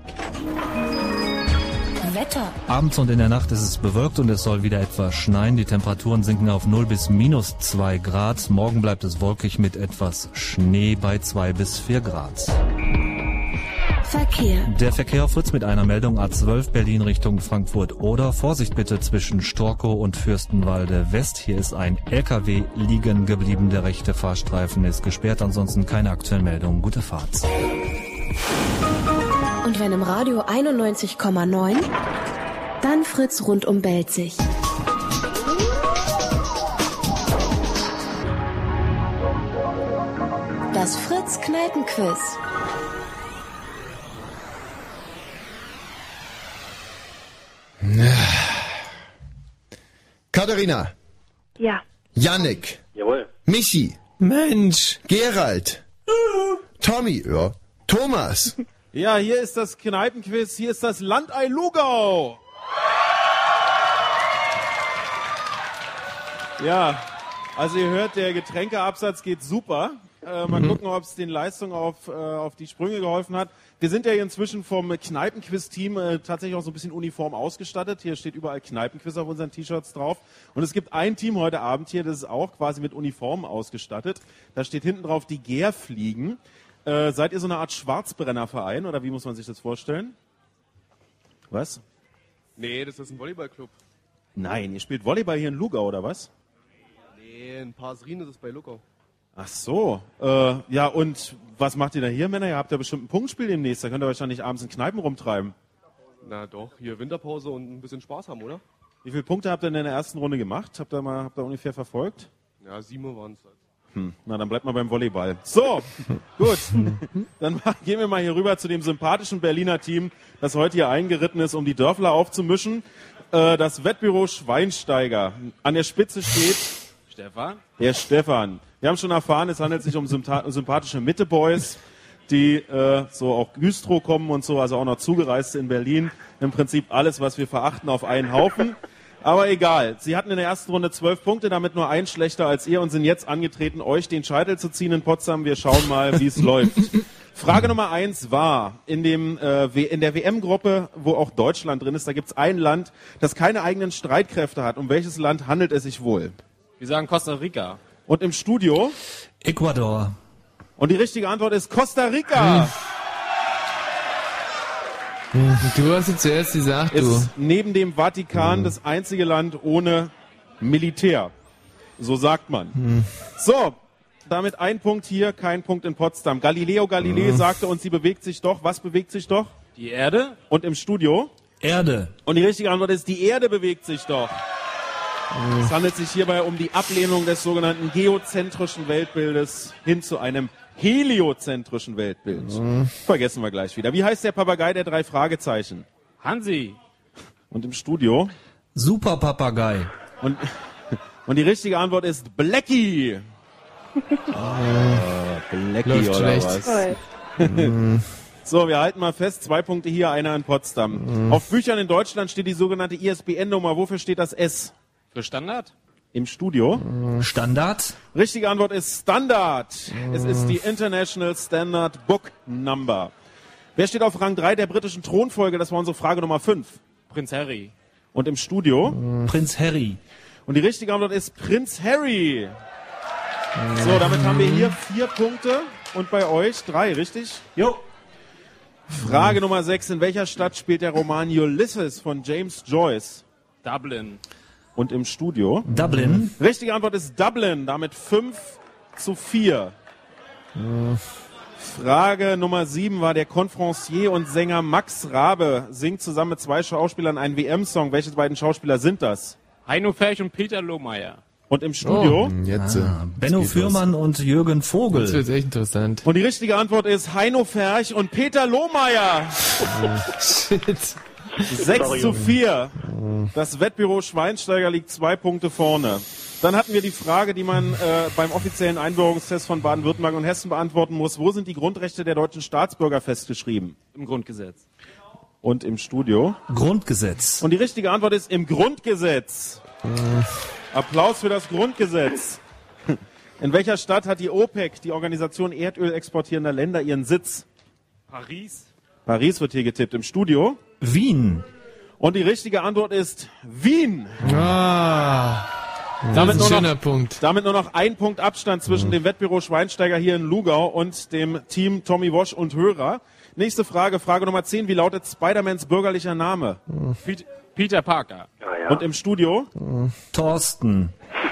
Wetter. Abends und in der Nacht ist es bewölkt und es soll wieder etwas schneien. Die Temperaturen sinken auf null bis minus zwei Grad. Morgen bleibt es wolkig mit etwas Schnee bei zwei bis vier Grad. Verkehr. Der Verkehr auf Fritz mit einer Meldung A zwölf Berlin Richtung Frankfurt oder Vorsicht bitte zwischen Storkow und Fürstenwalde West. Hier ist ein L K W liegen geblieben. Der rechte Fahrstreifen ist gesperrt. Ansonsten keine aktuellen Meldungen. Gute Fahrt. Und wenn im Radio einundneunzig Komma neun, dann Fritz rund um Belzig. Das Fritz Kneipenquiz. Katharina. Ja. Jannik. Jawohl. Michi. Mensch. Gerald. Tommy. Ja. Thomas. Ja, hier ist das Kneipenquiz, hier ist das Landei Lugau. Ja, Also ihr hört, der Getränkeabsatz geht super. Äh, mal Mhm. gucken, ob es den Leistungen auf, äh, auf die Sprünge geholfen hat. Wir sind ja hier inzwischen vom Kneipenquiz-Team äh, tatsächlich auch so ein bisschen uniform ausgestattet. Hier steht überall Kneipenquiz auf unseren T-Shirts drauf. Und es gibt ein Team heute Abend hier, das ist auch quasi mit Uniformen ausgestattet. Da steht hinten drauf die Gärfliegen. Äh, seid ihr so eine Art Schwarzbrennerverein oder wie muss man sich das vorstellen? Was? Nee, das ist ein Volleyballclub. Nein, ihr spielt Volleyball hier in Lugau oder was? Nee, in Parsrin ist es bei Luckau. Ach so, äh, ja und was macht ihr da hier, Männer? Ihr habt ja bestimmt ein Punktspiel demnächst, da könnt ihr wahrscheinlich abends in Kneipen rumtreiben. Na doch, hier Winterpause und ein bisschen Spaß haben, oder? Wie viele Punkte habt ihr denn in der ersten Runde gemacht? Habt ihr mal habt ihr ungefähr verfolgt? Ja, sieben waren es halt. Hm, na, dann bleibt mal beim Volleyball. So, gut. Dann ma- gehen wir mal hier rüber zu dem sympathischen Berliner Team, das heute hier eingeritten ist, um die Dörfler aufzumischen. Äh, das Wettbüro Schweinsteiger. An der Spitze steht Stefan? der Stefan. Wir haben schon erfahren, es handelt sich um sympatha- sympathische Mitte-Boys, die äh, so auch Güstrow kommen und so, also auch noch Zugereiste in Berlin. Im Prinzip alles, was wir verachten, auf einen Haufen. Aber egal. Sie hatten in der ersten Runde zwölf Punkte, damit nur ein schlechter als ihr und sind jetzt angetreten, euch den Scheitel zu ziehen in Potsdam. Wir schauen mal, wie es läuft. Frage Nummer eins war, in, dem, äh, W- in der W M-Gruppe, wo auch Deutschland drin ist, da gibt es ein Land, das keine eigenen Streitkräfte hat. Um welches Land handelt es sich wohl? Wir sagen Costa Rica. Und im Studio? Ecuador. Und die richtige Antwort ist Costa Rica. Du hast es zuerst gesagt, du. Ist neben dem Vatikan das einzige Land ohne Militär. So sagt man. So, damit ein Punkt hier, kein Punkt in Potsdam. Galileo Galilei sagte uns, sie bewegt sich doch. Was bewegt sich doch? Die Erde? Und im Studio? Erde. Und die richtige Antwort ist, die Erde bewegt sich doch. Es handelt sich hierbei um die Ablehnung des sogenannten geozentrischen Weltbildes hin zu einem heliozentrischen Weltbild. Vergessen wir gleich wieder. Wie heißt der Papagei der drei Fragezeichen? Hansi. Und im Studio? Super Papagei. Und, und die richtige Antwort ist Blackie. Ah, Blackie Läuft oder schlecht. was? So, wir halten mal fest, zwei Punkte hier, einer in Potsdam. Auf Büchern in Deutschland steht die sogenannte I S B N-Nummer. Wofür steht das S? Für Standard? Im Studio? Standard? Richtige Antwort ist Standard. Es ist die International Standard Book Number. Wer steht auf Rang drei der britischen Thronfolge? Das war unsere Frage Nummer fünf. Prinz Harry. Und im Studio? Prinz Harry. Und die richtige Antwort ist Prinz Harry. So, damit haben wir hier vier Punkte und bei euch drei, richtig? Jo. Frage Nummer sechs. In welcher Stadt spielt der Roman Ulysses von James Joyce? Dublin. Und im Studio? Dublin. Richtige Antwort ist Dublin, damit fünf zu vier. Frage Nummer sieben war der Konferencier und Sänger Max Rabe singt zusammen mit zwei Schauspielern einen W M-Song. Welche beiden Schauspieler sind das? Heino Ferch und Peter Lohmeier. Und im Studio? Oh, jetzt, Ah, Benno Fürmann und Jürgen Vogel. Das wird echt interessant. Und die richtige Antwort ist Heino Ferch und Peter Lohmeier. Shit. sechs zu vier. Das Wettbüro Schweinsteiger liegt zwei Punkte vorne. Dann hatten wir die Frage, die man äh, beim offiziellen Einbürgerungstest von Baden-Württemberg und Hessen beantworten muss. Wo sind die Grundrechte der deutschen Staatsbürger festgeschrieben? Im Grundgesetz. Und im Studio? Grundgesetz. Und die richtige Antwort ist im Grundgesetz. Applaus für das Grundgesetz. In welcher Stadt hat die OPEC, die Organisation Erdöl exportierender Länder, ihren Sitz? Paris. Paris wird hier getippt. Im Studio? Wien. Und die richtige Antwort ist Wien. Ah. Damit Das ist nur, ein schöner noch, Punkt. damit nur noch ein Punkt Abstand zwischen dem Wettbüro Schweinsteiger hier in Lugau und dem Team Tommy Walsh und Hörer. Nächste Frage, Frage Nummer zehn. Wie lautet Spider-Mans bürgerlicher Name? Pete- Peter Parker. Und im Studio? Thorsten.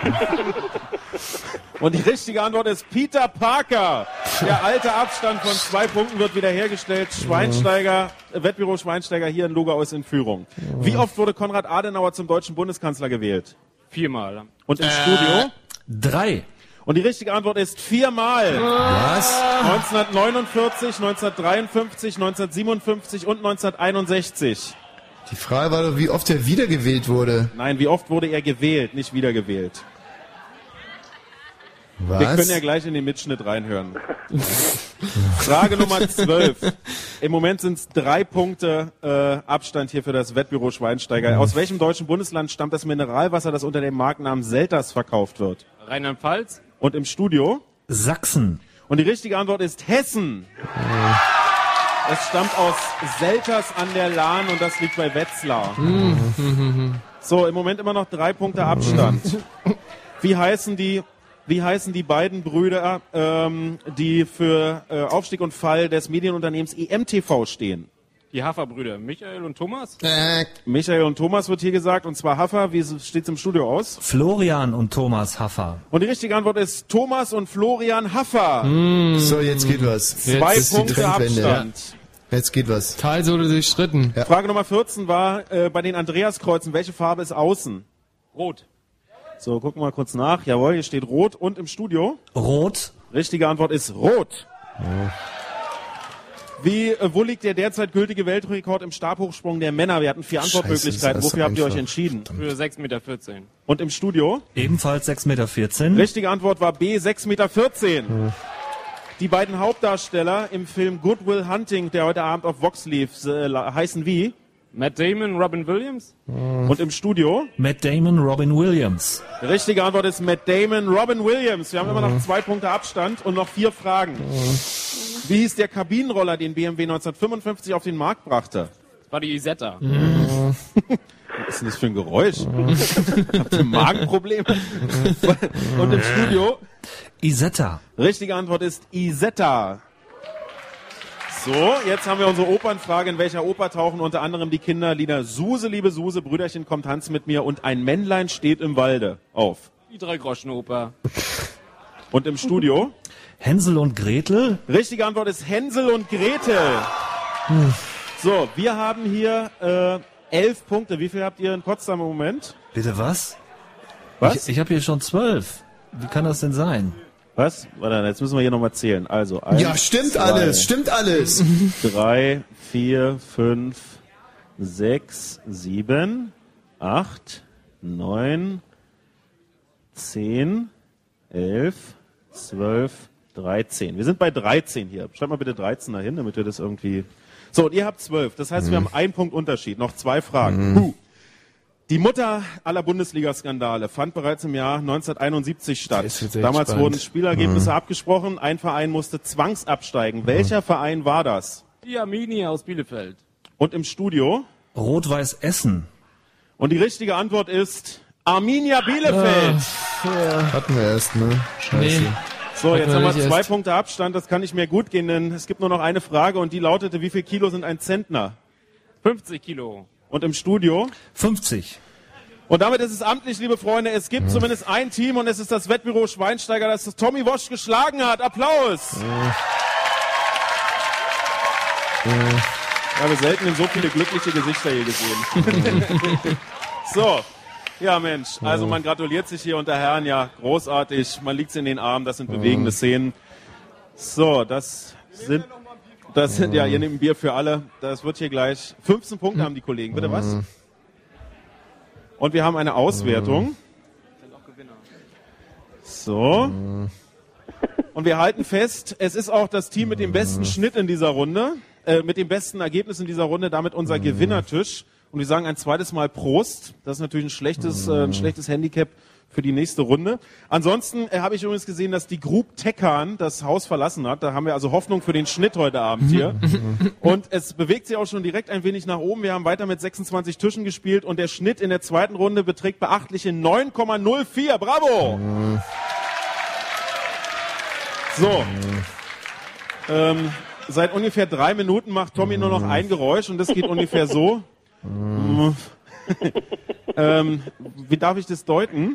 Und die richtige Antwort ist Peter Parker. Der alte Abstand von zwei Punkten wird wiederhergestellt. Schweinsteiger, äh, Wettbüro Schweinsteiger hier in Lugau ist in Führung. Wie oft wurde Konrad Adenauer zum deutschen Bundeskanzler gewählt? Viermal. Und im Studio? Drei. Und die richtige Antwort ist viermal. Was? neunzehnhundertneunundvierzig, neunzehnhundertdreiundfünfzig, neunzehnhundertsiebenundfünfzig und neunzehnhunderteinundsechzig. Die Frage war doch, wie oft er wiedergewählt wurde. Nein, wie oft wurde er gewählt, nicht wiedergewählt. Was? Wir können ja gleich in den Mitschnitt reinhören. Frage Nummer zwölf. Im Moment sind es drei Punkte äh, Abstand hier für das Wettbüro Schweinsteiger. Aus welchem deutschen Bundesland stammt das Mineralwasser, das unter dem Markennamen Selters verkauft wird? Rheinland-Pfalz. Und im Studio? Sachsen. Und die richtige Antwort ist Hessen. Es stammt aus Selters an der Lahn und das liegt bei Wetzlar. So, im Moment immer noch drei Punkte Abstand. Wie heißen die, wie heißen die beiden Brüder, ähm, die für äh, Aufstieg und Fall des Medienunternehmens E M T V stehen? Die Haffer-Brüder, Michael und Thomas? Äh. Michael und Thomas wird hier gesagt, und zwar Haffer. Wie steht's im Studio aus? Florian und Thomas Haffer. Und die richtige Antwort ist Thomas und Florian Haffer. Mm. So, jetzt geht was. Zwei Jetzt Punkte Abstand. Ja. Jetzt geht was. Talsohle durchschritten. Ja. Frage Nummer vierzehn war, äh, bei den Andreaskreuzen, welche Farbe ist außen? Rot. So, gucken wir mal kurz nach. Jawohl, hier steht Rot. Und im Studio? Rot. Richtige Antwort ist Rot. Oh. Wie, äh, wo liegt der derzeit gültige Weltrekord im Stabhochsprung der Männer? Wir hatten vier Antwortmöglichkeiten. Scheiße, Wofür habt ihr euch einfach. entschieden? Für sechs Meter vierzehn. Und im Studio? Ebenfalls sechs Meter vierzehn. Richtige Antwort war B, sechs Meter vierzehn. Hm. Die beiden Hauptdarsteller im Film Good Will Hunting, der heute Abend auf Vox lief, äh, heißen wie? Matt Damon, Robin Williams. Hm. Und im Studio? Matt Damon, Robin Williams. Die richtige Antwort ist Matt Damon, Robin Williams. Wir haben immer noch zwei Punkte Abstand und noch vier Fragen. Wie hieß der Kabinenroller, den B M W neunzehnhundertfünfundfünfzig auf den Markt brachte? Das war die Isetta. Was ist denn das für ein Geräusch? Habt ihr Magenprobleme? Und im Studio? Isetta. Richtige Antwort ist Isetta. So, jetzt haben wir unsere Opernfrage. In welcher Oper tauchen unter anderem die Kinderlieder Suse, liebe Suse, Brüderchen, komm, tanz mit mir und ein Männlein steht im Walde auf? Die Drei-Groschen-Oper. Und im Studio? Hänsel und Gretel. Richtige Antwort ist Hänsel und Gretel. Hm. So, wir haben hier äh, elf Punkte. Wie viel habt ihr in Potsdam im Moment? Bitte was? Was? Ich, ich habe hier schon zwölf. Wie kann das denn sein? Was? Warte, jetzt müssen wir hier nochmal zählen. Also eins, Ja, stimmt zwei, alles, stimmt alles. Drei, vier, fünf, sechs, sieben, acht, neun, zehn, elf, zwölf, dreizehn. Wir sind bei dreizehn hier. Schreibt mal bitte dreizehn dahin, damit wir das irgendwie... So, und ihr habt zwölf. Das heißt, mhm. wir haben einen Punkt Unterschied. Noch zwei Fragen. Mhm. Huh. Die Mutter aller Bundesliga-Skandale fand bereits im Jahr neunzehnhunderteinundsiebzig statt. Damals spannend. wurden Spielergebnisse Mhm. abgesprochen. Ein Verein musste zwangsabsteigen. Welcher Mhm. Verein war das? Die Arminia aus Bielefeld. Und im Studio? Rot-Weiß Essen. Und die richtige Antwort ist Arminia Bielefeld. Ja. Hatten wir erst, ne? Scheiße. Nee. So, Hatten jetzt wir haben wir nicht zwei erst. Punkte Abstand. Das kann nicht mehr gut gehen, denn es gibt nur noch eine Frage und die lautete, wie viel Kilo sind ein Zentner? fünfzig Kilo. Und im Studio? fünfzig. Und damit ist es amtlich, liebe Freunde. Es gibt zumindest ein Team und es ist das Wettbüro Schweinsteiger, das das Tommy Walsh geschlagen hat. Applaus! Ich habe selten in so viele glückliche Gesichter hier gesehen. So. Ja, Mensch. Also man gratuliert sich hier unter Herren. Ja, großartig. Man liegt in den Armen. Das sind bewegende Szenen. So, das sind... Das sind, ja, ihr nehmt ein Bier für alle. Das wird hier gleich... fünfzehn Punkte haben die Kollegen. Bitte was? Und wir haben eine Auswertung. So. Und wir halten fest, es ist auch das Team mit dem besten Schnitt in dieser Runde, äh, mit dem besten Ergebnis in dieser Runde, damit unser Gewinnertisch. Und wir sagen ein zweites Mal Prost. Das ist natürlich ein schlechtes, äh, ein schlechtes Handicap für die nächste Runde. Ansonsten äh, habe ich übrigens gesehen, dass die Group Tekan das Haus verlassen hat. Da haben wir also Hoffnung für den Schnitt heute Abend hier. Und es bewegt sich auch schon direkt ein wenig nach oben. Wir haben weiter mit sechsundzwanzig Tischen gespielt und der Schnitt in der zweiten Runde beträgt beachtliche neun Komma null vier. Bravo! So. Ähm, seit ungefähr drei Minuten macht Tommy nur noch ein Geräusch und das geht ungefähr so. ähm, wie darf ich das deuten?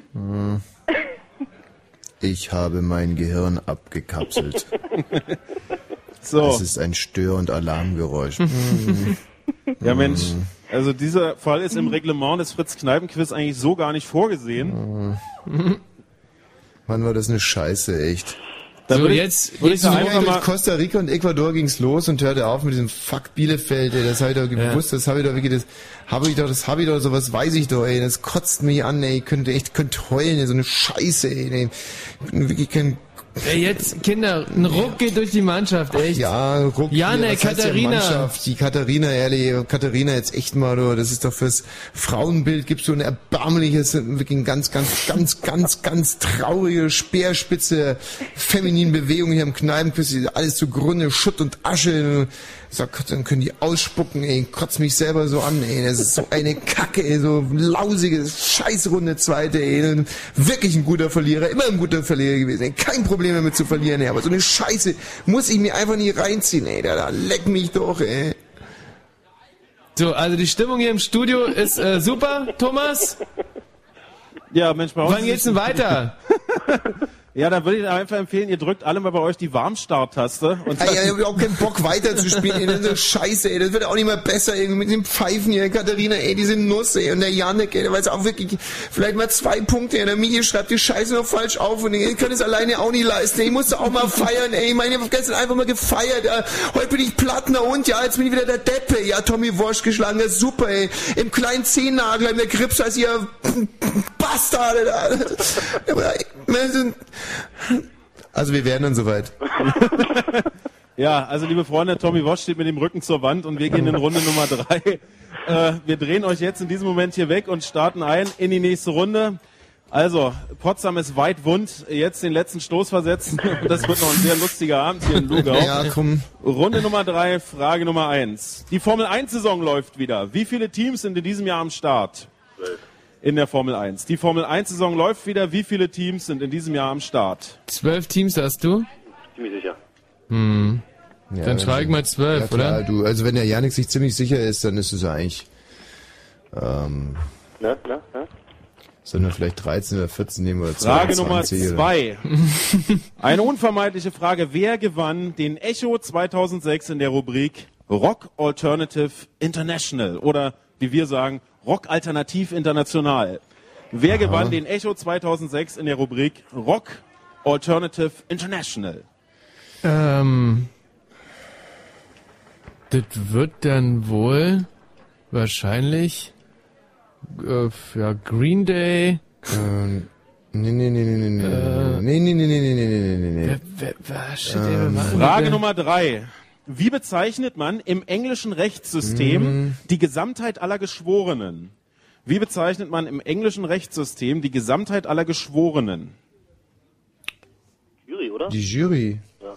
Ich habe mein Gehirn abgekapselt. So. Das ist ein Stör- und Alarmgeräusch. Ja, Mensch. Also dieser Fall ist im Reglement des Fritz-Kneipen-Quiz eigentlich so gar nicht vorgesehen. Mann, war das eine Scheiße, echt. Da So, würde ich- jetzt, würde ich jetzt da Durch einfach mal, Costa Rica und Ecuador ging's los und hörte auf mit diesem Fuck Bielefeld, ey, das habe ich doch gewusst, das habe ich doch wirklich, das habe ich doch, das habe ich doch, sowas weiß ich doch, ey, das kotzt mich an, ey, ich könnte echt, könnte heulen, ey, so eine Scheiße, ey, ey. Wirklich kein, Ey, jetzt, Kinder, ein Ruck geht durch die Mannschaft, echt. Ja, Ruck. Jane, was heißt Katharina. denn Mannschaft? Die Katharina, ehrlich, Katharina jetzt echt mal, du, das ist doch fürs Frauenbild, gibt's so ein erbärmliches, wirklich ein ganz, ganz, ganz, ganz, ganz traurige, speerspitze, feminine Bewegung hier im Kneipenquiz, alles zugrunde, Schutt und Asche. Sag Gott, dann können die ausspucken, ey, kotzt mich selber so an, ey, das ist so eine Kacke, ey, so lausige, Scheißrunde zweite, ey, wirklich ein guter Verlierer, immer ein guter Verlierer gewesen, ey, kein Problem damit zu verlieren, ey, aber so eine Scheiße muss ich mir einfach nicht reinziehen, ey, da, da leck mich doch, ey. So, also die Stimmung hier im Studio ist äh, super, Thomas. Ja, Mensch, bei uns Wann geht's denn weiter? Ja, dann würde ich einfach empfehlen, ihr drückt alle mal bei euch die Warmstart-Taste. Und ey, ich hab auch keinen Bock weiterzuspielen, ey, das ist so scheiße, ey, das wird auch nicht mehr besser, ey, mit dem Pfeifen hier, Katharina, ey, diese Nuss, ey, und der Janik, ey, der weiß auch wirklich, vielleicht mal zwei Punkte, ey, der Migi schreibt die Scheiße noch falsch auf und ich kann es alleine auch nicht leisten, ey, ich musste auch mal feiern, ey, ich meine, ich hab gestern einfach mal gefeiert, ey. Heute bin ich Plattner und, ja, jetzt bin ich wieder der Deppe, ja, Tommy Walsh geschlagen, das ist super, ey, im kleinen Zehennagel, in der Grips, als ihr Bastarde da. Also wir werden dann soweit. Ja, also liebe Freunde, Tommy Walsh steht mit dem Rücken zur Wand und wir gehen in Runde Nummer drei. Äh, wir drehen euch jetzt in diesem Moment hier weg und starten ein in die nächste Runde. Also, Potsdam ist weit wund, jetzt den letzten Stoß versetzen. Das wird noch ein sehr lustiger Abend hier in Lugau. Ja, komm. Runde Nummer drei, Frage Nummer eins. Die Formel eins Saison läuft wieder. Wie viele Teams sind in diesem Jahr am Start? Zwölf. In der Formel eins. Die Formel eins Saison läuft wieder. Wie viele Teams sind in diesem Jahr am Start? Zwölf Teams hast du? Ziemlich sicher. Hm. Ja, dann schreibe ich mal zwölf, ja, klar, oder? Du, also wenn der Janik sich ziemlich sicher ist, dann ist es eigentlich, ähm, Na, na, na? sollen wir vielleicht dreizehn oder vierzehn nehmen oder Frage zweiundzwanzig Nummer zwei. Eine unvermeidliche Frage. Wer gewann den Echo zweitausendsechs in der Rubrik Rock Alternative International? Oder, wie wir sagen, Rock Alternativ International. Wer Aha. gewann den Echo zweitausendsechs in der Rubrik Rock Alternative International? Ähm, das wird dann wohl wahrscheinlich äh, ja, Green Day. Ähm, nee, nee, nee, nee, nee, nee, Äh, nee, nee, nee, nee, nee, nee, nee, nee, nee. Wer, wer, wer, shit, Ähm, ey, wer war denn Frage der? Nummer drei. Wie bezeichnet man im englischen Rechtssystem Mhm. die Gesamtheit aller Geschworenen? Wie bezeichnet man im englischen Rechtssystem die Gesamtheit aller Geschworenen? Jury, oder? Die Jury. Ja.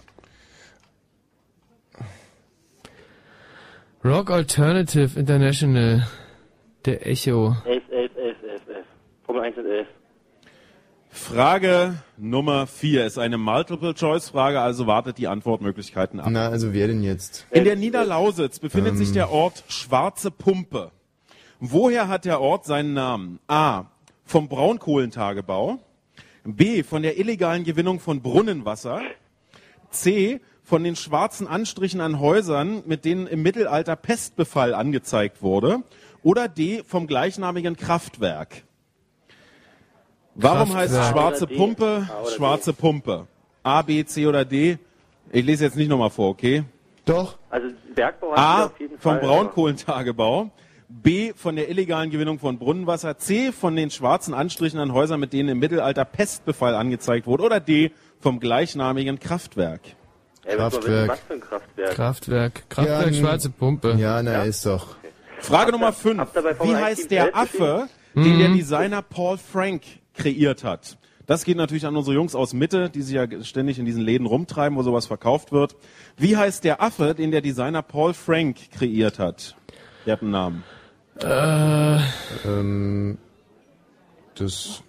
Rock Alternative International. Der Echo. elf, elf, elf, elf, elf. Formel eins sind elf. Frage Nummer vier ist eine Multiple-Choice-Frage, also wartet die Antwortmöglichkeiten ab. Na, also wer denn jetzt? In der Niederlausitz befindet Ähm. sich der Ort Schwarze Pumpe. Woher hat der Ort seinen Namen? A. Vom Braunkohlentagebau. B. Von der illegalen Gewinnung von Brunnenwasser. C. Von den schwarzen Anstrichen an Häusern, mit denen im Mittelalter Pestbefall angezeigt wurde. Oder D. Vom gleichnamigen Kraftwerk. Warum Kraftwerk. heißt es schwarze A oder D? Pumpe A oder schwarze Pumpe? A, B, C oder D? Ich lese jetzt nicht nochmal vor, okay? Doch. Also Bergbau hat A, auf jeden vom Fall. Braunkohlentagebau. B, von der illegalen Gewinnung von Brunnenwasser. C, von den schwarzen Anstrichen an Häusern, mit denen im Mittelalter Pestbefall angezeigt wurde. Oder D, vom gleichnamigen Kraftwerk. Ja, wir müssen mal wissen, Kraftwerk. was für ein Kraftwerk. Kraftwerk. Kraftwerk, Ja, n- schwarze Pumpe. Ja, na, ist doch. Frage Nummer fünf. habt ihr bei Wie Formel eins heißt Team der Geld Affe, Mhm. den der Designer Paul Frank kreiert hat? Das geht natürlich an unsere Jungs aus Mitte, die sich ja ständig in diesen Läden rumtreiben, wo sowas verkauft wird. Wie heißt der Affe, den der Designer Paul Frank kreiert hat? Der hat einen Namen. Äh, Ähm, das.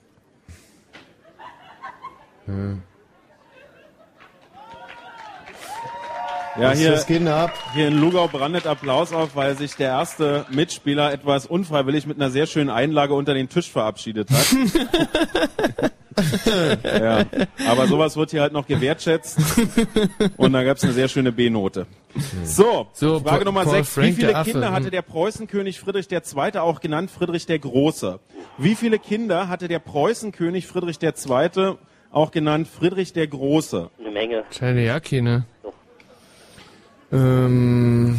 Ja. Ja, Was, hier, was geht denn ab? hier in Lugau brandet Applaus auf, weil sich der erste Mitspieler etwas unfreiwillig mit einer sehr schönen Einlage unter den Tisch verabschiedet hat. Ja, aber sowas wird hier halt noch gewertschätzt. Und da gab es eine sehr schöne B-Note. So, So, Frage Pa- Nummer Paul sechs. Wie Frank, viele der Affe, Kinder hatte hm. der Preußenkönig Friedrich der Zweite, auch genannt Friedrich der Große? Wie viele Kinder hatte der Preußenkönig Friedrich der Zweite, auch genannt Friedrich der Große? Eine Menge. Scheine ja keine. Ähm,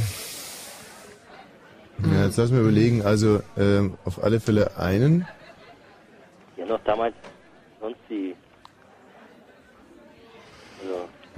ja, jetzt lass mir überlegen. Also, ähm, auf alle Fälle einen. Die haben doch damals sonst die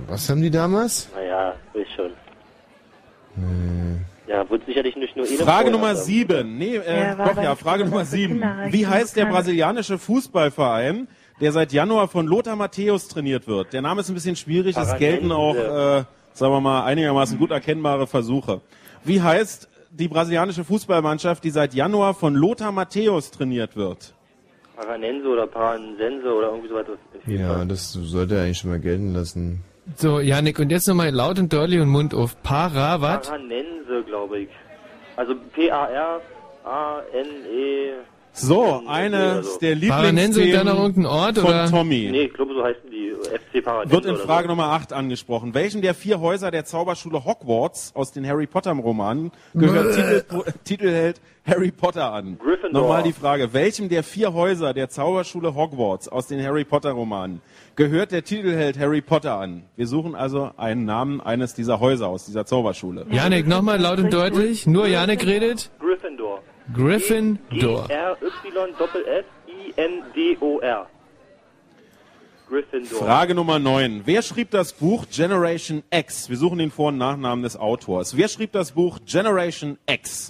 Was haben die damals? Naja, weiß schon. Hm. Ja, wird sicherlich nicht nur... Frage Nummer sieben. Nee, äh, Ja, war doch, bei ja, den Frage Kindern, Nummer was für sieben. Kinderrechte Wie heißt der kann. brasilianische Fußballverein, der seit Januar von Lothar Matthäus trainiert wird? Der Name ist ein bisschen schwierig, es gelten auch, äh, sagen wir mal, einigermaßen gut erkennbare Versuche. Wie heißt die brasilianische Fußballmannschaft, die seit Januar von Lothar Matthäus trainiert wird? Paranense oder Paransense oder irgendwie sowas. Ja, das sollte er eigentlich schon mal gelten lassen. So, Janik, und jetzt nochmal laut und deutlich und Mund auf. Para, was? Paranense, glaube ich. Also P A R A N E... So, eines der Paranense und dann noch irgendein Ort, von oder? Tommy. Nee, ich glaube, so heißen die F C Paranense. Wird in oder Frage so. Nummer acht angesprochen. Welchen der vier Häuser der Zauberschule Hogwarts aus den Harry Potter Romanen gehört Titel, Titelheld Harry Potter an? Gryffindor. Nochmal die Frage. Welchem der vier Häuser der Zauberschule Hogwarts aus den Harry Potter Romanen gehört der Titelheld Harry Potter an? Wir suchen also einen Namen eines dieser Häuser aus dieser Zauberschule. Janik, nochmal laut und deutlich. Nur Janik redet. Gryffindor. Gryffindor. R Y S I N D O R. Gryffindor. Frage Nummer neun. Wer schrieb das Buch Generation X? Wir suchen den Vor- und Nachnamen des Autors. Wer schrieb das Buch Generation X?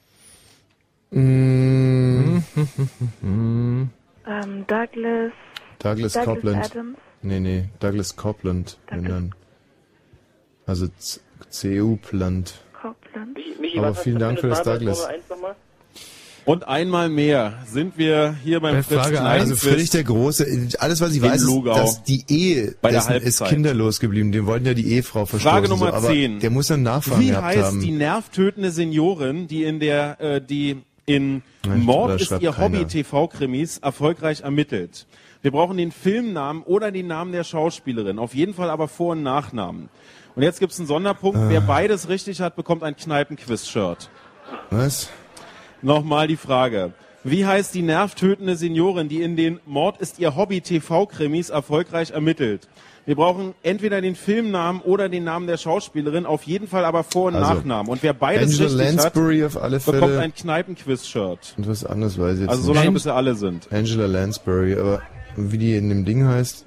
Mm. Ähm, Douglas. Douglas Douglas Copeland. Adams. Nee, nee, Douglas Copeland. Wenn dann. Also C U-Plant. Copeland. Michi, Aber was hast vielen du Dank für eine für das Zahl bei Douglas. Nummer eins nochmal? Und einmal mehr sind wir hier beim Bei Fritz Frage Klein Also Friedrich der Große, alles was ich in weiß, ist, Lugau. dass die Ehe Bei der dessen ist Halbzeit. kinderlos geblieben. Den wollten ja die Ehefrau verstoßen. Frage Nummer so, aber zehn. Der muss dann Nachfahren Wie gehabt heißt haben. die nervtötende Seniorin, die in der, äh, die in Ja, Mord das ist schreibt ihr keiner. Hobby-T V-Krimis erfolgreich ermittelt? Wir brauchen den Filmnamen oder den Namen der Schauspielerin. Auf jeden Fall aber Vor- und Nachnamen. Und jetzt gibt's einen Sonderpunkt. Ah. Wer beides richtig hat, bekommt ein Kneipenquiz-Shirt. Was? Nochmal die Frage. Wie heißt die nervtötende Seniorin, die in den Mord ist ihr Hobby-T V-Krimis erfolgreich ermittelt? Wir brauchen entweder den Filmnamen oder den Namen der Schauspielerin, auf jeden Fall aber Vor- und Also, Nachnamen. Und wer beides Angela richtig Lansbury hat, auf alle bekommt Fälle. ein Kneipenquiz-Shirt. Und was anderes weiß ich jetzt Also nicht. solange bis sie alle sind. Angela Lansbury, aber wie die in dem Ding heißt?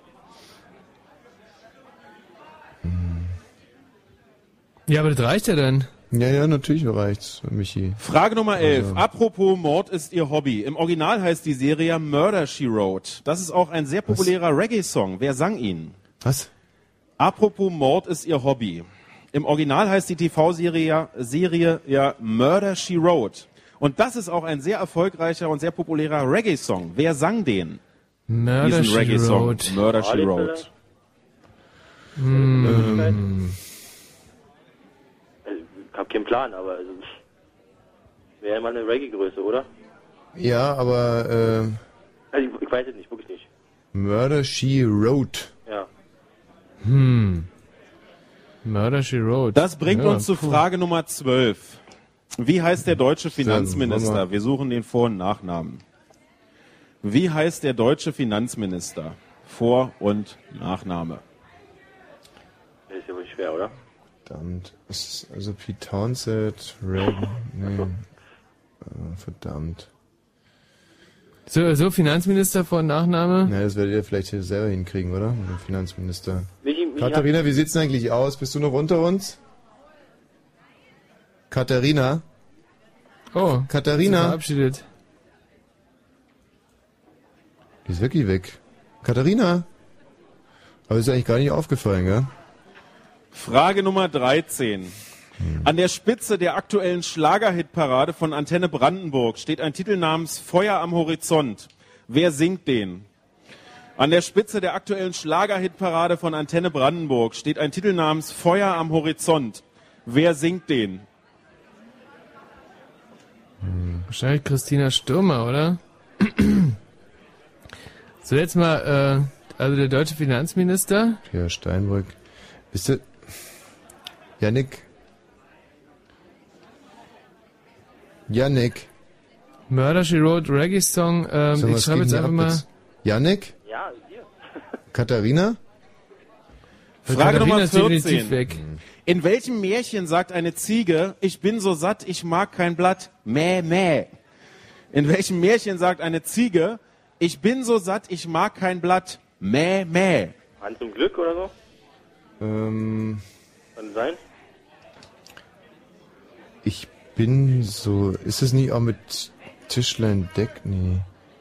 Ja, aber das reicht ja dann. Ja, ja, natürlich reicht's, Michi. Frage Nummer elf. Also. Apropos Mord ist ihr Hobby. Im Original heißt die Serie Murder, She Wrote. Das ist auch ein sehr populärer Reggae-Song. Wer sang ihn? Was? Apropos Mord ist ihr Hobby. Im Original heißt die T V-Serie ja, Serie ja Murder, She Wrote. Und das ist auch ein sehr erfolgreicher und sehr populärer Reggae-Song. Wer sang den? Murder, Diesen She Reggae-Song. Wrote. Murder, She Marley Wrote. Hm. Ähm, Also, ich hab keinen Plan, aber also, wäre immer eine Reggae-Größe, oder? ja, aber äh, Also ich, ich weiß es nicht, wirklich nicht. Murder She Wrote. Ja. Hm. Murder, She Wrote. Das bringt Ja, uns zu puh. Frage Nummer zwölf. Wie heißt der deutsche Dann wollen Finanzminister? wir- Wir suchen den Vor- und Nachnamen. Wie heißt der deutsche Finanzminister? Vor- und Nachname. Das ist ja wohl schwer, oder? Verdammt. Es ist also Pete Townsend, Red, nee. Äh, verdammt. So, so Finanzminister vor Nachname? Na, das werdet ihr vielleicht hier selber hinkriegen, oder? Mit dem Finanzminister. Michi, Michi, Katharina, wie sieht's denn eigentlich aus? Bist du noch unter uns? Katharina? Oh, Katharina? verabschiedet. Die ist wirklich weg. Katharina? Aber ist eigentlich gar nicht aufgefallen, gell? Frage Nummer dreizehn. An der Spitze der aktuellen Schlagerhitparade von Antenne Brandenburg steht ein Titel namens Feuer am Horizont. Wer singt den? An der Spitze der aktuellen Schlagerhitparade von Antenne Brandenburg steht ein Titel namens Feuer am Horizont. Wer singt den? Wahrscheinlich Christina Stürmer, oder? So, jetzt mal, äh, also der deutsche Finanzminister. Pierre Steinbrück. Bist du... Yannick? Yannick? Murder, She Wrote, Reggae-Song. Ähm, Sag mal, ich was schreibe geht jetzt denn einfach ab mal... jetzt? Yannick? Ja, hier. Katharina? Frage Katharina Nummer ist definitiv vierzehn. weg. In welchem Märchen sagt eine Ziege, ich bin so satt, ich mag kein Blatt, mäh, mäh? In welchem Märchen sagt eine Ziege, ich bin so satt, ich mag kein Blatt, mäh, mäh? Hand zum Glück oder so? Ähm, Kann sein? ich bin so... Ist es nicht auch mit Tischlein Deck? Nee.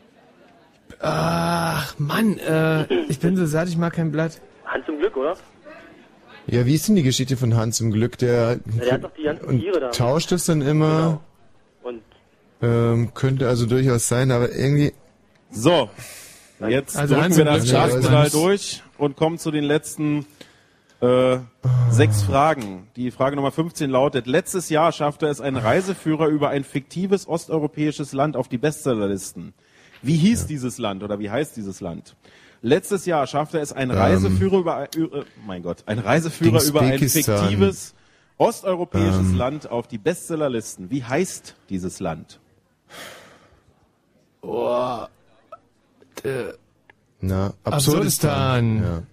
Ach, Mann, äh, ich bin so satt, ich mag kein Blatt. Hans im Glück, oder? Ja, wie ist denn die Geschichte von Hans im Glück? Der, Ja, der hat doch die ganzen und Tiere da. tauscht es dann immer. Und Ähm, könnte also durchaus sein, aber irgendwie... So, jetzt Also drücken Hans wir im das Glück- Schafspedal Ja, durch und kommen zu den letzten äh, sechs Fragen. Die Frage Nummer fünfzehn lautet, letztes Jahr schaffte es ein Reiseführer über ein fiktives osteuropäisches Land auf die Bestsellerlisten. Wie hieß dieses Land oder wie heißt dieses Land? Letztes Jahr schaffte es ein Ähm, Reiseführer über, ein- äh, mein Gott, ein Reiseführer über ein Dingsbekistan. fiktives osteuropäisches Ähm. Land auf die Bestsellerlisten. Wie heißt dieses Land? Oh. Na, Absurdistan. Absurdistan. Ja.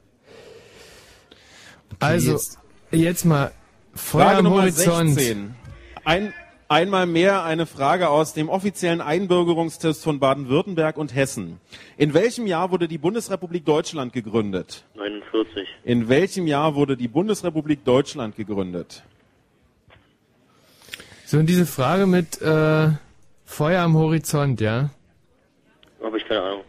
Also, jetzt- jetzt, mal Feuer Frage am Nummer Horizont. sechzehn. Ein, einmal mehr eine Frage aus dem offiziellen Einbürgerungstest von Baden-Württemberg und Hessen. In welchem Jahr wurde die Bundesrepublik Deutschland gegründet? neunundvierzig. In welchem Jahr wurde die Bundesrepublik Deutschland gegründet? So, und diese Frage mit äh, Feuer am Horizont, ja? Habe ich keine Ahnung.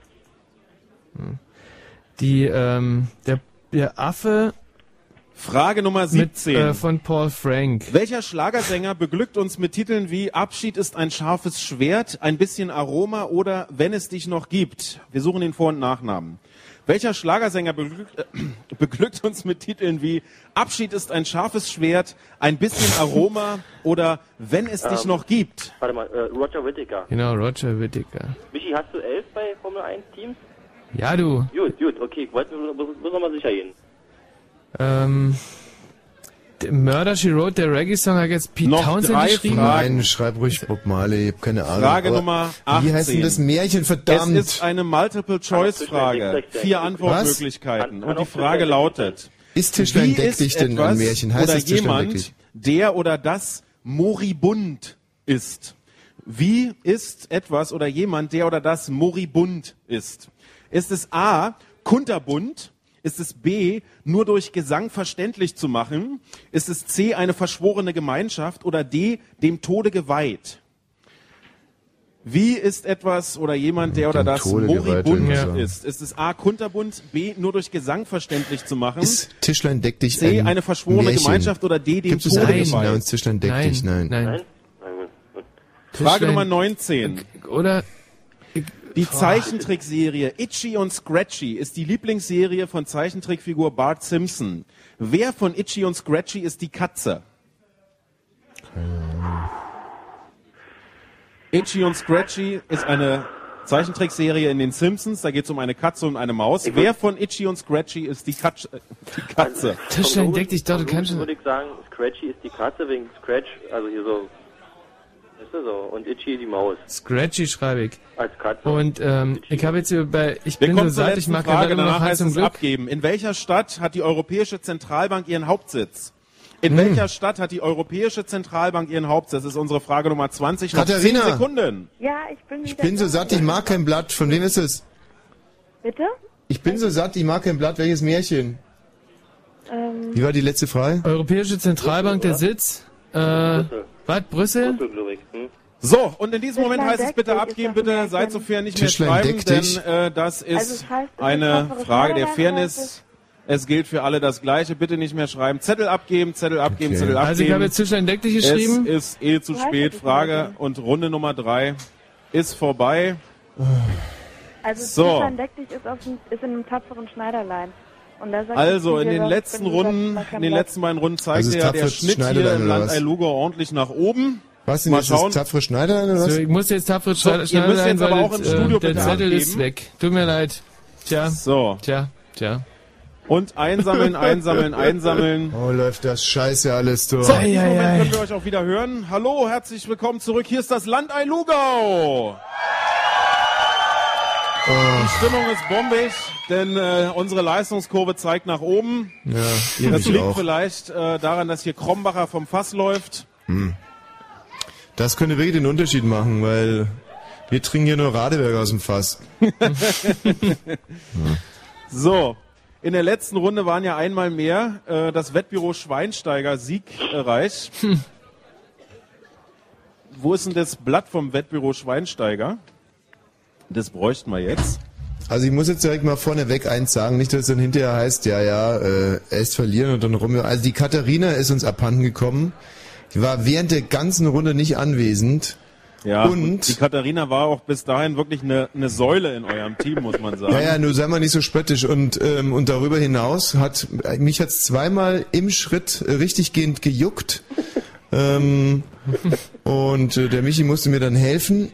Die, ähm, der, der Affe Frage Nummer siebzehn. mit, äh, von Paul Frank. Welcher Schlagersänger beglückt uns mit Titeln wie Abschied ist ein scharfes Schwert, ein bisschen Aroma oder Wenn es dich noch gibt? Wir suchen den Vor- und Nachnamen. Welcher Schlagersänger beglückt, äh, beglückt uns mit Titeln wie Abschied ist ein scharfes Schwert, ein bisschen Aroma oder Wenn es dich Ähm, noch gibt? Warte mal, äh, Roger Whittaker. Genau, Roger Whittaker. Michi, hast du elf bei Formel eins Teams? Ja, du. Gut, gut, okay, ich wollte mir muss, muss noch mal sicher gehen. Ähm, der Murder, She Wrote, der Reggae-Song hat jetzt Pete Noch Townsend drei geschrieben. Fragen. Nein, schreib ruhig Bob Marley, ich hab keine Ahnung. Frage aber Nummer achtzehn. Wie heißt denn das Märchen, verdammt? Es ist eine Multiple-Choice-Frage. Vier Antwortmöglichkeiten. Und die Frage lautet, Ist Tischlein wie deck ist dich denn etwas ein Märchen? Heißt oder es Tischlein deck dich? jemand, der oder das moribund ist? Wie ist etwas oder jemand, der oder das moribund ist? Ist es A, kunterbunt? Ist es B, nur durch Gesang verständlich zu machen? Ist es C, eine verschworene Gemeinschaft? Oder D, dem Tode geweiht? Wie ist etwas oder jemand, der oder Dem das Tode geweiht, würde moribund ich sagen. ist? Ist es A, kunterbunt, B, nur durch Gesang verständlich zu machen? Ist Tischlein deck dich C, ein eine verschworene Märchen? Gemeinschaft oder D, dem Gibt es Tode ein Märchen geweiht? namens Tischlein deck Nein, dich? Nein. nein. Frage Tischlein- Nummer neunzehn. Oder Die Zeichentrickserie Itchy und Scratchy ist die Lieblingsserie von Zeichentrickfigur Bart Simpson. Wer von Itchy und Scratchy ist die Katze? Itchy und Scratchy ist eine Zeichentrickserie in den Simpsons. Da geht es um eine Katze und eine Maus. Wer von Itchy und Scratchy ist die, Katsch, äh, die Katze? Tischlein deck dich doch, du kannst schon. würde ich sagen, Scratchy ist die Katze wegen Scratch, also hier so, weißt du so, und Itchy die Maus. Scratchy schreibe ich. Als Katze. Und ähm, ich habe jetzt hier bei Ich Wir bin so kommen zur satt, ich letzten mag Frage, ja immer noch danach Hans heißt zum es Glück. abgeben. In welcher Stadt hat die Europäische Zentralbank ihren Hauptsitz? In Hm. welcher Stadt hat die Europäische Zentralbank ihren Hauptsitz? Das ist unsere Frage Nummer zwanzig. Noch Katharina. zehn Sekunden. Ja, ich bin Ich bin so satt, ich mag kein Blatt. Von wem ist es? Bitte? Ich bin so satt, ich mag kein Blatt. Welches Märchen? Ähm, Wie war die letzte Frage? Europäische Zentralbank, der Sitz. Äh, was, Brüssel? Hm? So, und in diesem Moment Tischlein heißt es deck bitte dich, abgeben, ist doch bitte ein seid so fair nicht mehr Tischlein schreiben, deck denn dich. äh, das ist Also das heißt, es ist eine tapferes Frage der Schneiderlein, Fairness. Es gilt für alle das Gleiche. Bitte nicht mehr schreiben. Zettel abgeben, Zettel abgeben, Okay. Zettel abgeben. Also ich habe jetzt Tischlein deck dich geschrieben. Es ist eh zu Du heißt spät. das Frage nicht. und Runde Nummer drei ist vorbei. also So. Tischlein deck dich ist, auf dem, ist in einem tapferen Schneiderlein. Und da sagt Also die in Ziege, den das letzten bin ich, Runden, das kann in den Blatt. letzten beiden Runden zeigt Also ja der tapfer Schnitt hier Schneiderlein im oder Land was? Ailuga ordentlich nach oben. Was denn Mal jetzt? Das schauen. tapfere Schneider oder was? So, ich muss jetzt tapfere So, ihr Schneiderlein müsst jetzt aber weil auch im das, Studio äh, der bitte Zettel ist abgeben. weg. Tut mir leid. Tja, So. tja, tja. Und einsammeln, einsammeln, einsammeln. Oh, läuft das scheiße alles durch. So, in diesem Ei, ei, Moment ei. können wir euch auch wieder hören. Hallo, herzlich willkommen zurück. Hier ist das Land Ailugau. Die Stimmung ist bombig, denn äh, unsere Leistungskurve zeigt nach oben. Ja, Das ewig liegt auch. vielleicht äh, daran, dass hier Krombacher vom Fass läuft. Hm. Das könnte wirklich den Unterschied machen, weil wir trinken hier nur Radeberger aus dem Fass. So, In der letzten Runde waren ja einmal mehr äh, das Wettbüro Schweinsteiger siegreich. Hm. Wo ist denn das Blatt vom Wettbüro Schweinsteiger? Das bräuchten wir jetzt. Also ich muss jetzt direkt mal vorneweg eins sagen, nicht, dass es dann hinterher heißt, ja, ja, äh, erst verlieren und dann rum. Also die Katharina ist uns abhanden gekommen. Die war während der ganzen Runde nicht anwesend. Ja, und, und die Katharina war auch bis dahin wirklich eine, eine Säule in eurem Team, muss man sagen. Ja, ja, nur sei mal nicht so spöttisch. Und, ähm, und darüber hinaus hat mich hat's zweimal im Schritt richtiggehend gejuckt. ähm, und äh, der Michi musste mir dann helfen.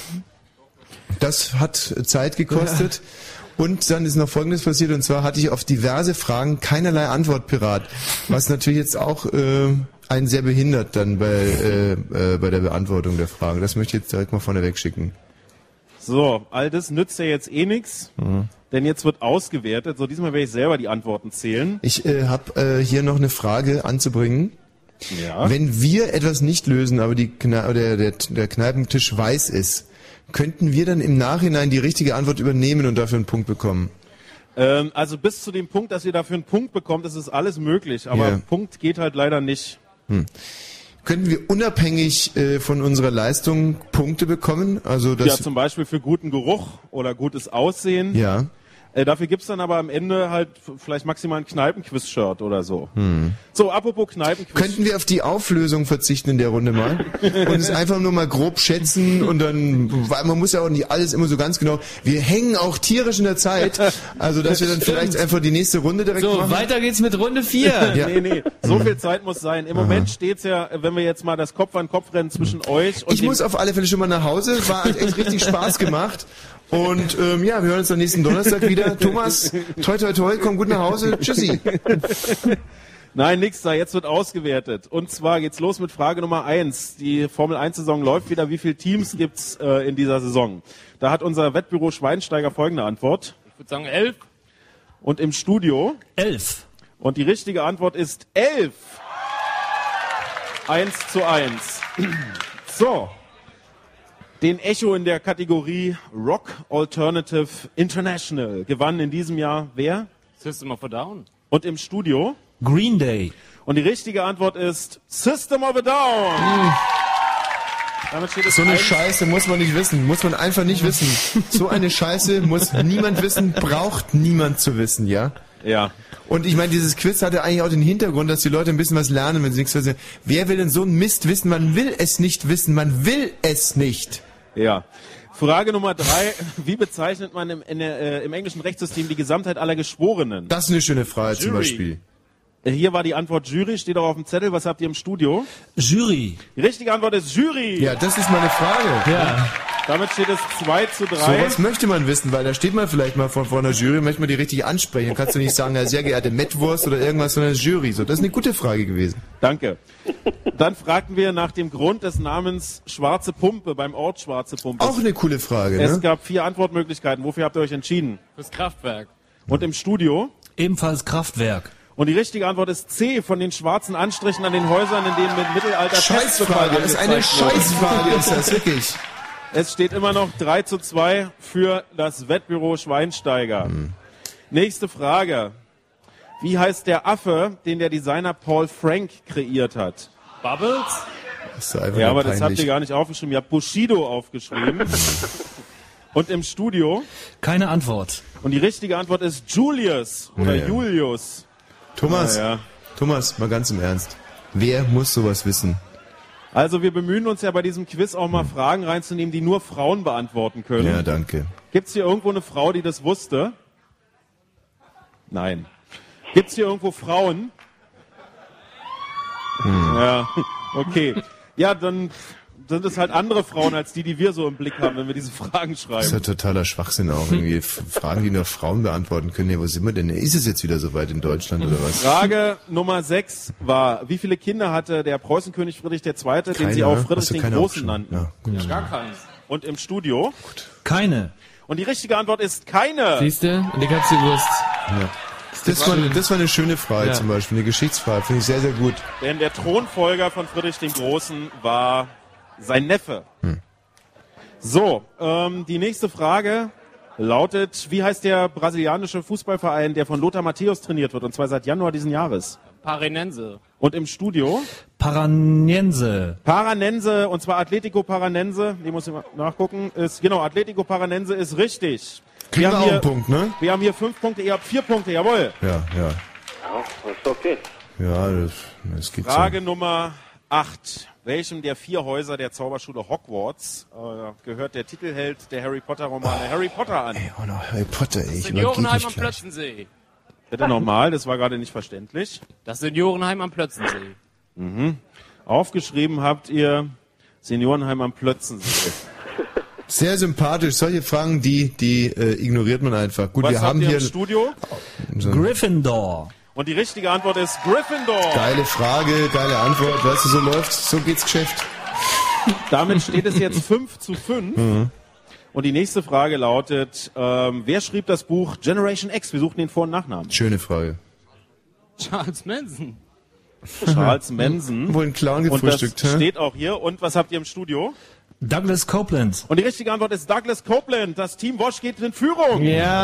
Das hat Zeit gekostet. Und dann ist noch Folgendes passiert, und zwar hatte ich auf diverse Fragen keinerlei Antwort parat. Was natürlich jetzt auch äh, einen sehr behindert dann bei, äh, äh, bei der Beantwortung der Frage. Das möchte ich jetzt direkt mal vorneweg schicken. So, all das nützt ja jetzt eh nichts, mhm. denn jetzt wird ausgewertet. So, diesmal werde ich selber die Antworten zählen. Ich äh, habe äh, hier noch eine Frage anzubringen. Ja. Wenn wir etwas nicht lösen, aber die Kne- der, der, der Kneipentisch weiß ist, könnten wir dann im Nachhinein die richtige Antwort übernehmen und dafür einen Punkt bekommen? Ähm, also bis zu dem Punkt, dass ihr dafür einen Punkt bekommt, ist es alles möglich. Aber Ja. ein Punkt geht halt leider nicht. Hm. Könnten wir unabhängig äh, von unserer Leistung Punkte bekommen? Also das Ja, zum Beispiel für guten Geruch oder gutes Aussehen. Ja. Äh, dafür gibt's dann aber am Ende halt f- vielleicht maximal ein Kneipenquiz-Shirt oder so. Hm. So, apropos Kneipenquiz. Könnten wir auf die Auflösung verzichten in der Runde mal? Und es einfach nur mal grob schätzen und dann, weil man muss ja auch nicht alles immer so ganz genau, wir hängen auch tierisch in der Zeit, also dass wir dann vielleicht einfach die nächste Runde direkt So, machen. weiter geht's mit Runde vier. Ja. Nee, nee, so viel Zeit muss sein. Im Aha. Moment steht's ja, wenn wir jetzt mal das Kopf-an-Kopf-Rennen zwischen euch und Ich dem muss auf alle Fälle schon mal nach Hause, war hat echt richtig Spaß gemacht. Und ähm, ja, wir hören uns am nächsten Donnerstag wieder. Thomas, toi toi toi, komm gut nach Hause. Tschüssi. Nein, nix da, jetzt wird ausgewertet. Und zwar geht's los mit Frage Nummer eins. Die Formel eins Saison läuft wieder. Wie viele Teams gibt's äh, in dieser Saison? Da hat unser Wettbüro Schweinsteiger folgende Antwort. Ich würde sagen elf. Und im Studio? Elf. Und die richtige Antwort ist elf. Eins zu eins. So. Den Echo in der Kategorie Rock Alternative International gewann in diesem Jahr wer? System of a Down. Und im Studio? Green Day. Und die richtige Antwort ist System of a Down. Mhm. Damit steht es So eine eins. Scheiße muss man nicht wissen, muss man einfach nicht wissen. So eine Scheiße muss niemand wissen, braucht niemand zu wissen, ja? Ja. Und ich meine, dieses Quiz hatte eigentlich auch den Hintergrund, dass die Leute ein bisschen was lernen, wenn sie nichts wissen. Wer will denn so einen Mist wissen? Man will es nicht wissen, man will es nicht. Ja. Frage Nummer drei. Wie bezeichnet man im, in der, äh, im englischen Rechtssystem die Gesamtheit aller Geschworenen? Das ist eine schöne Frage zum Jury. Beispiel. Äh, Hier war die Antwort Jury, steht auch auf dem Zettel. Was habt ihr im Studio? Jury. Die richtige Antwort ist Jury. Ja, das ist meine Frage. Ja. Damit steht es zwei zu So drei. was möchte man wissen, weil da steht man vielleicht mal vor, vor einer Jury, möchte man die richtig ansprechen. Dann kannst du nicht sagen, ja, sehr geehrte Mettwurst oder irgendwas, sondern Jury. So, das ist eine gute Frage gewesen. Danke. Dann fragten wir nach dem Grund des Namens Schwarze Pumpe beim Ort Schwarze Pumpe. Auch eine coole Frage, Es ne? gab vier Antwortmöglichkeiten. Wofür habt ihr euch entschieden? Fürs Kraftwerk. Und im Studio? Ebenfalls Kraftwerk. Und die richtige Antwort ist C, von den schwarzen Anstrichen an den Häusern, in denen mit Mittelalter Scheißfrage, das ist eine angezeigt wurde. Scheißfrage, ist das wirklich. Es steht immer noch drei zu zwei für das Wettbüro Schweinsteiger. Hm. Nächste Frage. Wie heißt der Affe, den der Designer Paul Frank kreiert hat? Bubbles? Das ist einfach Ja, nur aber das habt peinlich. ihr gar nicht aufgeschrieben. Ihr habt Bushido aufgeschrieben. Und im Studio? Keine Antwort. Und die richtige Antwort ist Julius oder Ja, ja. Julius. Thomas, Ja, ja. Thomas, mal ganz im Ernst. Wer muss sowas wissen? Also wir bemühen uns ja bei diesem Quiz auch mal Fragen reinzunehmen, die nur Frauen beantworten können. Ja, danke. Gibt's hier irgendwo eine Frau, die das wusste? Nein. Gibt's hier irgendwo Frauen? Hm. Ja, okay. Ja, dann sind es halt andere Frauen als die, die wir so im Blick haben, wenn wir diese Fragen Das ist schreiben. ja totaler Schwachsinn auch. Irgendwie F- Fragen, die nur Frauen beantworten können. Ja, wo sind wir denn? Ist es jetzt wieder soweit in Deutschland oder was? Frage Nummer sechs war, wie viele Kinder hatte der Preußenkönig Friedrich der Zweite, den Keine, sie auch ne? Friedrich Hast du den keine Großen aufgeschrieben? nannten? Ja, gut. Gar keins. Und im Studio? Keine. Und die richtige Antwort ist keine. Siehst du? Und ich hab's gewusst. Ja. Das, war, das war eine schöne Frage Ja. zum Beispiel, eine Geschichtsfrage, finde ich sehr, sehr gut. Denn der Thronfolger von Friedrich dem Großen war sein Neffe. Hm. So, ähm, die nächste Frage lautet, wie heißt der brasilianische Fußballverein, der von Lothar Matthäus trainiert wird, und zwar seit Januar diesen Jahres? Parinense. Und im Studio? Paranense. Paranense, und zwar Atletico Paranense, die muss ich mal nachgucken, ist, genau, Atletico Paranense ist richtig. Kriegen wir haben auch hier, einen Punkt, ne? Wir haben hier fünf Punkte, ihr habt vier Punkte, jawohl. Ja, ja. Ja, das ist okay. Ja, das, das geht Frage so. Nummer acht. Welchem der vier Häuser der Zauberschule Hogwarts äh, gehört der Titelheld der Harry Potter Romane Oh, Harry Potter an? Ey, oh no, Harry Potter, ey, ich Seniorenheim übergebe am mich gleich. Plötzensee. Bitte nochmal, das war gerade nicht verständlich. Das Seniorenheim am Plötzensee. Mhm. Aufgeschrieben habt ihr Seniorenheim am Plötzensee. Sehr sympathisch. Solche Fragen, die, die äh, ignoriert man einfach. Gut, Was wir habt haben ihr hier im Studio? so Gryffindor. Und die richtige Antwort ist Gryffindor. geile Frage, geile Antwort. Weißt du, so läuft's, so geht's Geschäft. Damit steht es jetzt fünf zu fünf. Mhm. Und die nächste Frage lautet, ähm, wer schrieb das Buch Generation X? Wir suchen den Vor- und Nachnamen. Schöne Frage. Charles Manson. Charles Manson. Wohl ein Clown Und gefrühstückt, das hä? steht auch hier. Und was habt ihr im Studio? Douglas Copeland. Und die richtige Antwort ist Douglas Copeland. Das Team Wosch geht in Führung.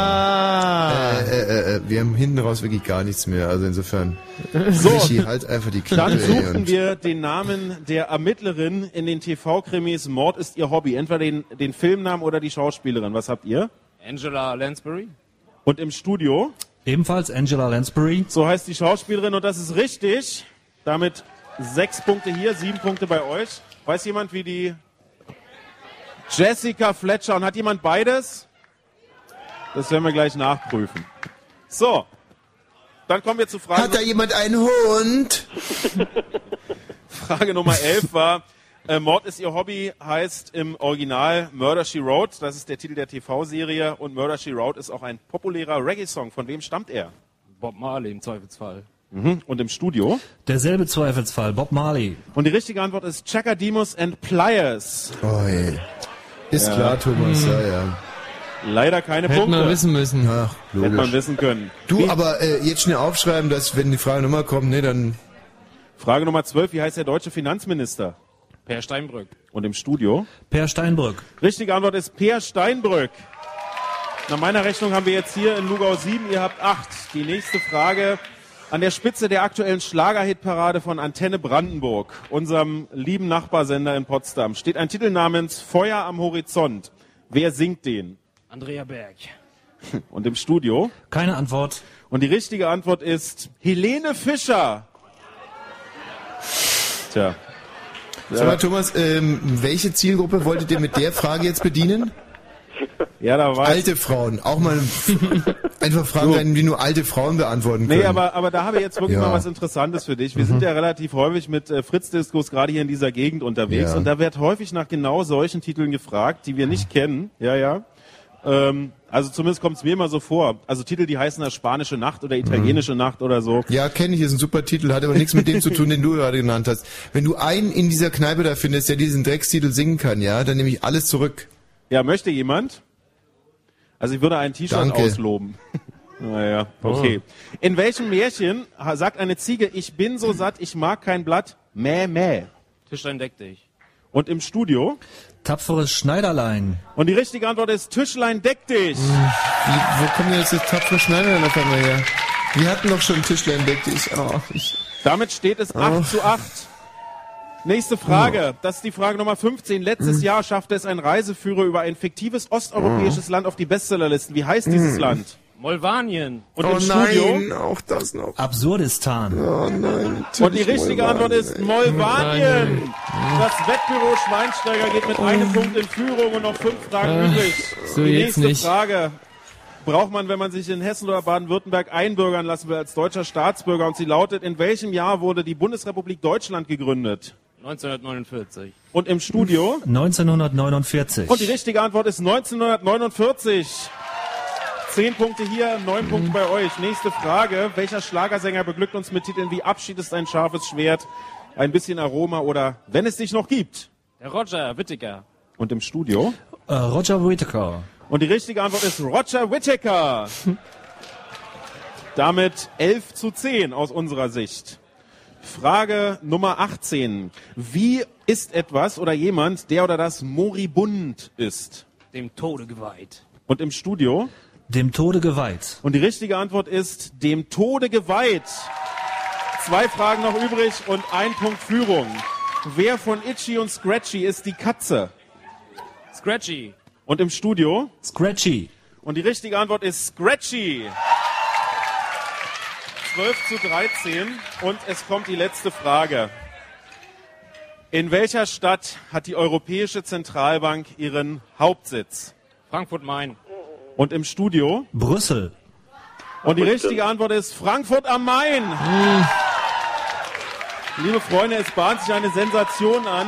Ja. Äh, äh, äh, wir haben hinten raus wirklich gar nichts mehr. Also insofern, So. Michi, halt einfach die Klappe. Dann ey, suchten und wir den Namen der Ermittlerin in den T V-Krimis Mord ist ihr Hobby. Entweder den, den Filmnamen oder die Schauspielerin. Was habt ihr? Angela Lansbury. Und im Studio? Ebenfalls Angela Lansbury. So heißt die Schauspielerin und das ist richtig. Damit sechs Punkte hier, sieben Punkte bei euch. Weiß jemand, wie die Jessica Fletcher, und hat jemand beides? Das werden wir gleich nachprüfen. So, dann kommen wir zu Frage. Hat da jemand einen Hund? Frage Nummer elf war, äh, Mord ist ihr Hobby, heißt im Original Murder, She Wrote. Das ist der Titel der T V-Serie und Murder, She Wrote ist auch ein populärer Reggae-Song. Von wem stammt er? Bob Marley im Zweifelsfall. Mhm. Und im Studio? Derselbe Zweifelsfall, Bob Marley. Und die richtige Antwort ist Chakademus and Pliers. Oh, ey. Ist Ja. klar, Thomas, Hm. ja, ja. Leider keine Hätte Punkte. man wissen müssen. Ach, Hätte man logisch. wissen können. Du, Wie- aber äh, jetzt schnell aufschreiben, dass wenn die Frage nochmal kommt, ne, dann Frage Nummer zwölf, wie heißt der deutsche Finanzminister? Per Steinbrück. Und im Studio? Per Steinbrück. Richtige Antwort ist Peer Steinbrück. Nach meiner Rechnung haben wir jetzt hier in Lugau sieben, ihr habt acht. Die nächste Frage. An der Spitze der aktuellen Schlagerhitparade von Antenne Brandenburg, unserem lieben Nachbarsender in Potsdam, steht ein Titel namens Feuer am Horizont. Wer singt den? Andrea Berg. Und im Studio? Keine Antwort. Und die richtige Antwort ist Helene Fischer. Tja. Sag mal, Thomas, ähm, welche Zielgruppe wolltet ihr mit der Frage jetzt bedienen? Ja, da war Alte Frauen. Auch mal einfach Fragen, So. rein, die nur alte Frauen beantworten können. Nee, aber, aber da habe ich jetzt wirklich Ja. mal was Interessantes für dich. Wir Mhm. sind ja relativ häufig mit äh, Fritz-Diskos gerade hier in dieser Gegend unterwegs Ja. und da wird häufig nach genau solchen Titeln gefragt, die wir nicht kennen. Ja, ja. Ähm, also zumindest kommt es mir immer so vor. Also Titel, die heißen das Spanische Nacht oder Italienische Nacht oder so. Ja, kenne ich, ist ein super Titel, hat aber nichts mit dem zu tun, den du gerade genannt hast. Wenn du einen in dieser Kneipe da findest, der diesen Dreckstitel singen kann, ja, dann nehme ich alles zurück. Ja, möchte jemand? Also ich würde ein T-Shirt Danke. ausloben. Naja, okay. In welchem Märchen ha- sagt eine Ziege, ich bin so satt, ich mag kein Blatt, mäh, mäh? Tischlein deck dich. Und im Studio? Tapferes Schneiderlein. Und die richtige Antwort ist Tischlein deck dich. Wie, wo kommen denn jetzt das tapfere Schneider auf einmal her? Wir hatten doch schon Tischlein deck dich. Oh, ich, Damit steht es acht Oh. zu acht. Nächste Frage. Das ist die Frage Nummer fünfzehn. Letztes Jahr schaffte es ein Reiseführer über ein fiktives osteuropäisches Land auf die Bestsellerlisten. Wie heißt dieses Land? Molvanien. Und oh im Studio? nein, auch das noch. Absurdistan. Oh nein. Und die richtige Antwort ist Molvanien. Das Wettbüro Schweinsteiger geht mit einem Punkt in Führung und noch fünf Fragen Ah, übrig. so Die jetzt nächste nicht. Frage. Braucht man, wenn man sich in Hessen oder Baden-Württemberg einbürgern lassen will als deutscher Staatsbürger? Und sie lautet, in welchem Jahr wurde die Bundesrepublik Deutschland gegründet? neunzehnhundertneunundvierzig. Und im Studio? neunzehnhundertneunundvierzig. Und die richtige Antwort ist neunzehnhundertneunundvierzig. Zehn Punkte hier, neun Punkte bei euch. Nächste Frage. Welcher Schlagersänger beglückt uns mit Titeln wie Abschied ist ein scharfes Schwert, ein bisschen Aroma oder Wenn es dich noch gibt? Der Roger Whittaker. Und im Studio? Äh, Roger Whittaker. Und die richtige Antwort ist Roger Whittaker. Damit elf zu zehn aus unserer Sicht. Frage Nummer achtzehn. Wie ist etwas oder jemand, der oder das moribund ist? Dem Tode geweiht. Und im Studio? Dem Tode geweiht. Und die richtige Antwort ist dem Tode geweiht. Zwei Fragen noch übrig und ein Punkt Führung. Wer von Itchy und Scratchy ist die Katze? Scratchy. Und im Studio? Scratchy. Und die richtige Antwort ist Scratchy. zwölf zu dreizehn. Und es kommt die letzte Frage. In welcher Stadt hat die Europäische Zentralbank ihren Hauptsitz? Frankfurt-Main. Und im Studio? Brüssel. Und die richtige Antwort ist Frankfurt am Main. Mhm. Liebe Freunde, es bahnt sich eine Sensation an.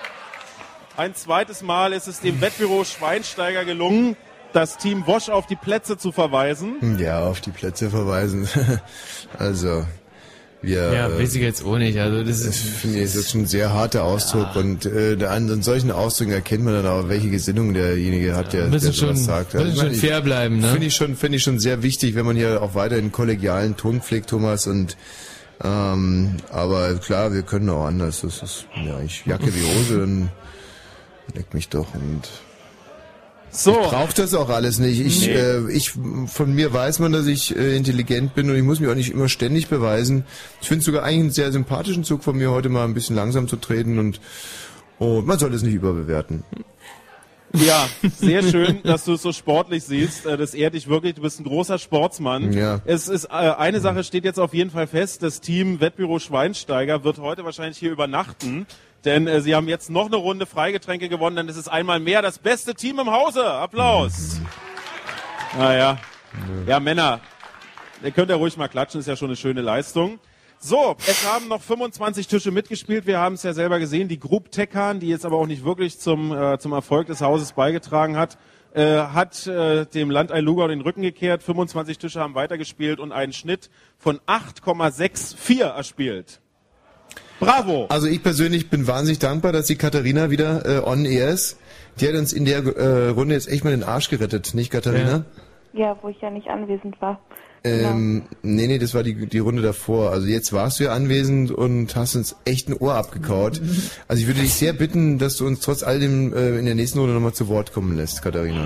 Ein zweites Mal ist es dem Wettbüro Schweinsteiger gelungen, das Team Wosch auf die Plätze zu verweisen. Ja, auf die Plätze verweisen. Also, wir... Ja, äh, weiß ich jetzt auch nicht. Also das ist, finde ich, ist jetzt schon ein sehr harter Ausdruck. Ja. Und äh, an solchen Ausdrücken erkennt man dann auch, welche Gesinnung derjenige hat, der, ja, der sowas schon, sagt. Also, Müssen schon ich, fair bleiben, ne? Finde ich schon, finde ich schon sehr wichtig, wenn man hier auch weiter in kollegialen Ton pflegt, Thomas. Und ähm, aber klar, wir können auch anders. Das ist ja, ich Jacke wie Hose, dann leck mich doch und so. Ich brauche das auch alles nicht. Ich, nee. äh, ich, von mir weiß man, dass ich äh, intelligent bin und ich muss mich auch nicht immer ständig beweisen. Ich finde es sogar eigentlich einen sehr sympathischen Zug von mir, heute mal ein bisschen langsam zu treten und, und man soll es nicht überbewerten. Ja, sehr schön, dass du es so sportlich siehst. Das ehrt dich wirklich. Du bist ein großer Sportsmann. Ja. Es ist äh, eine Sache steht jetzt auf jeden Fall fest. Das Team Wettbüro Schweinsteiger wird heute wahrscheinlich hier übernachten. Denn äh, sie haben jetzt noch eine Runde Freigetränke gewonnen, dann ist es einmal mehr das beste Team im Hause. Applaus. Naja, ja Männer, ihr könnt ja ruhig mal klatschen, ist ja schon eine schöne Leistung. So, es haben noch fünfundzwanzig Tische mitgespielt, wir haben es ja selber gesehen. Die Grub Tekkan, die jetzt aber auch nicht wirklich zum, äh, zum Erfolg des Hauses beigetragen hat, äh, hat äh, dem Landei Lugau den Rücken gekehrt. fünfundzwanzig Tische haben weitergespielt und einen Schnitt von acht Komma vierundsechzig erspielt. Bravo! Also ich persönlich bin wahnsinnig dankbar, dass die Katharina wieder äh, on air ist. Die hat uns in der äh, Runde jetzt echt mal den Arsch gerettet, nicht Katharina? Ja, ja, wo ich ja nicht anwesend war. Ähm, nee, nee, das war die, die Runde davor. Also jetzt warst du ja anwesend und hast uns echt ein Ohr abgekaut. Also ich würde dich sehr bitten, dass du uns trotz all dem äh, in der nächsten Runde nochmal zu Wort kommen lässt, Katharina.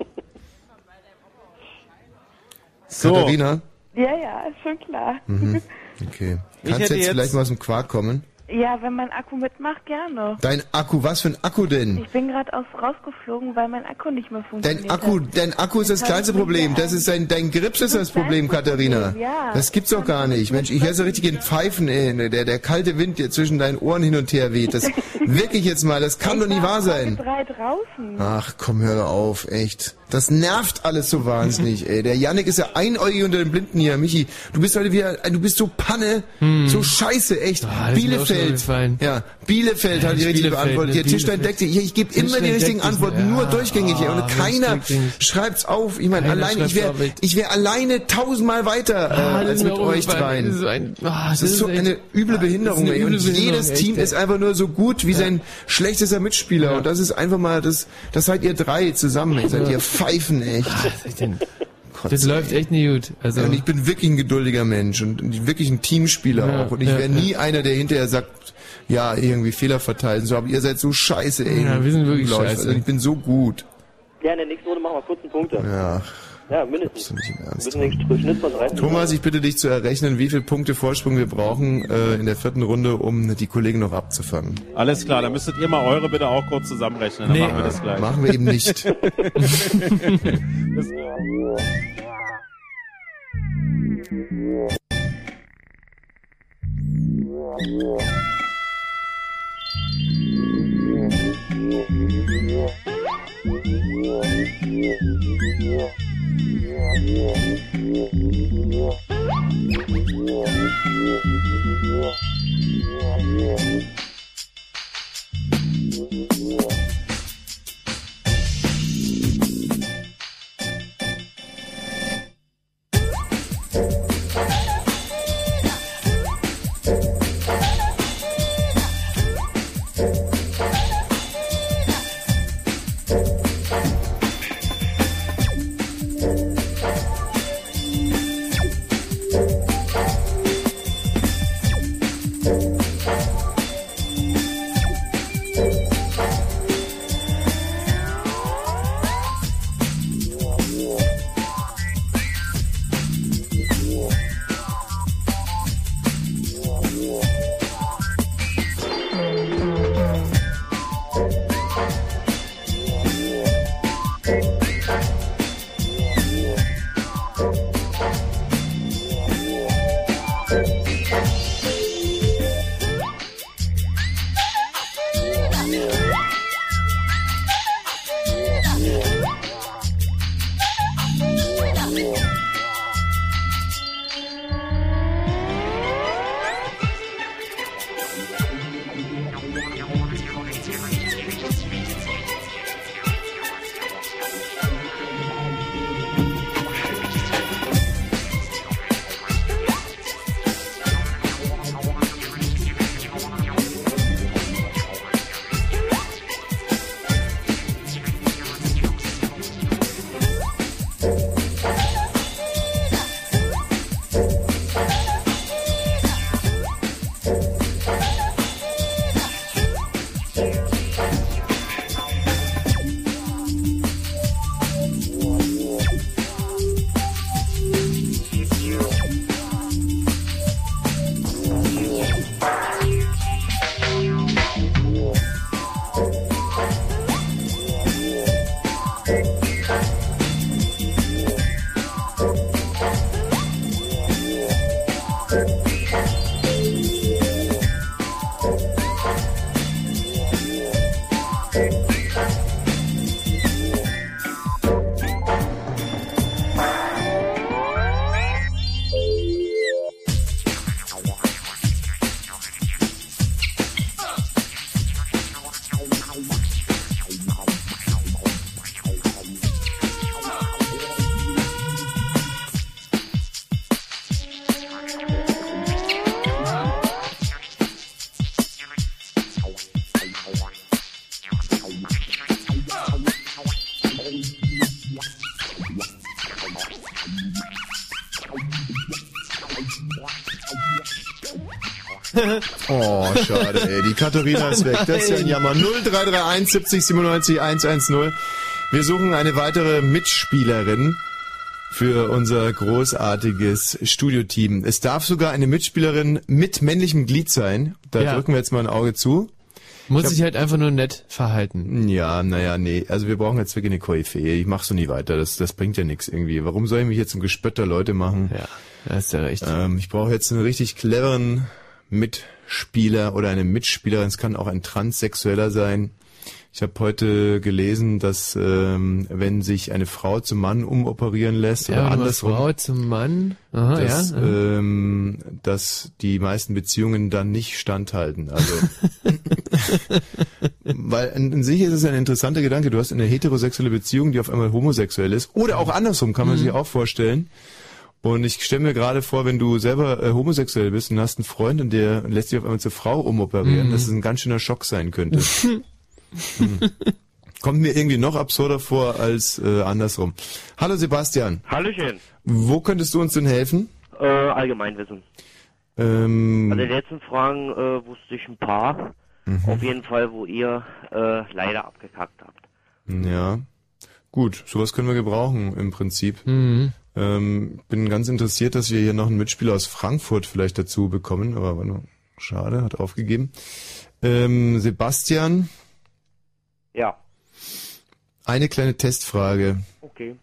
So. Katharina? Ja, ja, ist schon klar. Mhm. Okay. Ich Kannst hätte du jetzt, jetzt- vielleicht mal aus dem Quark kommen? Ja, wenn mein Akku mitmacht, gerne. Dein Akku, was für ein Akku denn? Ich bin gerade aus rausgeflogen, weil mein Akku nicht mehr funktioniert Dein Akku, hat. dein Akku ist das Jetzt kleinste hab ich Problem. wieder Das ist dein, dein Grips ist das Problem, Katharina. ja. Das gibt's doch gar nicht. Mensch, ich höre so richtig in Pfeifen, ey. Der, der kalte Wind, der zwischen deinen Ohren hin und her weht. Das, wirklich jetzt mal, das kann doch nicht wahr sein. drei draußen. Ach, komm, hör auf, echt. Das nervt alles so wahnsinnig, ey. Der Yannick ist ja einäugig unter den Blinden hier. Michi, du bist heute wieder, du bist so Panne, Hm. so scheiße, echt. Ah, das ist mir auch schon Bielefeld. aufgefallen. Ja, Bielefeld hat die Ja, richtige Bielefeld, beantwortet. ne, Hier, Tischlein Bielefeld. deckt dich. Ich, ich gebe immer die Tischlein richtigen deckt dich, Antworten, ja. nur durchgängig hier. Und Ah, keiner lustig. schreibt's auf. Ich meine, Keiner allein, ich schreibt's wäre auf, echt. ich wär alleine tausendmal weiter äh, Ah, das als ist mir mit auch euch aufgefallen. dreien. Das ist ein- ah, das das ist so ist echt- eine üble ah, Behinderung, das ist eine ey. Und üble Behinderung, jedes echt, Team ey. ist einfach nur so gut wie Ja. sein schlechtester Mitspieler. Ja. Und das ist einfach mal, das, das seid ihr drei zusammen. Ihr seid Ja. ihr Pfeifen, echt. Das läuft echt nicht gut. Also Ja, und ich bin wirklich ein geduldiger Mensch und wirklich ein Teamspieler Ja, auch. Und ich ja, wäre ja. nie einer, der hinterher sagt, ja, irgendwie Fehler verteilen. So, aber ihr seid so scheiße, ey. Ja, wir sind wirklich Unglaublich. scheiße. Also ich bin so gut. Ja, in der nächsten Runde machen wir vierzehn Punkte. Ja. Ja, mindestens. Nicht im Ernst. Wir müssen den Schnitt von dreizehn. Thomas, ich bitte dich zu errechnen, wie viele Punkte Vorsprung wir brauchen äh, in der vierten Runde, um die Kollegen noch abzufangen. Alles klar, dann müsstet ihr mal eure bitte auch kurz zusammenrechnen. Dann Nee. machen wir das gleich. Machen wir eben nicht. Das- Oh, schade, ey. Die Katharina ist weg. Das ist ja ein Jammer. null drei drei eins siebzig siebenundneunzig hundertzehn. Wir suchen eine weitere Mitspielerin für unser großartiges Studioteam. Es darf sogar eine Mitspielerin mit männlichem Glied sein. Da Ja. drücken wir jetzt mal ein Auge zu. Muss Ich sich halt einfach nur nett verhalten. Ja, naja, nee. Also wir brauchen jetzt wirklich eine Koryphäe. Ich mach so nie weiter. Das, das bringt ja nichts irgendwie. Warum soll ich mich jetzt zum Gespött der Leute machen? Ja, da hast du ja recht. Ähm, ich brauche jetzt einen richtig cleveren Mitspieler oder eine Mitspielerin. Es kann auch ein Transsexueller sein. Ich habe heute gelesen, dass ähm, wenn sich eine Frau zum Mann umoperieren lässt Ja, oder eine andersrum, Frau zum Mann. Aha, dass, ja. ähm, dass die meisten Beziehungen dann nicht standhalten. Also weil in, in sich ist es ein interessanter Gedanke. Du hast eine heterosexuelle Beziehung, die auf einmal homosexuell ist. Oder auch andersrum, kann man Mhm. sich auch vorstellen. Und ich stelle mir gerade vor, wenn du selber äh, homosexuell bist und hast einen Freund und der lässt sich auf einmal zur Frau umoperieren, Mhm. dass es ein ganz schöner Schock sein könnte. Hm. Kommt mir irgendwie noch absurder vor als äh, andersrum. Hallo Sebastian. Hallöchen. Wo könntest du uns denn helfen? Äh, Allgemeinwissen. Ähm, Also die letzten Fragen äh, wusste ich ein paar. Mhm. Auf jeden Fall, wo ihr äh, leider abgekackt habt. Ja, gut, sowas können wir gebrauchen im Prinzip. Mhm. Ähm, bin ganz interessiert, dass wir hier noch einen Mitspieler aus Frankfurt vielleicht dazu bekommen, aber war nur schade, hat aufgegeben. Ähm, Sebastian, Ja. eine kleine Testfrage. Okay.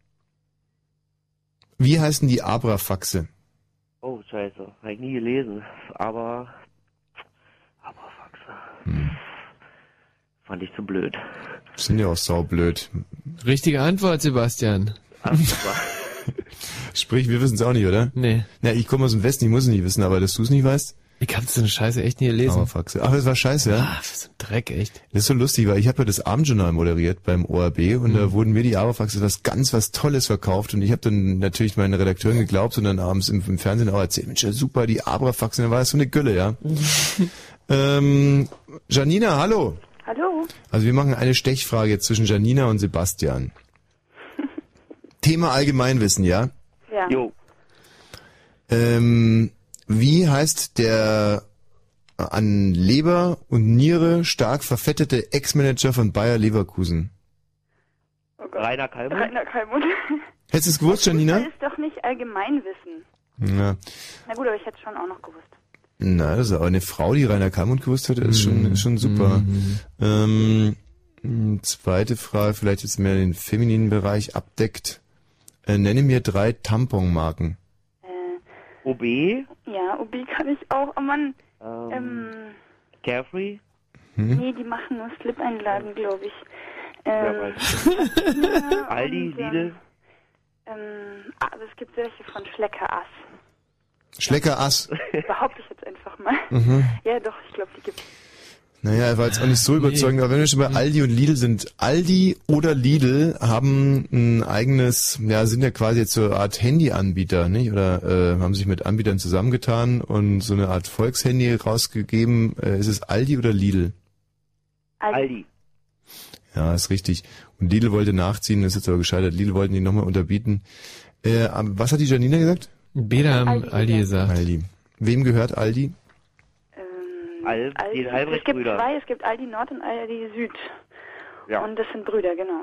Wie heißen die Abrafaxe? Oh, scheiße. Habe ich nie gelesen. Aber... Aber Faxe. Fand ich zu blöd. Sind ja auch saublöd. Richtige Antwort, Sebastian. Ach, super. Sprich, wir wissen es auch nicht, oder? Nee. Ja, ich komme aus dem Westen, ich muss es nicht wissen, aber dass du es nicht weißt? Ich hab so eine Scheiße echt nie gelesen. Abrafaxe. Ach, das war scheiße, ja? Ah, das ist ein Dreck, echt. Das ist so lustig, weil ich habe ja das Abendjournal moderiert beim O R B und Mhm. da wurden mir die Abrafaxe was ganz was Tolles verkauft und ich habe dann natürlich meinen Redakteuren geglaubt und dann abends im, im Fernsehen auch erzählt, Mensch, ja, super, die Abrafaxe, dann war das so eine Gülle, ja. ähm, Janina, hallo. Hallo. Also wir machen eine Stechfrage jetzt zwischen Janina und Sebastian. Thema Allgemeinwissen, ja? Ja. Jo. Ähm, wie heißt der an Leber und Niere stark verfettete Ex-Manager von Bayer Leverkusen? Rainer Kallmund? Rainer Kallmund. Hättest du es gewusst, Janina? Das ist doch nicht Allgemeinwissen. Ja. Na gut, aber ich hätte es schon auch noch gewusst. Na, das ist aber eine Frau, die Rainer Kallmund gewusst hat, ist schon, ist schon super. Ähm, zweite Frage, vielleicht jetzt mehr den femininen Bereich abdeckt. Äh, nenne mir drei Tamponmarken. O B? Ja, O B kann ich auch. Oh Mann. Ähm, Ähm, Carefree? Hm? nee, die machen nur Slip-Einlagen, glaube ich. Ja, Ähm, weiß. Aldi, und, ähm, Lidl? Ähm, ah, aber es gibt welche von Schlecker-Ass. Schlecker Ass. Behaupte ich jetzt einfach mal. Mhm. Ja, doch, ich glaube, die gibt's. Naja, er war jetzt auch nicht so überzeugend, aber wenn wir schon bei Aldi und Lidl sind, Aldi oder Lidl haben ein eigenes, ja, sind ja quasi jetzt so eine Art Handyanbieter, nicht? Oder äh, haben sich mit Anbietern zusammengetan und so eine Art Volkshandy rausgegeben. Äh, ist es Aldi oder Lidl? Aldi. Ja, ist richtig. Und Lidl wollte nachziehen, ist jetzt aber gescheitert. Lidl wollten die nochmal unterbieten. Äh, aber was hat die Janina gesagt? Beda haben Aldi, Aldi gesagt. Aldi. Wem gehört Aldi? Al Aldi. die Es gibt Albrecht-Brüder. zwei, es gibt Aldi Nord und Aldi Süd. Ja. Und das sind Brüder, genau.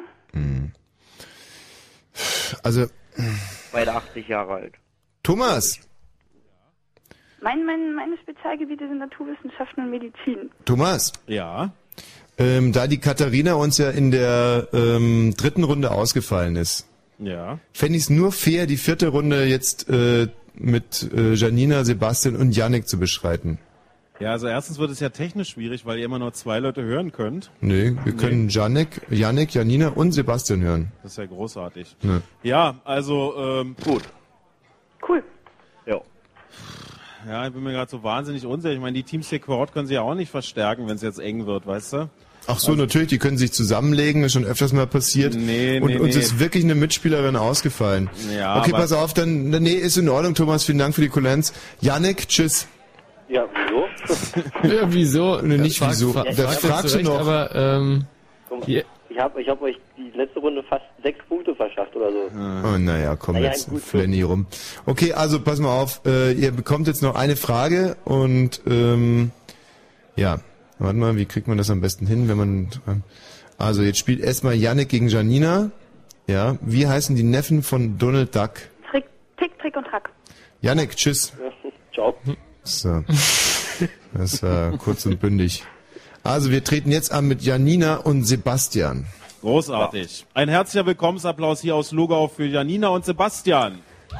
Also, Beide achtzig Jahre alt. Thomas, Mein, mein, meine Spezialgebiete sind Naturwissenschaften und Medizin. Thomas. Ja. Ähm, da die Katharina uns ja in der ähm, dritten Runde ausgefallen ist, Ja. fände ich es nur fair, die vierte Runde jetzt äh, mit äh, Janina, Sebastian und Yannick zu beschreiten. Ja, also erstens wird es ja technisch schwierig, weil ihr immer nur zwei Leute hören könnt. Nee, wir können Yannick, Yannick, Janina und Sebastian hören. Das ist ja großartig. Ja. Ja, also ähm, gut. Cool. Ja. Ja, ich bin mir gerade so wahnsinnig unsicher. Ich meine, die Teams hier vor Ort können sie ja auch nicht verstärken, wenn es jetzt eng wird, weißt du? Ach so, natürlich, die können sich zusammenlegen, ist schon öfters mal passiert. Nee, und nee, uns nee. ist wirklich eine Mitspielerin ausgefallen. Ja, okay, aber- pass auf, dann, nee, ist in Ordnung, Thomas, vielen Dank für die Kulanz. Yannick, tschüss. Ja, wieso? Ja, wieso? Nee, nicht Frag- wieso. fra- Da fragt fragst er du zurecht, noch. Aber, ähm, ja, Ich Ich habe ich hab euch die letzte Runde fast sechs Punkte verschafft oder so. Oh, naja, komm Naja, jetzt, gut, Flenny rum. Okay, also pass mal auf, äh, ihr bekommt jetzt noch eine Frage und ähm, ja, warte mal, wie kriegt man das am besten hin, wenn man... Also jetzt spielt erstmal Yannick gegen Janina. Ja, wie heißen die Neffen von Donald Duck? Trick, Tick, Trick und Track. Yannick, tschüss. Ciao. So. Das war kurz und bündig. Also wir treten jetzt an mit Janina und Sebastian. Großartig. Ein herzlicher Willkommensapplaus hier aus Lugau für Janina und Sebastian.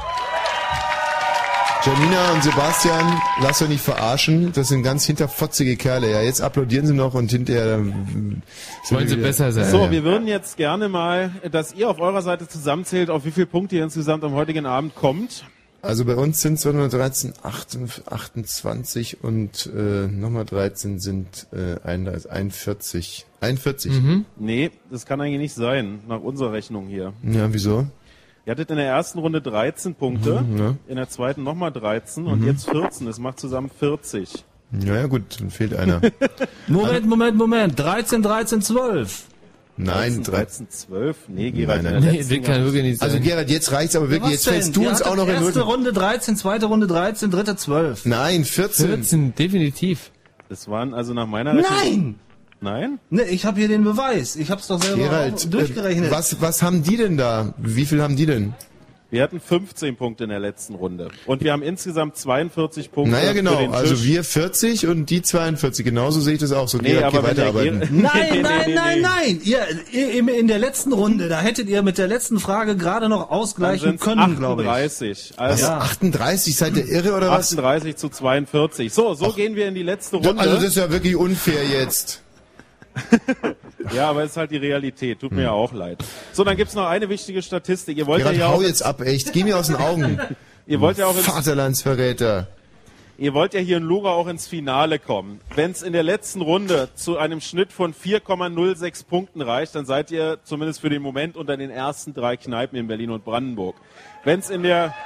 Janina und Sebastian, lasst euch nicht verarschen, das sind ganz hinterfotzige Kerle. Ja, jetzt applaudieren sie noch und hinterher... Äh, Wollen sie besser sein. So, ja. wir würden jetzt gerne mal, dass ihr auf eurer Seite zusammenzählt, auf wie viele Punkte ihr insgesamt am heutigen Abend kommt. Also bei uns sind zweihundertdreizehn, achtundzwanzig und äh, nochmal dreizehn sind äh, einundvierzig. einundvierzig. Mhm. Nee, das kann eigentlich nicht sein, nach unserer Rechnung hier. Ja, wieso? Ihr hattet in der ersten Runde dreizehn Punkte, Mhm, ja. in der zweiten nochmal dreizehn und Mhm. jetzt vierzehn. Das macht zusammen vierzig. Ja, ja gut, dann fehlt einer. Moment, Moment, Moment. dreizehn, dreizehn, zwölf. Nein, dreizehn, zwölf? Nee, Gerald. Nein, in nein. der letzten kann wirklich nicht sein. Also Gerald, jetzt reicht's aber wirklich, Was jetzt denn? fällst du Ihr uns hattet auch noch in erste Null. Runde dreizehn, zweite Runde dreizehn, dritte zwölf. Nein, vierzehn. vierzehn, definitiv. Das waren also nach meiner Rechnung... Nein! Nein? Ne, ich habe hier den Beweis. Ich habe es doch selber Gerald, auch durchgerechnet. äh, was, was haben die denn da? Wie viel haben die denn? Wir hatten fünfzehn Punkte in der letzten Runde. Und wir haben insgesamt zweiundvierzig Punkte Naja, für genau. den Tisch. Also wir vierzig und die zweiundvierzig. Genauso sehe ich das auch. So, Nee, Gerald, aber geh wenn der weiterarbeiten. Gerald- Nein, Nee, nee, nein, nee, nein, nee. nein. Ihr, ihr, in der letzten Runde, da hättet ihr mit der letzten Frage gerade noch Dann ausgleichen sind's können, glaube ich. achtunddreißig. Was, Also achtunddreißig? Seid ihr irre oder was? achtunddreißig zu zweiundvierzig. So, so gehen wir in die letzte Runde. Also das ist ja wirklich unfair jetzt. Ja, aber es ist halt die Realität. Tut mir ja auch leid. So, dann gibt's noch eine wichtige Statistik. Ihr wollt Gerald, ja hau auch, jetzt ab, echt. Geh mir aus den Augen. ihr wollt ja auch ins, Vaterlandsverräter. ihr wollt ja hier in Lugau auch ins Finale kommen. Wenn es in der letzten Runde zu einem Schnitt von vier Komma null sechs Punkten reicht, dann seid ihr zumindest für den Moment unter den ersten drei Kneipen in Berlin und Brandenburg. Wenn es in der...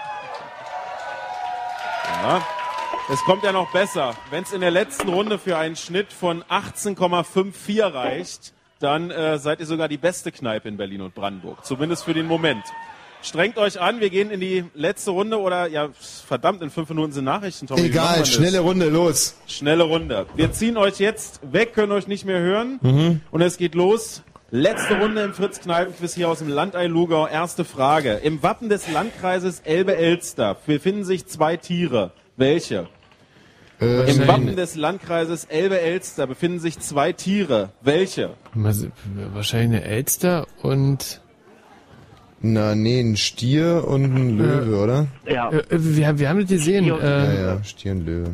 Ja, es kommt ja noch besser. Wenn es in der letzten Runde für einen Schnitt von achtzehn Komma vierundfünfzig reicht, dann äh, seid ihr sogar die beste Kneipe in Berlin und Brandenburg. Zumindest für den Moment. Strengt euch an, wir gehen in die letzte Runde oder, ja, verdammt, in fünf Minuten sind Nachrichten, Tommy. Wie macht man Egal, das? schnelle Runde, los. Schnelle Runde. Wir ziehen euch jetzt weg, können euch nicht mehr hören. Mhm. Und es geht los. Letzte Runde im Fritz-Kneipen-Quiz hier aus dem Landei Lugau. Erste Frage. Im Wappen des Landkreises Elbe-Elster befinden sich zwei Tiere. Welche? Äh, Im Wappen des Landkreises Elbe-Elster befinden sich zwei Tiere. Welche? Wahrscheinlich eine Elster und... Na, nee, ein Stier und ein Löwe, oder? Ja. Äh, wir, wir haben das gesehen. Ja, Äh, ja, Stier und Löwe.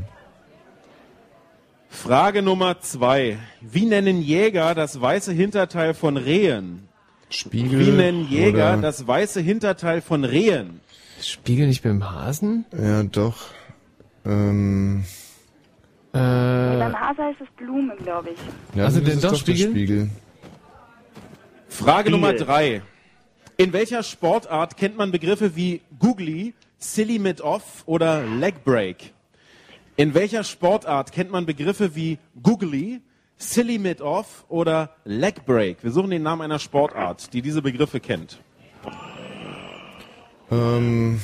Frage Nummer zwei. Wie nennen Jäger das weiße Hinterteil von Rehen? Spiegel. Wie nennen Jäger oder- das weiße Hinterteil von Rehen? Spiegel nicht beim Hasen? Ja, doch. Ähm, Äh, Beim Hase heißt es Blumen, glaube ich. ja, Also das denn ist doch der Spiegel? Spiegel. Frage Spiegel. Nummer drei. In welcher Sportart kennt man Begriffe wie Googly, Silly mit Off oder Leg Break? In welcher Sportart kennt man Begriffe wie Googly, Silly mit Off oder Leg Break? Wir suchen den Namen einer Sportart, die diese Begriffe kennt. Ähm,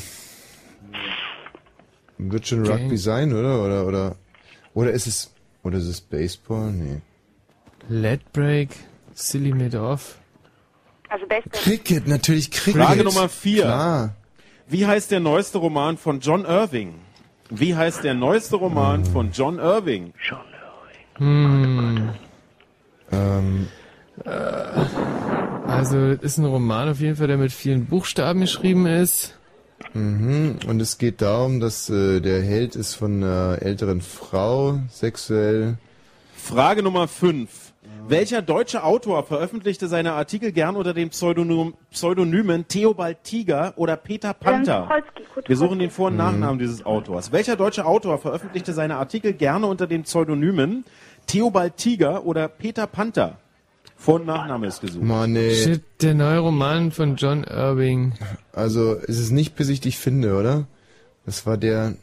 wird schon Okay. Rugby sein, oder? Oder, oder, oder ist es, oder ist es Baseball? Nee. Let Break, Silly Made Off. Also beste. Cricket, natürlich Cricket. Frage Nummer vier. Klar. Wie heißt der neueste Roman von John Irving? Wie heißt der neueste Roman von John Irving? Hm. Ähm, Also, das ist ein Roman auf jeden Fall, der mit vielen Buchstaben geschrieben ist. mhm. Und es geht darum, dass äh, der Held ist von einer älteren Frau, sexuell. Frage Nummer fünf. Welcher deutsche Autor veröffentlichte seine Artikel gern unter den Pseudonym, Pseudonymen Theobald Tiger oder Peter Panther? Tucholsky, Kurt Wir suchen Tucholsky. den Vor- und Nachnamen dieses Autors. Welcher deutsche Autor veröffentlichte seine Artikel gerne unter den Pseudonymen Theobald Tiger oder Peter Panther? Vor- und Nachname ist gesucht. Mann, ey. Shit, der neue Roman von John Irving. Also, ist es nicht, bis ich dich finde, oder? Das war der...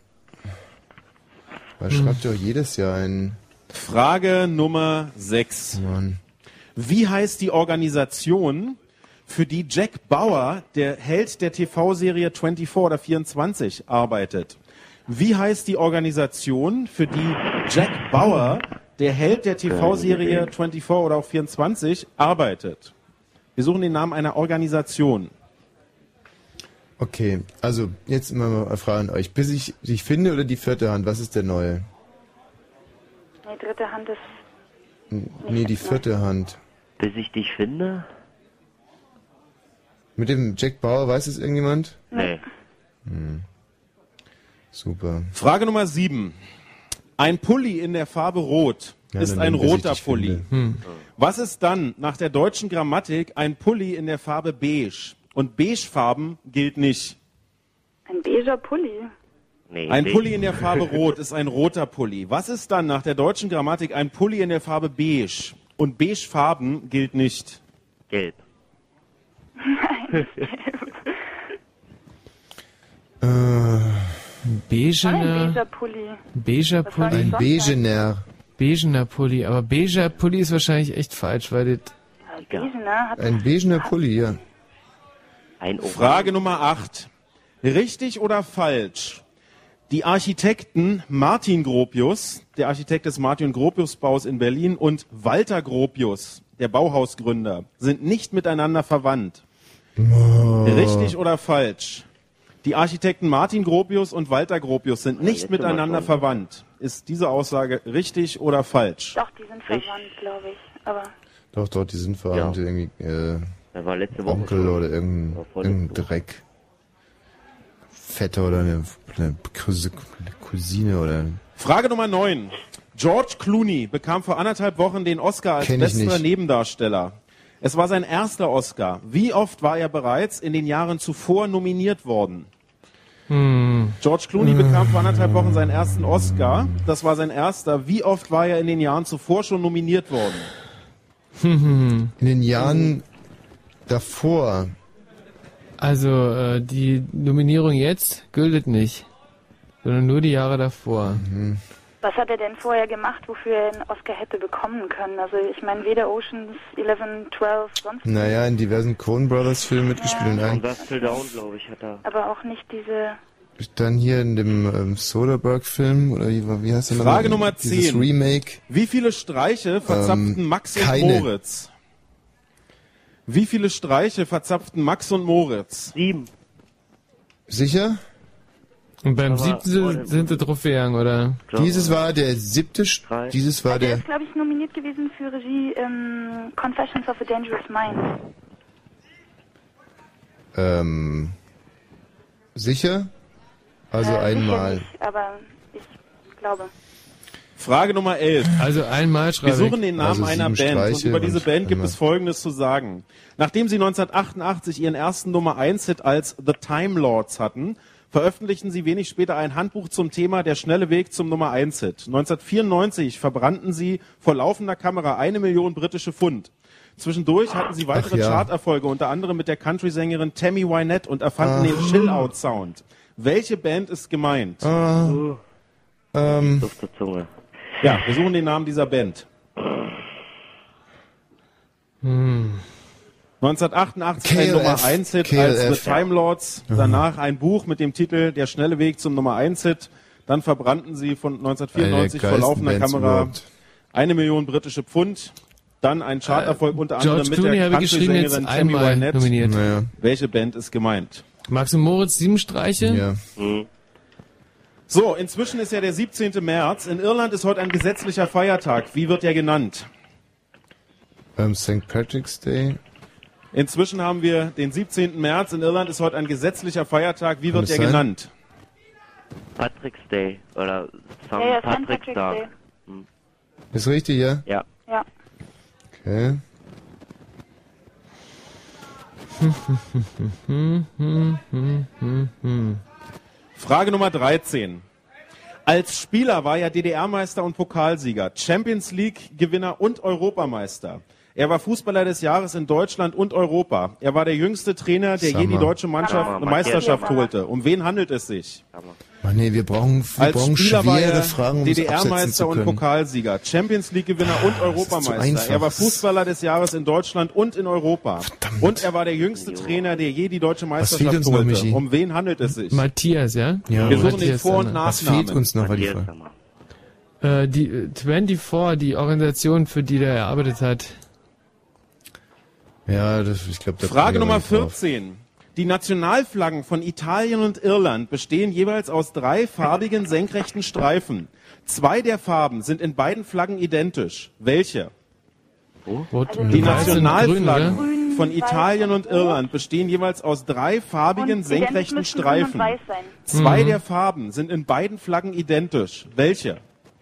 Man schreibt ja auch jedes Jahr einen... Frage Nummer sechs. Mann. Wie heißt die Organisation, für die Jack Bauer, der Held der T V-Serie vierundzwanzig oder vierundzwanzig, arbeitet? Wie heißt die Organisation, für die Jack Bauer, der Held der T V-Serie vierundzwanzig oder auch vierundzwanzig, arbeitet? Wir suchen den Namen einer Organisation. Okay, also jetzt mal eine Frage an euch. Bis ich dich finde oder die vierte Hand, was ist der neue? Die dritte Hand ist... N- Nee, die vierte Hand. Bis ich dich finde? Mit dem Jack Bauer, weiß es irgendjemand? Nee. Hm. Super. Frage Nummer sieben. Ein Pulli in der Farbe Rot Ja, ist dann ein nehmen, bis ich roter dich Pulli. finde. Hm. Was ist dann nach der deutschen Grammatik ein Pulli in der Farbe Beige? Und Beigefarben gilt nicht. Ein beiger Pulli. Nee, Ein nee. Pulli in der Farbe Rot ist ein roter Pulli. Was ist dann nach der deutschen Grammatik ein Pulli in der Farbe Beige? Und Beigefarben gilt nicht. Gelb. Nein, Äh, ein Beigener, beiger Pulli. beiger Was soll Pulli. das ein sein? Begener. Beigener Pulli, aber beiger Pulli ist wahrscheinlich echt falsch, weil das... Beigener hat... Ein begener Pulli, ja. Ein Frage Nummer acht. Richtig oder falsch? Die Architekten Martin Gropius, der Architekt des Martin Gropius Baus in Berlin, und Walter Gropius, der Bauhausgründer, sind nicht miteinander verwandt. Oh. Richtig oder falsch? Die Architekten Martin Gropius und Walter Gropius sind nicht letzte Mal miteinander schon. verwandt. Ist diese Aussage richtig oder falsch? Doch, die sind verwandt, glaube ich. Aber Doch, doch, die sind verwandt. Ja. Irgendwie, äh, Das war letzte Woche Onkel schon. oder irgendein, War vorletzte irgendein Dreck. Vetter oder eine, eine Cousi- eine Cousine oder... Frage Nummer neun. George Clooney bekam vor anderthalb Wochen den Oscar als Kenn ich bester nicht. Nebendarsteller. Es war sein erster Oscar. Wie oft war er bereits in den Jahren zuvor nominiert worden? Hm. George Clooney bekam vor anderthalb Wochen seinen ersten Oscar. Das war sein erster. Wie oft war er in den Jahren zuvor schon nominiert worden? Hm. In den Jahren davor. Also, äh, die Nominierung jetzt gilt nicht, sondern nur die Jahre davor. Mhm. was hat er denn vorher gemacht, wofür er einen Oscar hätte bekommen können? Also ich meine, weder Oceans elf, zwölf, sonst Naja, in diversen Coen Brothers Filmen mitgespielt. Und ein, Till Down, glaube ich, hat er. aber auch nicht diese... dann hier in dem ähm, Soderbergh-Film, oder wie, wie heißt der Frage nochmal? Nummer Dieses zehn. Remake. Wie viele Streiche verzapften Ähm, Max und keine. Moritz? Wie viele Streiche verzapften Max und Moritz? Sieben. Sicher? Und beim Aber- siebten sind, sind sie draufgegangen, oder? Dieses war der siebte, St- dieses war Der der, ist, glaube ich, nominiert gewesen für Regie ähm, Confessions of a Dangerous Mind. ähm, sicher? Also Äh, einmal. sicher nicht, aber ich glaube. Frage Nummer elf. Also einmal schreibe Wir ich. suchen den Namen Also einer sieben Band und Streiche über diese und Band gibt einmal. es Folgendes zu sagen. Nachdem sie neunzehnhundertachtundachtzig ihren ersten Nummer eins Hit als The Time Lords hatten, veröffentlichten sie wenig später ein Handbuch zum Thema Der schnelle Weg zum Nummer eins Hit. neunzehnhundertvierundneunzig verbrannten sie vor laufender Kamera eine Million britische Pfund. Zwischendurch hatten sie weitere Ach ja. Charterfolge, unter anderem mit der Country-Sängerin Tammy Wynette, und erfanden den Chill-Out-Sound. Welche Band ist gemeint? Ah, ähm, Auf der Zunge. Ja, wir suchen den Namen dieser Band. Hm. neunzehnhundertachtundachtzig K L ein F. Nummer eins Hit K L als F. The Time Lords, danach ein Buch mit dem Titel Der schnelle Weg zum Nummer eins Hit, dann verbrannten sie von neunzehnhundertvierundneunzig Eine der vor laufender geilsten Bands Kamera überhaupt. eine Million britische Pfund, dann ein Charterfolg unter anderem George mit Clooney der habe ich geschrieben, jetzt Country-Sängerin Tammy einmal Wynette. nominiert. naja, Welche Band ist gemeint? Max und Moritz, sieben Streiche? ja. Hm. So, inzwischen ist ja der siebzehnte März. In Irland ist heute ein gesetzlicher Feiertag. Wie wird er genannt? Ähm, Sankt Patrick's Day. Inzwischen haben wir den siebzehnten März. In Irland ist heute ein gesetzlicher Feiertag. Wie Kann wird es er sein? genannt? Patrick's Day. Oder Sankt Ja, ja, Saint Patrick's Patrick's Tag. Day. Ist richtig, ja? Ja. Ja. Okay. Frage Nummer dreizehn. Als Spieler war er D D R-Meister und Pokalsieger, Champions League-Gewinner und Europameister. Er war Fußballer des Jahres in Deutschland und Europa. Er war der jüngste Trainer, der Sag je die mal. deutsche Mannschaft Sag mal, eine Meisterschaft Matthias. holte. Um wen handelt es sich? Mann, nee, wir brauchen, wir Als brauchen Spieler war schwere er Fragen, um es absetzen zu D D R-Meister und können. Pokalsieger, Champions League-Gewinner und zu Europameister. einfach. Er war Fußballer des Jahres in Deutschland und in Europa. Und er war der jüngste Trainer, der je die deutsche Was fehlt Meisterschaft uns noch, holte. Michi? Um wen handelt es sich? Matthias, ja? Ja. Wir suchen Matthias, den Vor- und Anna. Was Nachnamen. fehlt uns noch, war die Matthias, Frage. sag mal. Äh, die äh, vierundzwanzig, die Organisation, für die der erarbeitet hat. Ja, das, ich glaube, da Frage kommen wir Nummer nicht drauf. vierzehn. Die Nationalflaggen von Italien und Irland bestehen jeweils aus drei farbigen senkrechten Streifen. Zwei der Farben sind in beiden Flaggen identisch. Welche? Rot, Die weiß und Nationalflaggen grün, von Italien und Irland bestehen jeweils aus drei farbigen Und senkrechten identisch müssen grün und Streifen. weiß sein. Zwei Mhm. der Farben sind in beiden Flaggen identisch. Welche?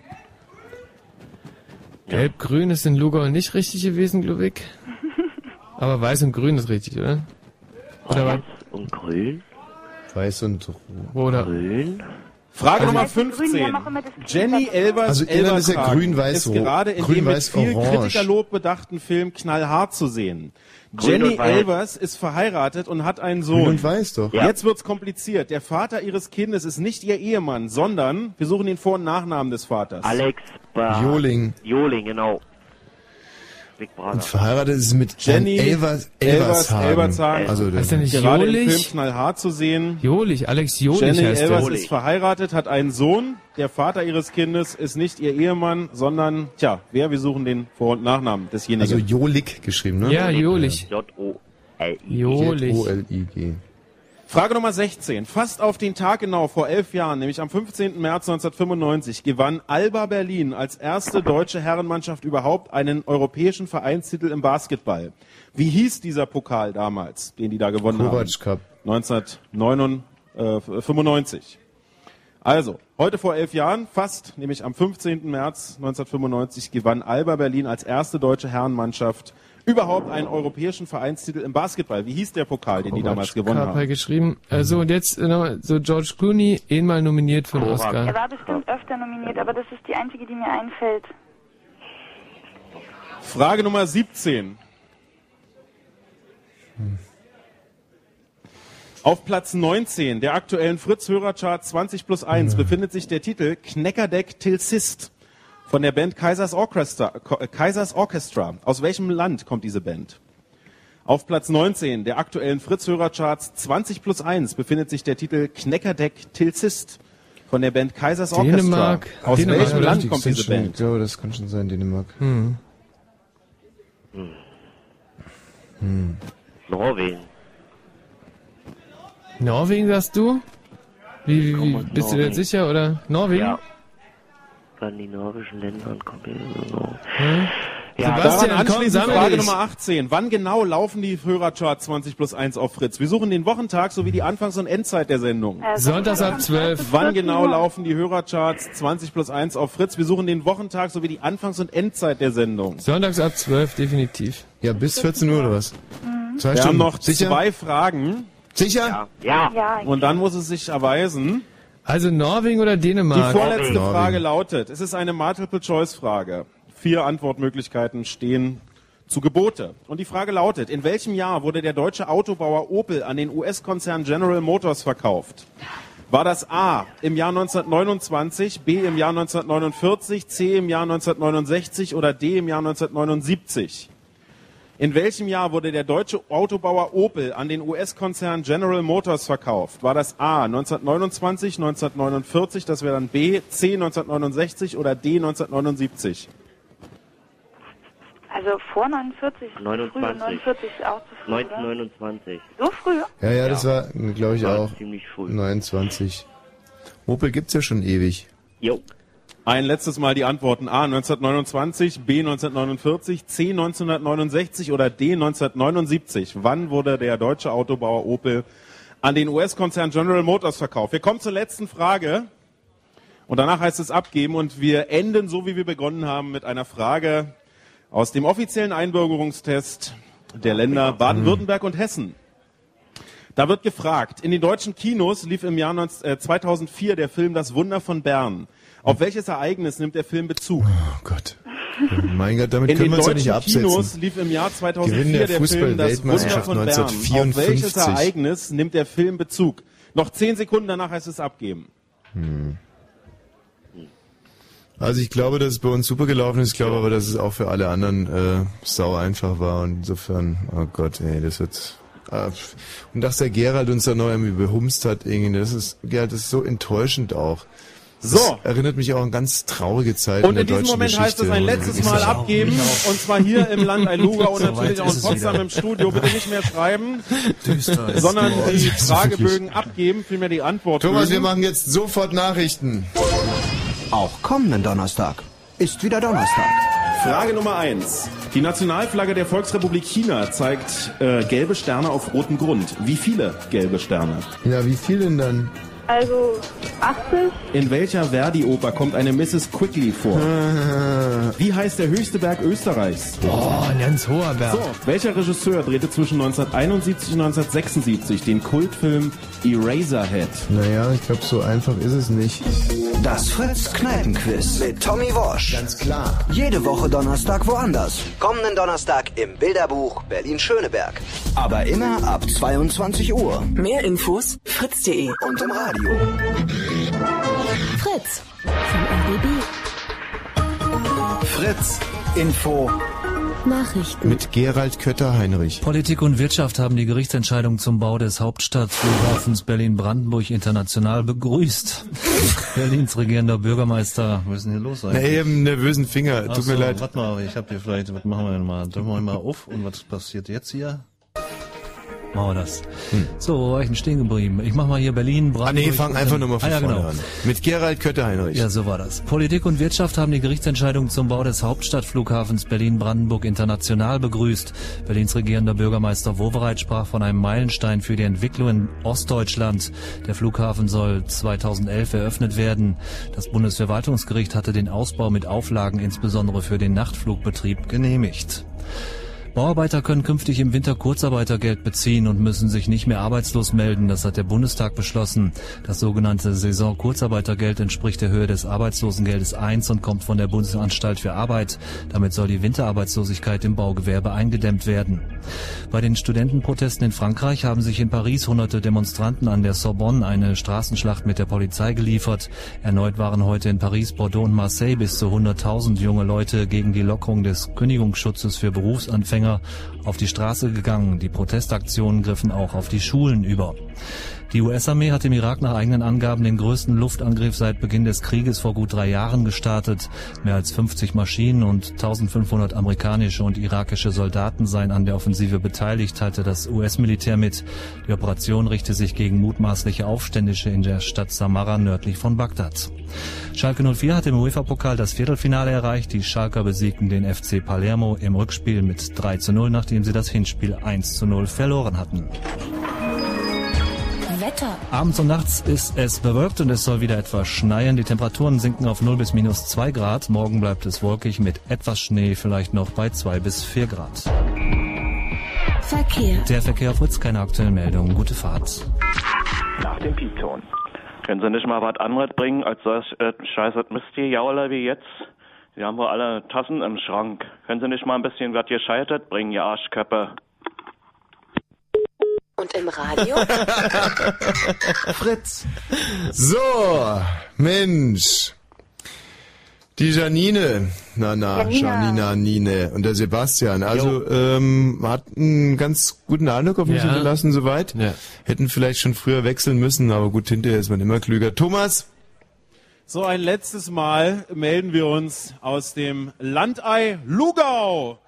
Gelb-Grün ist in Lugau nicht richtig gewesen, glaube ich. Aber Weiß und Grün ist richtig, oder? Oder was? Und grün? Weiß und Oder? Grün? Frage Also- Nummer Die Grünen fünfzehn. haben auch immer das Jenny Kleeblatt. Elvers Also Irland ist ja Elvertragen grün, weiß, ist gerade in grün, dem mit weiß, viel orange. Kritikerlob bedachten Film Knallhart zu sehen. Grün Jenny und weiß. Elvers ist verheiratet und hat einen Sohn. Grün und weiß doch. Ja. Jetzt wird's kompliziert. Der Vater ihres Kindes ist nicht ihr Ehemann, sondern wir suchen den Vor- und Nachnamen des Vaters. Alex ba Joling. Joling, genau. Big Brother. Und verheiratet ist mit Jenny Herrn Elvers, Elvers Elvershagen. Elvershagen. Also der, Heißt der nicht Gerade im Jolich? Film Knallhart zu sehen. Jolich, Alex Jolich Jenny heißt Elvers der. ist verheiratet, hat einen Sohn. Der Vater ihres Kindes ist nicht ihr Ehemann, sondern, tja, wer? Wir suchen den Vor- und Nachnamen desjenigen. also Jolik geschrieben, ne? Ja, Jolich. J O L I. Jolich. O L I G. Frage Nummer sechzehn. Fast auf den Tag genau vor elf Jahren, nämlich am fünfzehnten März neunzehnhundertfünfundneunzig, gewann Alba Berlin als erste deutsche Herrenmannschaft überhaupt einen europäischen Vereinstitel im Basketball. Wie hieß dieser Pokal damals, den die da gewonnen Kovac haben? Cup. neunzehnhundertfünfundneunzig. Also, heute vor elf Jahren, fast, nämlich am fünfzehnten März neunzehnhundertfünfundneunzig, gewann Alba Berlin als erste deutsche Herrenmannschaft überhaupt einen europäischen Vereinstitel im Basketball. Wie hieß der Pokal, den die damals gewonnen Kappa haben? geschrieben. Äh, so, und jetzt äh, noch, so George Clooney, einmal nominiert für den Er Oscar. war bestimmt öfter nominiert, aber das ist die einzige, die mir einfällt. Frage Nummer siebzehn. Auf Platz neunzehn der aktuellen Fritz-Hörerchart zwanzig plus eins befindet sich der Titel Kneckerdeck Tilsist von der Band Kaisers Orchestra, äh, Kaisers Orchestra. Aus welchem Land kommt diese Band? Auf Platz neunzehn der aktuellen Fritz-Hörercharts zwanzig plus eins befindet sich der Titel Kneckerdeck Tilsist von der Band Kaisers Orchestra. Dänemark. Aus Dänemark, welchem oder? Land Die kommt sind diese schon- Band? Ja, das kann schon sein, Dänemark. Hm. Hm. Norwegen. Norwegen, sagst du? Wie, wie, wie Komm, bist du Norwegen. dir sicher, oder? Norwegen? Ja. Skandinavischen Ländern kommt hier so. Hm? Ja, Sebastian, Daran komm, anschließend sammel Frage dich. Nummer achtzehn. Wann genau laufen die Hörerchart zwanzig plus eins auf Fritz? Wir suchen den Wochentag sowie die Anfangs- und Endzeit der Sendung. Äh, Sonntags ab zwölf. Wann genau laufen die Hörercharts zwanzig plus eins auf Fritz? Wir suchen den Wochentag sowie die Anfangs- und Endzeit der Sendung. Sonntags ab zwölf, definitiv. Ja, bis vierzehn Uhr oder was? Zwei Wir haben Stunden. noch Sicher? zwei Fragen Sicher? Ja. Ja, und dann muss es sich erweisen. Also Norwegen oder Die Dänemark? vorletzte Norwegen. Frage lautet, es ist eine Multiple-Choice-Frage. Vier Antwortmöglichkeiten stehen zu Gebote. Und die Frage lautet, in welchem Jahr wurde der deutsche Autobauer Opel an den U S-Konzern General Motors verkauft? War das A im Jahr neunzehnhundertneunundzwanzig, B im Jahr neunzehnhundertneunundvierzig, C im Jahr neunzehnhundertneunundsechzig oder D im Jahr neunzehnhundertneunundsiebzig? In welchem Jahr wurde der deutsche Autobauer Opel an den U S-Konzern General Motors verkauft? War das A neunzehnhundertneunundzwanzig, neunzehnhundertneunundvierzig, das wäre dann B, C neunzehnhundertneunundsechzig oder D neunzehnhundertneunundsiebzig? Also vor neunundvierzig. neunundzwanzig. Früh, neunundvierzig ist auch zu früh, oder? neunzehnhundertneunundzwanzig. So früh? Ja, ja, das war, glaube ich, War auch ziemlich früh. neunundzwanzig. Opel gibt's ja schon ewig. Jo. Ein letztes Mal die Antworten A neunzehnhundertneunundzwanzig, B neunzehnhundertneunundvierzig, C neunzehnhundertneunundsechzig oder D neunzehnhundertneunundsiebzig. Wann wurde der deutsche Autobauer Opel an den U S-Konzern General Motors verkauft? Wir kommen zur letzten Frage und danach heißt es abgeben und wir enden so, wie wir begonnen haben, mit einer Frage aus dem offiziellen Einbürgerungstest der Länder Baden-Württemberg und Hessen. Da wird gefragt, in den deutschen Kinos lief im Jahr zweitausendvier der Film Das Wunder von Bern. Auf welches Ereignis nimmt der Film Bezug? Oh Gott. Mein Gott, damit In können den wir uns ja nicht deutschen absetzen. Kinos lief im Jahr Gewinn zweitausendvier der der Film Das Wunder Fußball-Weltmeisterschaft von Bern. Auf welches neunzehnhundertvierundfünfzig? Ereignis nimmt der Film Bezug? Noch zehn Sekunden danach heißt es abgeben. Hm. Also ich glaube, dass es bei uns super gelaufen ist. Ich glaube aber, dass es auch für alle anderen äh, sau einfach war. Und insofern, oh Gott, ey, das wird... Äh, und dass der Gerald uns da noch irgendwie behumst hat, irgendwie, das ist, Gerald, das ist so enttäuschend auch. Das So. erinnert mich auch an ganz traurige Zeiten Und der in diesem deutschen Moment Geschichte. heißt es ein letztes Mal abgeben. Und zwar hier im Land Luga und natürlich auch in Potsdam im Studio. Bitte nicht mehr schreiben, Düster ist sondern die die Welt. Fragebögen abgeben, vielmehr die Antwort. Thomas, wir machen jetzt sofort Nachrichten. Auch kommenden Donnerstag ist wieder Donnerstag. Frage Nummer eins. Die Nationalflagge der Volksrepublik China zeigt äh, gelbe Sterne auf rotem Grund. Wie viele gelbe Sterne? Ja, wie viel denn dann? Also achtzig. In welcher Verdi-Oper kommt eine Misses Quickly vor? Wie heißt der höchste Berg Österreichs? Oh, ein ganz hoher Berg. So, welcher Regisseur drehte zwischen neunzehnhunderteinundsiebzig und neunzehnhundertsechsundsiebzig den Kultfilm Eraserhead? Naja, ich glaube, so einfach ist es nicht. Das Fritz-Kneipen-Quiz mit Tommy Walsh. Ganz klar. Jede Woche Donnerstag woanders. Kommenden Donnerstag im Bilderbuch Berlin-Schöneberg. Aber immer ab zweiundzwanzig Uhr. Mehr Infos fritz punkt de und im Radio. Fritz vom R B B. Fritz Info. Nachrichten. Mit Gerald Kötter-Heinrich. Politik und Wirtschaft haben die Gerichtsentscheidung zum Bau des Hauptstadtflughafens Berlin-Brandenburg international begrüßt. Berlins regierender Bürgermeister, was ist denn hier los Na, ich hab einen nervösen Finger, tut Ach mir so, leid. Warte mal, ich hab hier vielleicht, was machen wir denn mal? Drücken wir mal auf und was passiert jetzt hier? Machen wir das. Hm. So, wo war ich denn stehen geblieben? Ich mach mal hier Berlin, Brandenburg. Ah nee, fang einfach nochmal von ah, ja, vorne genau. an. Mit Gerald Kötter-Heinrich. Ja, so war das. Politik und Wirtschaft haben die Gerichtsentscheidung zum Bau des Hauptstadtflughafens Berlin-Brandenburg international begrüßt. Berlins regierender Bürgermeister Wowereit sprach von einem Meilenstein für die Entwicklung in Ostdeutschland. Der Flughafen soll zweitausendelf eröffnet werden. Das Bundesverwaltungsgericht hatte den Ausbau mit Auflagen insbesondere für den Nachtflugbetrieb genehmigt. Bauarbeiter können künftig im Winter Kurzarbeitergeld beziehen und müssen sich nicht mehr arbeitslos melden. Das hat der Bundestag beschlossen. Das sogenannte Saison-Kurzarbeitergeld entspricht der Höhe des Arbeitslosengeldes eins und kommt von der Bundesanstalt für Arbeit. Damit soll die Winterarbeitslosigkeit im Baugewerbe eingedämmt werden. Bei den Studentenprotesten in Frankreich haben sich in Paris hunderte Demonstranten an der Sorbonne eine Straßenschlacht mit der Polizei geliefert. Erneut waren heute in Paris, Bordeaux und Marseille bis zu hunderttausend junge Leute gegen die Lockerung des Kündigungsschutzes für Berufsanfänger auf die Straße gegangen. Die Protestaktionen griffen auch auf die Schulen über. Die U S-Armee hat im Irak nach eigenen Angaben den größten Luftangriff seit Beginn des Krieges vor gut drei Jahren gestartet. Mehr als fünfzig Maschinen und eintausendfünfhundert amerikanische und irakische Soldaten seien an der Offensive beteiligt, teilte das U S-Militär mit. Die Operation richte sich gegen mutmaßliche Aufständische in der Stadt Samarra nördlich von Bagdad. Schalke null vier hat im UEFA-Pokal das Viertelfinale erreicht. Die Schalker besiegten den F C Palermo im Rückspiel mit drei zu null, nachdem sie das Hinspiel eins zu null verloren hatten. Wetter. Abends und nachts ist es bewölkt und es soll wieder etwas schneien. Die Temperaturen sinken auf null bis minus zwei Grad. Morgen bleibt es wolkig mit etwas Schnee, vielleicht noch bei zwei bis vier Grad. Verkehr. Der Verkehr auf Fritz, keine aktuellen Meldungen. Gute Fahrt. Nach dem Piepton. Können Sie nicht mal was anderes bringen als das äh, scheiße Mist hier, Jauler wie jetzt? Sie haben wohl alle Tassen im Schrank. Können Sie nicht mal ein bisschen was Gescheites bringen, ihr Arschköppe? Und im Radio? Fritz. So, Mensch. Die Janine, na na, Janina. Janina, Nine und der Sebastian, also ähm, hatten einen ganz guten Eindruck auf mich Ja. hinterlassen soweit. Ja. Hätten vielleicht schon früher wechseln müssen, aber gut, hinterher ist man immer klüger. Thomas? So, ein letztes Mal melden wir uns aus dem Landei Lugau.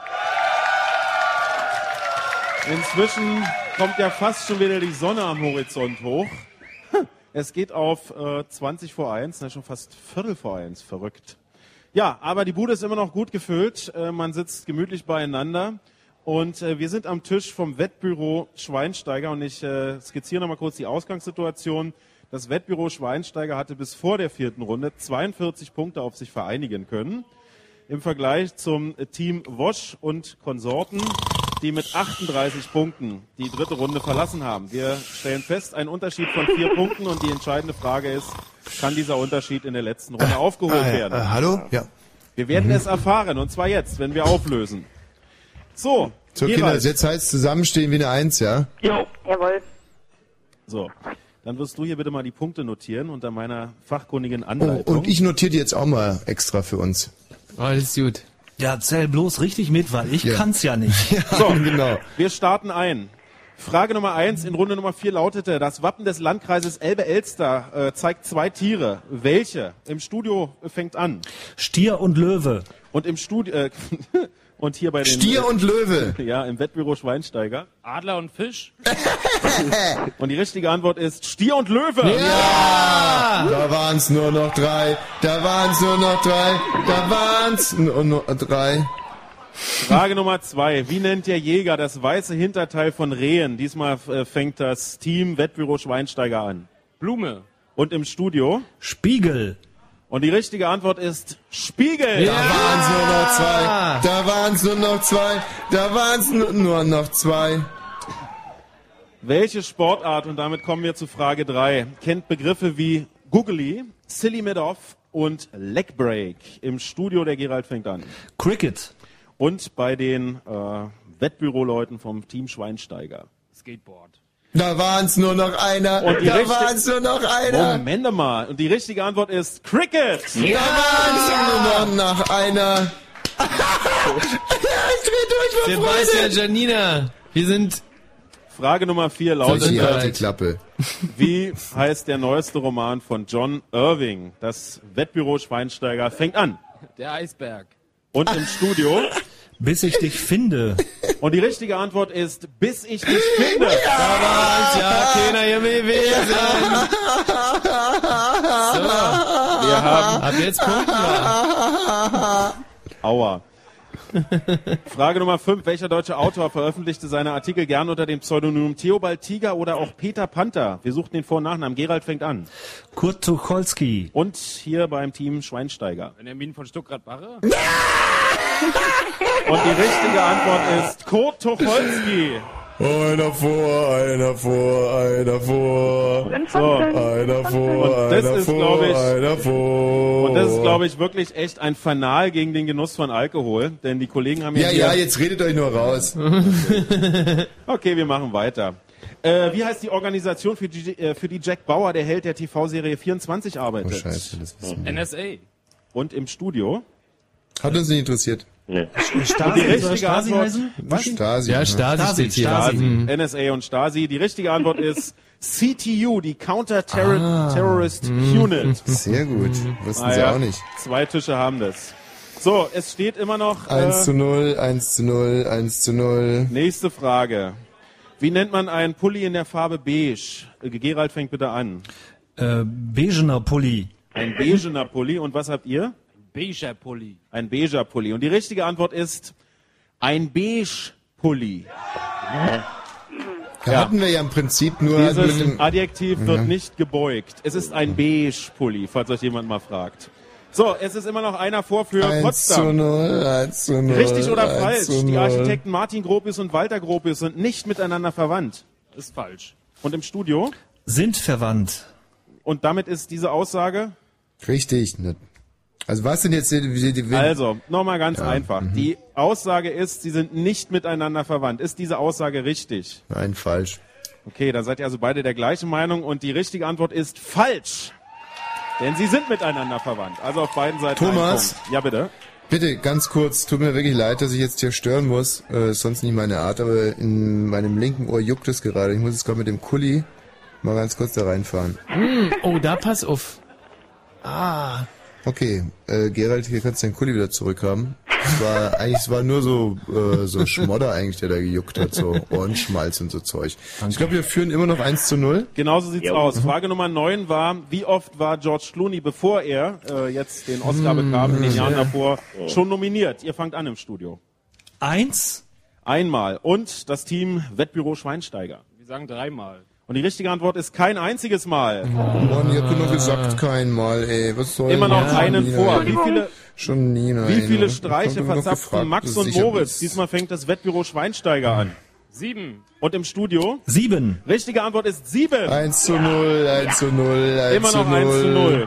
Inzwischen kommt ja fast schon wieder die Sonne am Horizont hoch. Es geht auf äh, zwanzig vor eins, na, schon fast Viertel vor eins, verrückt. Ja, aber die Bude ist immer noch gut gefüllt, äh, man sitzt gemütlich beieinander und äh, wir sind am Tisch vom Wettbüro Schweinsteiger und ich äh, skizziere nochmal kurz die Ausgangssituation. Das Wettbüro Schweinsteiger hatte bis vor der vierten Runde zweiundvierzig Punkte auf sich vereinigen können. Im Vergleich zum Team Wosch und Konsorten, die mit achtunddreißig Punkten die dritte Runde verlassen haben. Wir stellen fest, ein Unterschied von vier Punkten und die entscheidende Frage ist, kann dieser Unterschied in der letzten Runde aufgeholt Ah, ja, werden? Äh, hallo? Ja. Wir werden Mhm. es erfahren, und zwar jetzt, wenn wir auflösen. So, So, Gerald. Kinder, jetzt heißt zusammenstehen wie eine Eins, ja? Jo. Jawohl. So, dann wirst du hier bitte mal die Punkte notieren unter meiner fachkundigen Oh, Anleitung. und ich notiere die jetzt auch mal extra für uns. Alles gut. Ja, zähl bloß richtig mit, weil ich Ja. kann's ja nicht. So, genau. Wir starten ein. Frage Nummer eins in Runde Nummer vier lautete, das Wappen des Landkreises Elbe-Elster äh, zeigt zwei Tiere. Welche? Im Studio fängt an. Stier und Löwe. Und im Studio, äh, und hier bei den... Stier und Löwe. Ja, im Wettbüro Schweinsteiger. Adler und Fisch. Und die richtige Antwort ist Stier und Löwe. Ja! Da waren's nur noch drei, da waren's nur noch drei, da waren's nur noch drei. Frage Nummer zwei. Wie nennt der Jäger das weiße Hinterteil von Rehen? Diesmal äh, fängt das Team Wettbüro Schweinsteiger an. Blume. Und im Studio? Spiegel. Und die richtige Antwort ist Spiegel. Da waren's nur noch zwei, da waren's nur noch zwei, da waren's nur, nur noch zwei. Welche Sportart, und damit kommen wir zu Frage drei, kennt Begriffe wie Googly, Silly Mid-Off und Leg Break? Im Studio, der Gerald fängt an. Cricket. Und bei den äh, Wettbüroleuten vom Team Schweinsteiger. Skateboard. Da waren's nur noch einer, Und die da richtige- waren's nur noch einer. Moment mal. Und die richtige Antwort ist Cricket. Da waren's nur noch nach einer. Ja, ich dreh durch vor Sebastian, Freude. Janina, wir sind... Frage Nummer vier Halt lautet, die alte Klappe. wie heißt der neueste Roman von John Irving? Das Wettbüro Schweinsteiger fängt an. Der Eisberg. Und im Studio? Bis ich dich finde. Und die richtige Antwort ist, bis ich dich finde. Da war's ja keiner hier gewesen. So, Wir haben... ab jetzt punkten wir. Aua. Frage Nummer fünf. Welcher deutsche Autor veröffentlichte seine Artikel gern unter dem Pseudonym Theobald Tiger oder auch Peter Panther? Wir suchten den Vor- und Nachnamen. Gerald fängt an. Kurt Tucholsky. Und hier beim Team Schweinsteiger. Benjamin von Stuckrad-Barre. Und die richtige Antwort ist Kurt Tucholsky. Einer vor, einer vor, einer vor. So. Einer vor, Und das einer ist, vor, glaube ich, einer vor. und das ist, glaube ich, wirklich echt ein Fanal gegen den Genuss von Alkohol, denn die Kollegen haben Ja, hier... ja, jetzt redet euch nur raus. Okay, wir machen weiter. Äh, wie heißt die Organisation, für die, äh, für die Jack Bauer, der Held der T V-Serie vierundzwanzig, arbeitet? Oh, scheiße, das wissen wir. N S A. Und im Studio? Hat uns nicht interessiert. Nee. Und die richtige Stasi Antwort... heißen? Was? Stasi. Ja, ne? Stasi, Stasi, steht hier. Stasi. Mhm. N S A und Stasi. Die richtige Antwort ist C T U, die Counter-Terrorist Ah. Unit. Sehr gut. Wussten Ah, sie ja. auch nicht. Zwei Tische haben das. So, es steht immer noch... Eins zu Äh, null, eins zu null, eins zu null. nächste Frage. Wie nennt man einen Pulli in der Farbe beige? Äh, Gerald fängt bitte an. Äh, Begener Pulli. Ein beigener Pulli. Und was habt ihr? Beiger Pulli. Ein beiger Pulli. Und die richtige Antwort ist ein beige Pulli. Da Ja. hatten wir ja im Prinzip nur mit Dieses dem... Adjektiv wird nicht gebeugt. Es ist ein beige Pulli, falls euch jemand mal fragt. So, es ist immer noch einer vor für eins zu Potsdam. null, eins zu null. Richtig oder eins falsch? zu Die null. Architekten Martin Gropius und Walter Gropius sind nicht miteinander verwandt. Ist falsch. Und im Studio? Sind verwandt. Und damit ist diese Aussage... Richtig. ne. Also was sind jetzt die... die, die Also, nochmal ganz Ja, einfach. mhm. Die Aussage ist, sie sind nicht miteinander verwandt. Ist diese Aussage richtig? Nein, falsch. Okay, dann seid ihr also beide der gleichen Meinung und die richtige Antwort ist falsch. Denn sie sind miteinander verwandt. Also auf beiden Seiten Thomas? ein Punkt. Ja, bitte. Bitte, ganz kurz, tut mir wirklich leid, dass ich jetzt hier stören muss. Äh, ist sonst nicht meine Art, aber in meinem linken Ohr juckt es gerade. Ich muss jetzt gerade mit dem Kulli mal ganz kurz da reinfahren. Hm, oh, da pass auf. Ah. Okay, äh, Gerald, hier kannst du deinen Kulli wieder zurückhaben. Es war eigentlich, es war nur so äh, so Schmodder eigentlich, der da gejuckt hat, so Ohrenschmalz und so Zeug. Ich glaube, wir führen immer noch eins zu null. Genauso sieht's aus. Frage Nummer neun war, wie oft war George Clooney, bevor er äh, jetzt den Oscar bekam, in den Jahren davor, schon nominiert? Ihr fangt an im Studio. Eins. Einmal. Und das Team Wettbüro Schweinsteiger. Wir sagen dreimal. Und die richtige Antwort ist kein einziges Mal. Mann, ihr habt doch noch gesagt, kein Mal, ey. Was soll Immer noch ja, einen Nina, vor. ey. Wie viele, Schon Nina, wie ey, viele ne? Streiche Ich hab doch noch verzapften gefragt, Max ob du und sicher Moritz? bist. Diesmal fängt das Wettbüro Schweinsteiger an. Sieben. Und im Studio? Sieben. Richtige Antwort ist sieben. eins zu null, eins zu null, eins Immer zu noch eins zu null.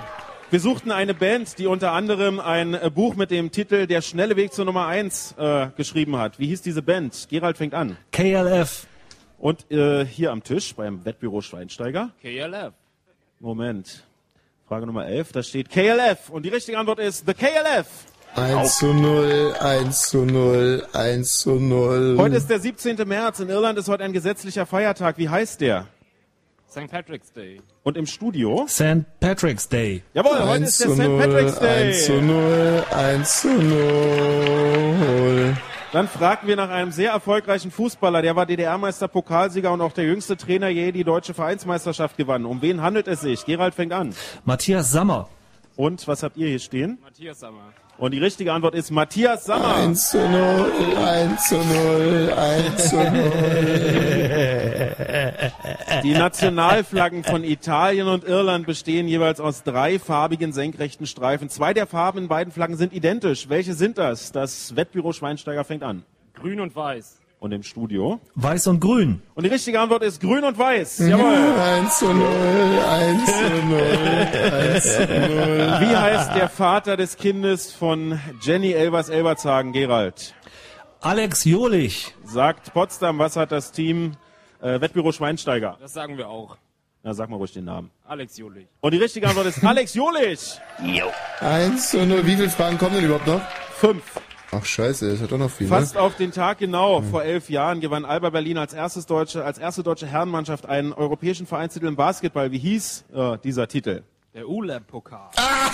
Wir suchten eine Band, die unter anderem ein äh, Buch mit dem Titel Der schnelle Weg zur Nummer eins äh, geschrieben hat. Wie hieß diese Band? Gerald fängt an. K L F. Und äh, hier am Tisch beim Wettbüro Schweinsteiger. K L F. Moment. Frage Nummer elf, da steht K L F. Und die richtige Antwort ist The K L F. eins zu null, eins zu null, eins zu null. Heute ist der siebzehnte März. In Irland ist heute ein gesetzlicher Feiertag. Wie heißt der? Sankt Patrick's Day. Und im Studio? Sankt Patrick's Day. Jawohl, heute ist der Sankt Patrick's Day. eins zu null, eins zu null. Dann fragten wir nach einem sehr erfolgreichen Fußballer. Der war D D R-Meister, Pokalsieger und auch der jüngste Trainer, je die deutsche Vereinsmeisterschaft gewann. Um wen handelt es sich? Gerald fängt an. Matthias Sammer. Und was habt ihr hier stehen? Matthias Sammer. Und die richtige Antwort ist Matthias Sammer. eins zu null, eins zu null, eins zu null. Die Nationalflaggen von Italien und Irland bestehen jeweils aus drei farbigen senkrechten Streifen. Zwei der Farben in beiden Flaggen sind identisch. Welche sind das? Das Wettbüro Schweinsteiger fängt an. Grün und Weiß. Und im Studio? Weiß und Grün. Und die richtige Antwort ist Grün und Weiß. Jawohl. eins zu null, eins zu null, eins zu null. Wie heißt der Vater des Kindes von Jenny Elvers Elbertshagen, Gerald? Alex Jolich. Sagt Potsdam, was hat das Team äh, Wettbüro Schweinsteiger? Das sagen wir auch. Na, sag mal ruhig den Namen. Alex Jolich. Und die richtige Antwort ist Alex Jolich. Jo. eins zu null. Wie viele Fragen kommen denn überhaupt noch? Fünf. Ach scheiße, das hat doch noch viel. Fast ne? auf den Tag genau. Vor elf Jahren gewann Alba Berlin als erstes deutsche, als erste deutsche Herrenmannschaft einen europäischen Vereinstitel im Basketball. Wie hieß äh, dieser Titel? Der U L E B-Pokal.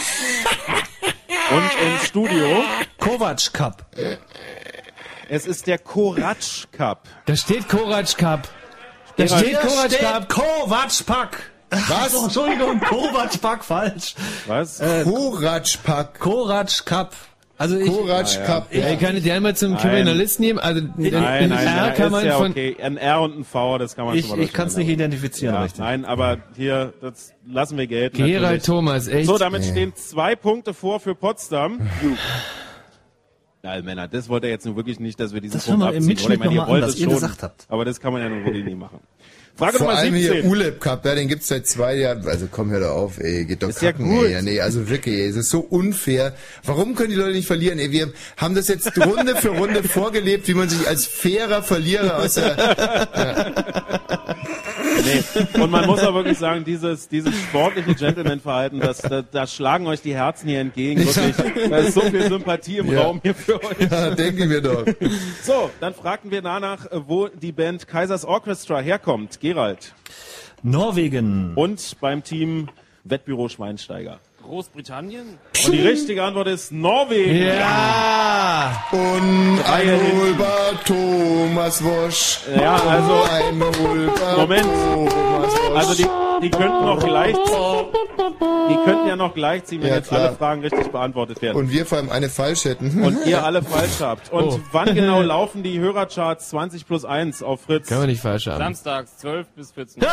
Und im Studio? Kovac Cup. Es ist der Koratsch Cup. Da steht Koratsch Cup. Da Da steht Koratsch Cup. Kovac Pack. Was? Oh, Entschuldigung, Kovac Pack falsch. Was? Äh, Koratsch Pack. Koratsch Cup. Also ich, Koratsch Cup. ich, ich kann die einmal zum Nein. Kriminalisten nehmen. Also Nein, ein nein, R nein, kann ist man ja von okay. Ein R und ein V, das kann man Ich, schon mal ich kann es nicht identifizieren, ja, richtig. Nein, aber hier, das lassen wir gelten. Gerald natürlich. Thomas, echt. So, damit Nee. stehen zwei Punkte vor für Potsdam. Nein, Männer, das wollt ihr jetzt nun wirklich nicht, dass wir diesen Das Punkt hören wir im abziehen. Mitschnitt Oder? Ich meine, noch mal ihr wollt an, es was ihr schon, gesagt habt. aber das kann man ja nun wirklich nicht machen. Frage Vor Nummer allem siebzehn. hier U L E B Cup, ja, den gibt's seit zwei Jahren. Also komm, hör doch auf, ey, geht doch Ist ja kacken, gut. ey. Ja, nee, also wirklich, ey, es ist so unfair. Warum können die Leute nicht verlieren, ey? Wir haben das jetzt Runde für Runde vorgelebt, wie man sich als fairer Verlierer aus der... Nee. Und man muss auch wirklich sagen, dieses, dieses sportliche Gentleman-Verhalten, das, da, da schlagen euch die Herzen hier entgegen. Wirklich. Da ist so viel Sympathie im Ja. Raum hier für euch. Ja, denken wir doch. So, dann fragten wir danach, wo die Band Kaisers Orchestra herkommt. Gerald. Norwegen. Und beim Team Wettbüro Schweinsteiger. Großbritannien? Und die richtige Antwort ist Norwegen. Ja! Uneinholbar Thomas Wosch. Ja, also, Uneinholbar Moment. Thomas Wosch. Also die, die könnten noch gleich, die könnten ja noch gleichziehen, wenn Ja, jetzt klar. alle Fragen richtig beantwortet werden. Und wir vor allem eine falsch hätten. Und ihr alle falsch habt. Und Oh. wann genau laufen die Hörercharts zwanzig plus eins auf Fritz? Kann man nicht falsch haben. Samstags zwölf bis vierzehn.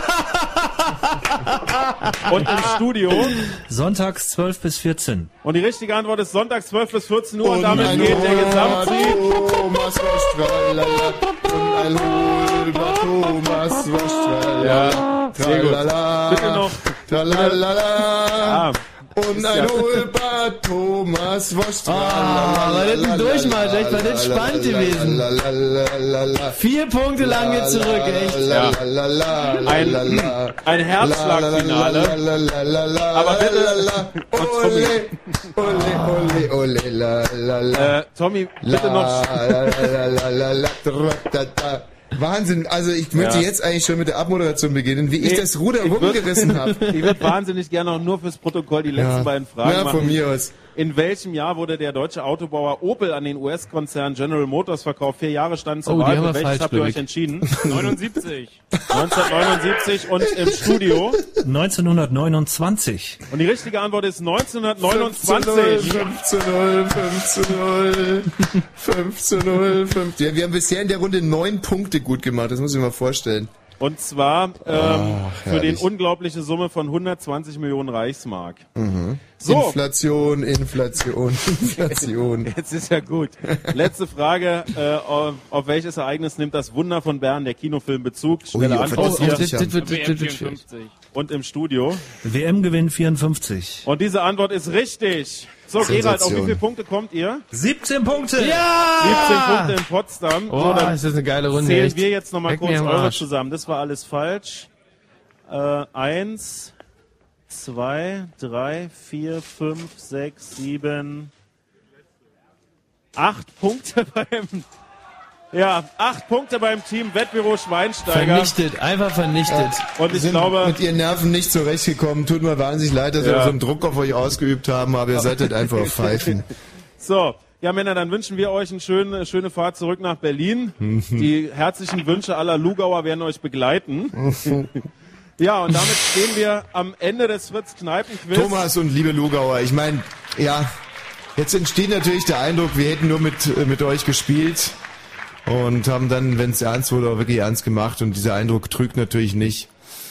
Und im Studio? Sonntags zwölf bis vierzehn. Und die richtige Antwort ist Sonntag zwölf bis vierzehn Uhr und damit geht der Gesamtsieg. Thomas Wosch, tralala. Uneinholbar Thomas Wosch, tralala. Ja, sehr gut. Tralala. Bitte noch. Tralala. Ah, Uneinholbar Thomas Wosch, Ah, war das ein Durchmarsch, echt, war das spannend gewesen. Vier Punkte lang jetzt zurück, echt. Ja. Ein, ein Herzschlagfinale. Aber bitte, und Tommy, Ole, ole, ole, la, la, la. äh, Tommy, bitte noch. La, la, la, la, la, da, da. Wahnsinn, also ich möchte Ja. jetzt eigentlich schon mit der Abmoderation beginnen, wie ich Nee, das Ruder ich würd- rumgerissen habe. Ich würde wahnsinnig gerne auch nur fürs Protokoll die letzten Ja. beiden Fragen Ja, machen. von mir aus. In welchem Jahr wurde der deutsche Autobauer Opel an den U S-Konzern General Motors verkauft? Vier Jahre standen zur Oh, die Wahl. haben Für wir welches falsch, habt ihr glaub euch ich. entschieden? neunundsiebzig. neunzehnhundertneunundsiebzig und im Studio. neunzehnhundertneunundzwanzig. Und die richtige Antwort ist neunzehnhundertneunundzwanzig. fünf zu null, fünf zu null, fünf zu null, fünf. Ja, wir haben bisher in der Runde neun Punkte gut gemacht, das muss ich mir mal vorstellen. Und zwar ähm, Ach, für den herrlich. unglaubliche Summe von hundertzwanzig Millionen Reichsmark. Mhm. So. Inflation, Inflation, Inflation. Jetzt ist ja gut. Letzte Frage, äh, auf, auf welches Ereignis nimmt das Wunder von Bern, der Kinofilm, Bezug? Schnelle Ui, Antwort oh, hier. das- das- das wird- W M vierundfünfzig. Und im Studio. W M-Gewinn vierundfünfzig. Und diese Antwort ist richtig. So, Gerald, auf wie viele Punkte kommt ihr? siebzehn Punkte! siebzehn Punkte in Potsdam. Oh, so, dann ist das eine geile Runde, zählen echt. wir jetzt nochmal Leck kurz mir am eure Arsch. zusammen. Das war alles falsch. Äh, eins, zwei, drei, vier, fünf, sechs, sieben, acht Punkte beim, ja, acht Punkte beim Team Wettbüro Schweinsteiger. Vernichtet, einfach vernichtet. Und ich sind glaube, mit ihren Nerven nicht zurechtgekommen. Tut mir wahnsinnig leid, dass wir Ja. so einen Druck auf euch ausgeübt haben, aber ihr seid halt einfach auf Pfeifen. so, ja Männer, dann wünschen wir euch eine schöne, schöne Fahrt zurück nach Berlin. Die herzlichen Wünsche aller Lugauer werden euch begleiten. Ja, und damit stehen wir am Ende des Fritz-Kneipen-Quiz. Thomas und liebe Lugauer, ich meine, ja, jetzt entsteht natürlich der Eindruck, wir hätten nur mit, mit euch gespielt und haben dann, wenn es ernst wurde, auch wirklich ernst gemacht und dieser Eindruck trügt natürlich nicht.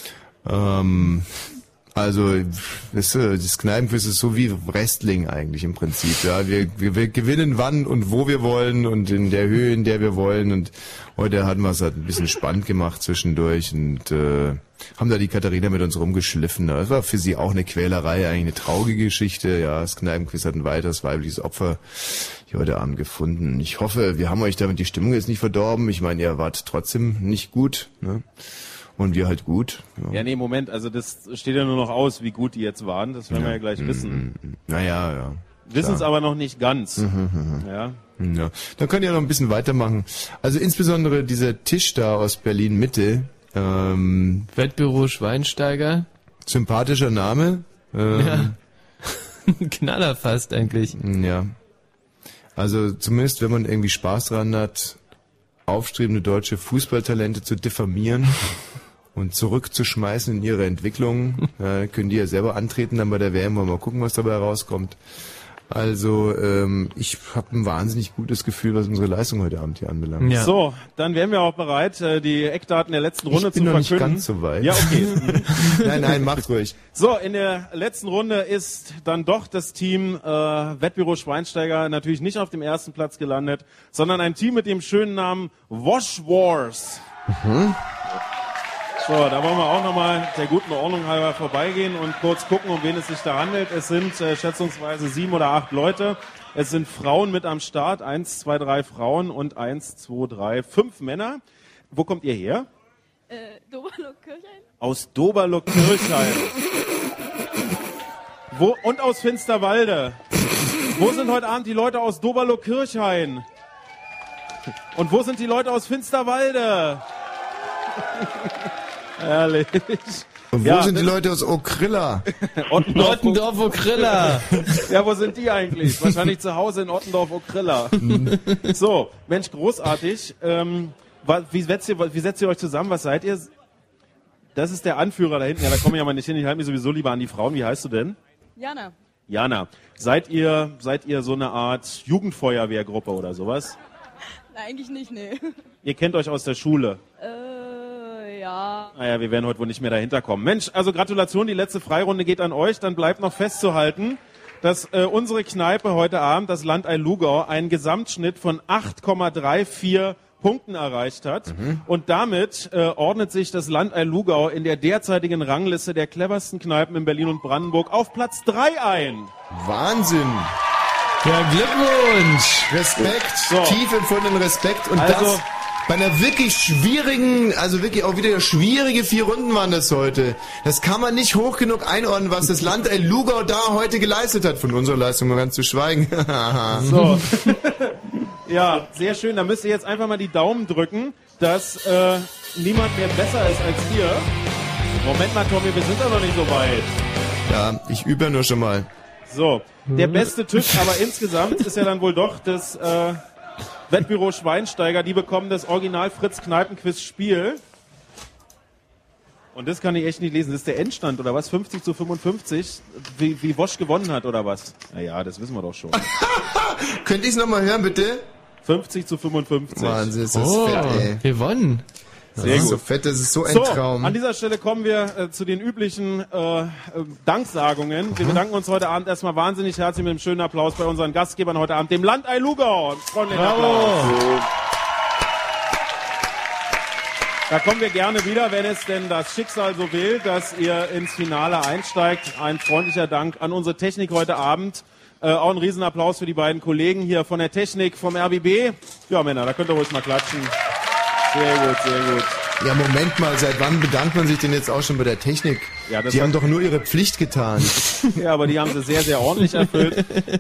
Ähm, also, weißt du, das Kneipenquiz ist so wie Wrestling eigentlich im Prinzip. Ja, wir, wir, wir gewinnen wann und wo wir wollen und in der Höhe, in der wir wollen. Und heute hatten wir es halt ein bisschen spannend gemacht zwischendurch und äh, haben da die Katharina mit uns rumgeschliffen. Das war für sie auch eine Quälerei, eigentlich eine traurige Geschichte. Ja, das Kneipenquiz hat ein weiteres weibliches Opfer hier heute Abend gefunden. Ich hoffe, wir haben euch damit die Stimmung jetzt nicht verdorben. Ich meine, ihr wart trotzdem nicht gut, ne? Und wir halt gut. Ja, Ja, nee, Moment, also das steht ja nur noch aus, wie gut die jetzt waren. Das werden wir ja gleich wissen. Naja, ja. Wissen es Klar. aber noch nicht ganz. Mhm, Ja. Ja, dann könnt ihr noch ein bisschen weitermachen. Also insbesondere dieser Tisch da aus Berlin-Mitte. Ähm, Wettbüro Schweinsteiger. Sympathischer Name. Ähm, Ja. Knaller fast eigentlich. Ja. Also zumindest, wenn man irgendwie Spaß dran hat, aufstrebende deutsche Fußballtalente zu diffamieren und zurückzuschmeißen in ihre Entwicklung, äh, können die ja selber antreten dann bei der W M, wollen wir mal gucken, was dabei rauskommt. Also ähm, ich habe ein wahnsinnig gutes Gefühl, was unsere Leistung heute Abend hier anbelangt. So, dann wären wir auch bereit, äh, die Eckdaten der letzten Runde Ich bin zu noch nicht verkünden. ganz so weit. Ja, okay. Nein, nein, macht ruhig. So, in der letzten Runde ist dann doch das Team äh, Wettbüro Schweinsteiger natürlich nicht auf dem ersten Platz gelandet, sondern ein Team mit dem schönen Namen Wash Wars. Mhm. So, da wollen wir auch nochmal der guten Ordnung halber vorbeigehen und kurz gucken, um wen es sich da handelt. Es sind äh, schätzungsweise sieben oder acht Leute. Es sind Frauen mit am Start. Eins, zwei, drei Frauen und eins, zwei, drei, fünf Männer. Wo kommt ihr her? Äh, Doberloh-Kirchheim? Aus Doberloh-Kirchheim. Wo, und aus Finsterwalde. Wo sind heute Abend die Leute aus Doberloh-Kirchhain? Und wo sind die Leute aus Finsterwalde? Ehrlich. Und wo Ja, sind die das- Leute aus Okrilla? Ottendorf, Ottendorf Okrilla. Ja, wo sind die eigentlich? Wahrscheinlich zu Hause in Ottendorf Okrilla. So, Mensch, großartig. Ähm, wa- wie, setzt ihr, wie setzt ihr euch zusammen? Was seid ihr? Das ist der Anführer da hinten. Ja, da komme ich ja mal nicht hin. Ich halte mich sowieso lieber an die Frauen. Wie heißt du denn? Jana. Jana. Seid ihr, seid ihr so eine Art Jugendfeuerwehrgruppe oder sowas? Na, eigentlich nicht, nee. Ihr kennt euch aus der Schule. Äh, ja. Naja, wir werden heute wohl nicht mehr dahinter kommen. Mensch, also Gratulation, die letzte Freirunde geht an euch. Dann bleibt noch festzuhalten, dass äh, unsere Kneipe heute Abend, das Landei Lugau, einen Gesamtschnitt von acht Komma vierunddreißig Punkten erreicht hat. Und damit äh, ordnet sich das Landei Lugau in der derzeitigen Rangliste der cleversten Kneipen in Berlin und Brandenburg auf Platz drei ein. Wahnsinn. Ja, Glückwunsch. Respekt, So. tief empfundenen Respekt und Also- das bei einer wirklich schwierigen, also wirklich auch wieder schwierige vier Runden waren das heute. Das kann man nicht hoch genug einordnen, was das Land El Lugau da heute geleistet hat. Von unserer Leistung mal ganz zu schweigen. So. Ja, sehr schön. Da müsst ihr jetzt einfach mal die Daumen drücken, dass äh, niemand mehr besser ist als ihr. Moment mal, Tommy, wir sind da noch nicht so weit. Ja, ich übe ja nur schon mal. So, der beste Tisch, aber insgesamt ist ja dann wohl doch das äh, Wettbüro Schweinsteiger. Die bekommen das Original Fritz Kneipenquiz Spiel. Und das kann ich echt nicht lesen. Das ist der Endstand, oder was? fünfzig zu fünfundfünfzig. Wie, wie Wosch gewonnen hat, oder was? Naja, das wissen wir doch schon. Könnt ihr es nochmal hören, bitte? fünfzig zu fünfundfünfzig. Wahnsinn, ist das Oh, fett, ey. gewonnen. Sehr das ist gut. so fett, das ist so ein so, Traum. An dieser Stelle kommen wir äh, zu den üblichen äh, äh, Danksagungen. Wir bedanken uns heute Abend erstmal wahnsinnig herzlich mit einem schönen Applaus bei unseren Gastgebern heute Abend, dem Landei Lugau. Freundlichen Applaus. Da kommen wir gerne wieder, wenn es denn das Schicksal so will, dass ihr ins Finale einsteigt. Ein freundlicher Dank an unsere Technik heute Abend. Äh, auch ein Riesenapplaus für die beiden Kollegen hier von der Technik, vom R B B. Ja, Männer, da könnt ihr ruhig mal klatschen. Sehr gut, sehr gut. Ja, Moment mal, seit wann bedankt man sich denn jetzt auch schon bei der Technik? Ja, das die hat- haben doch nur ihre Pflicht getan. Ja, aber die haben sie sehr, sehr ordentlich erfüllt.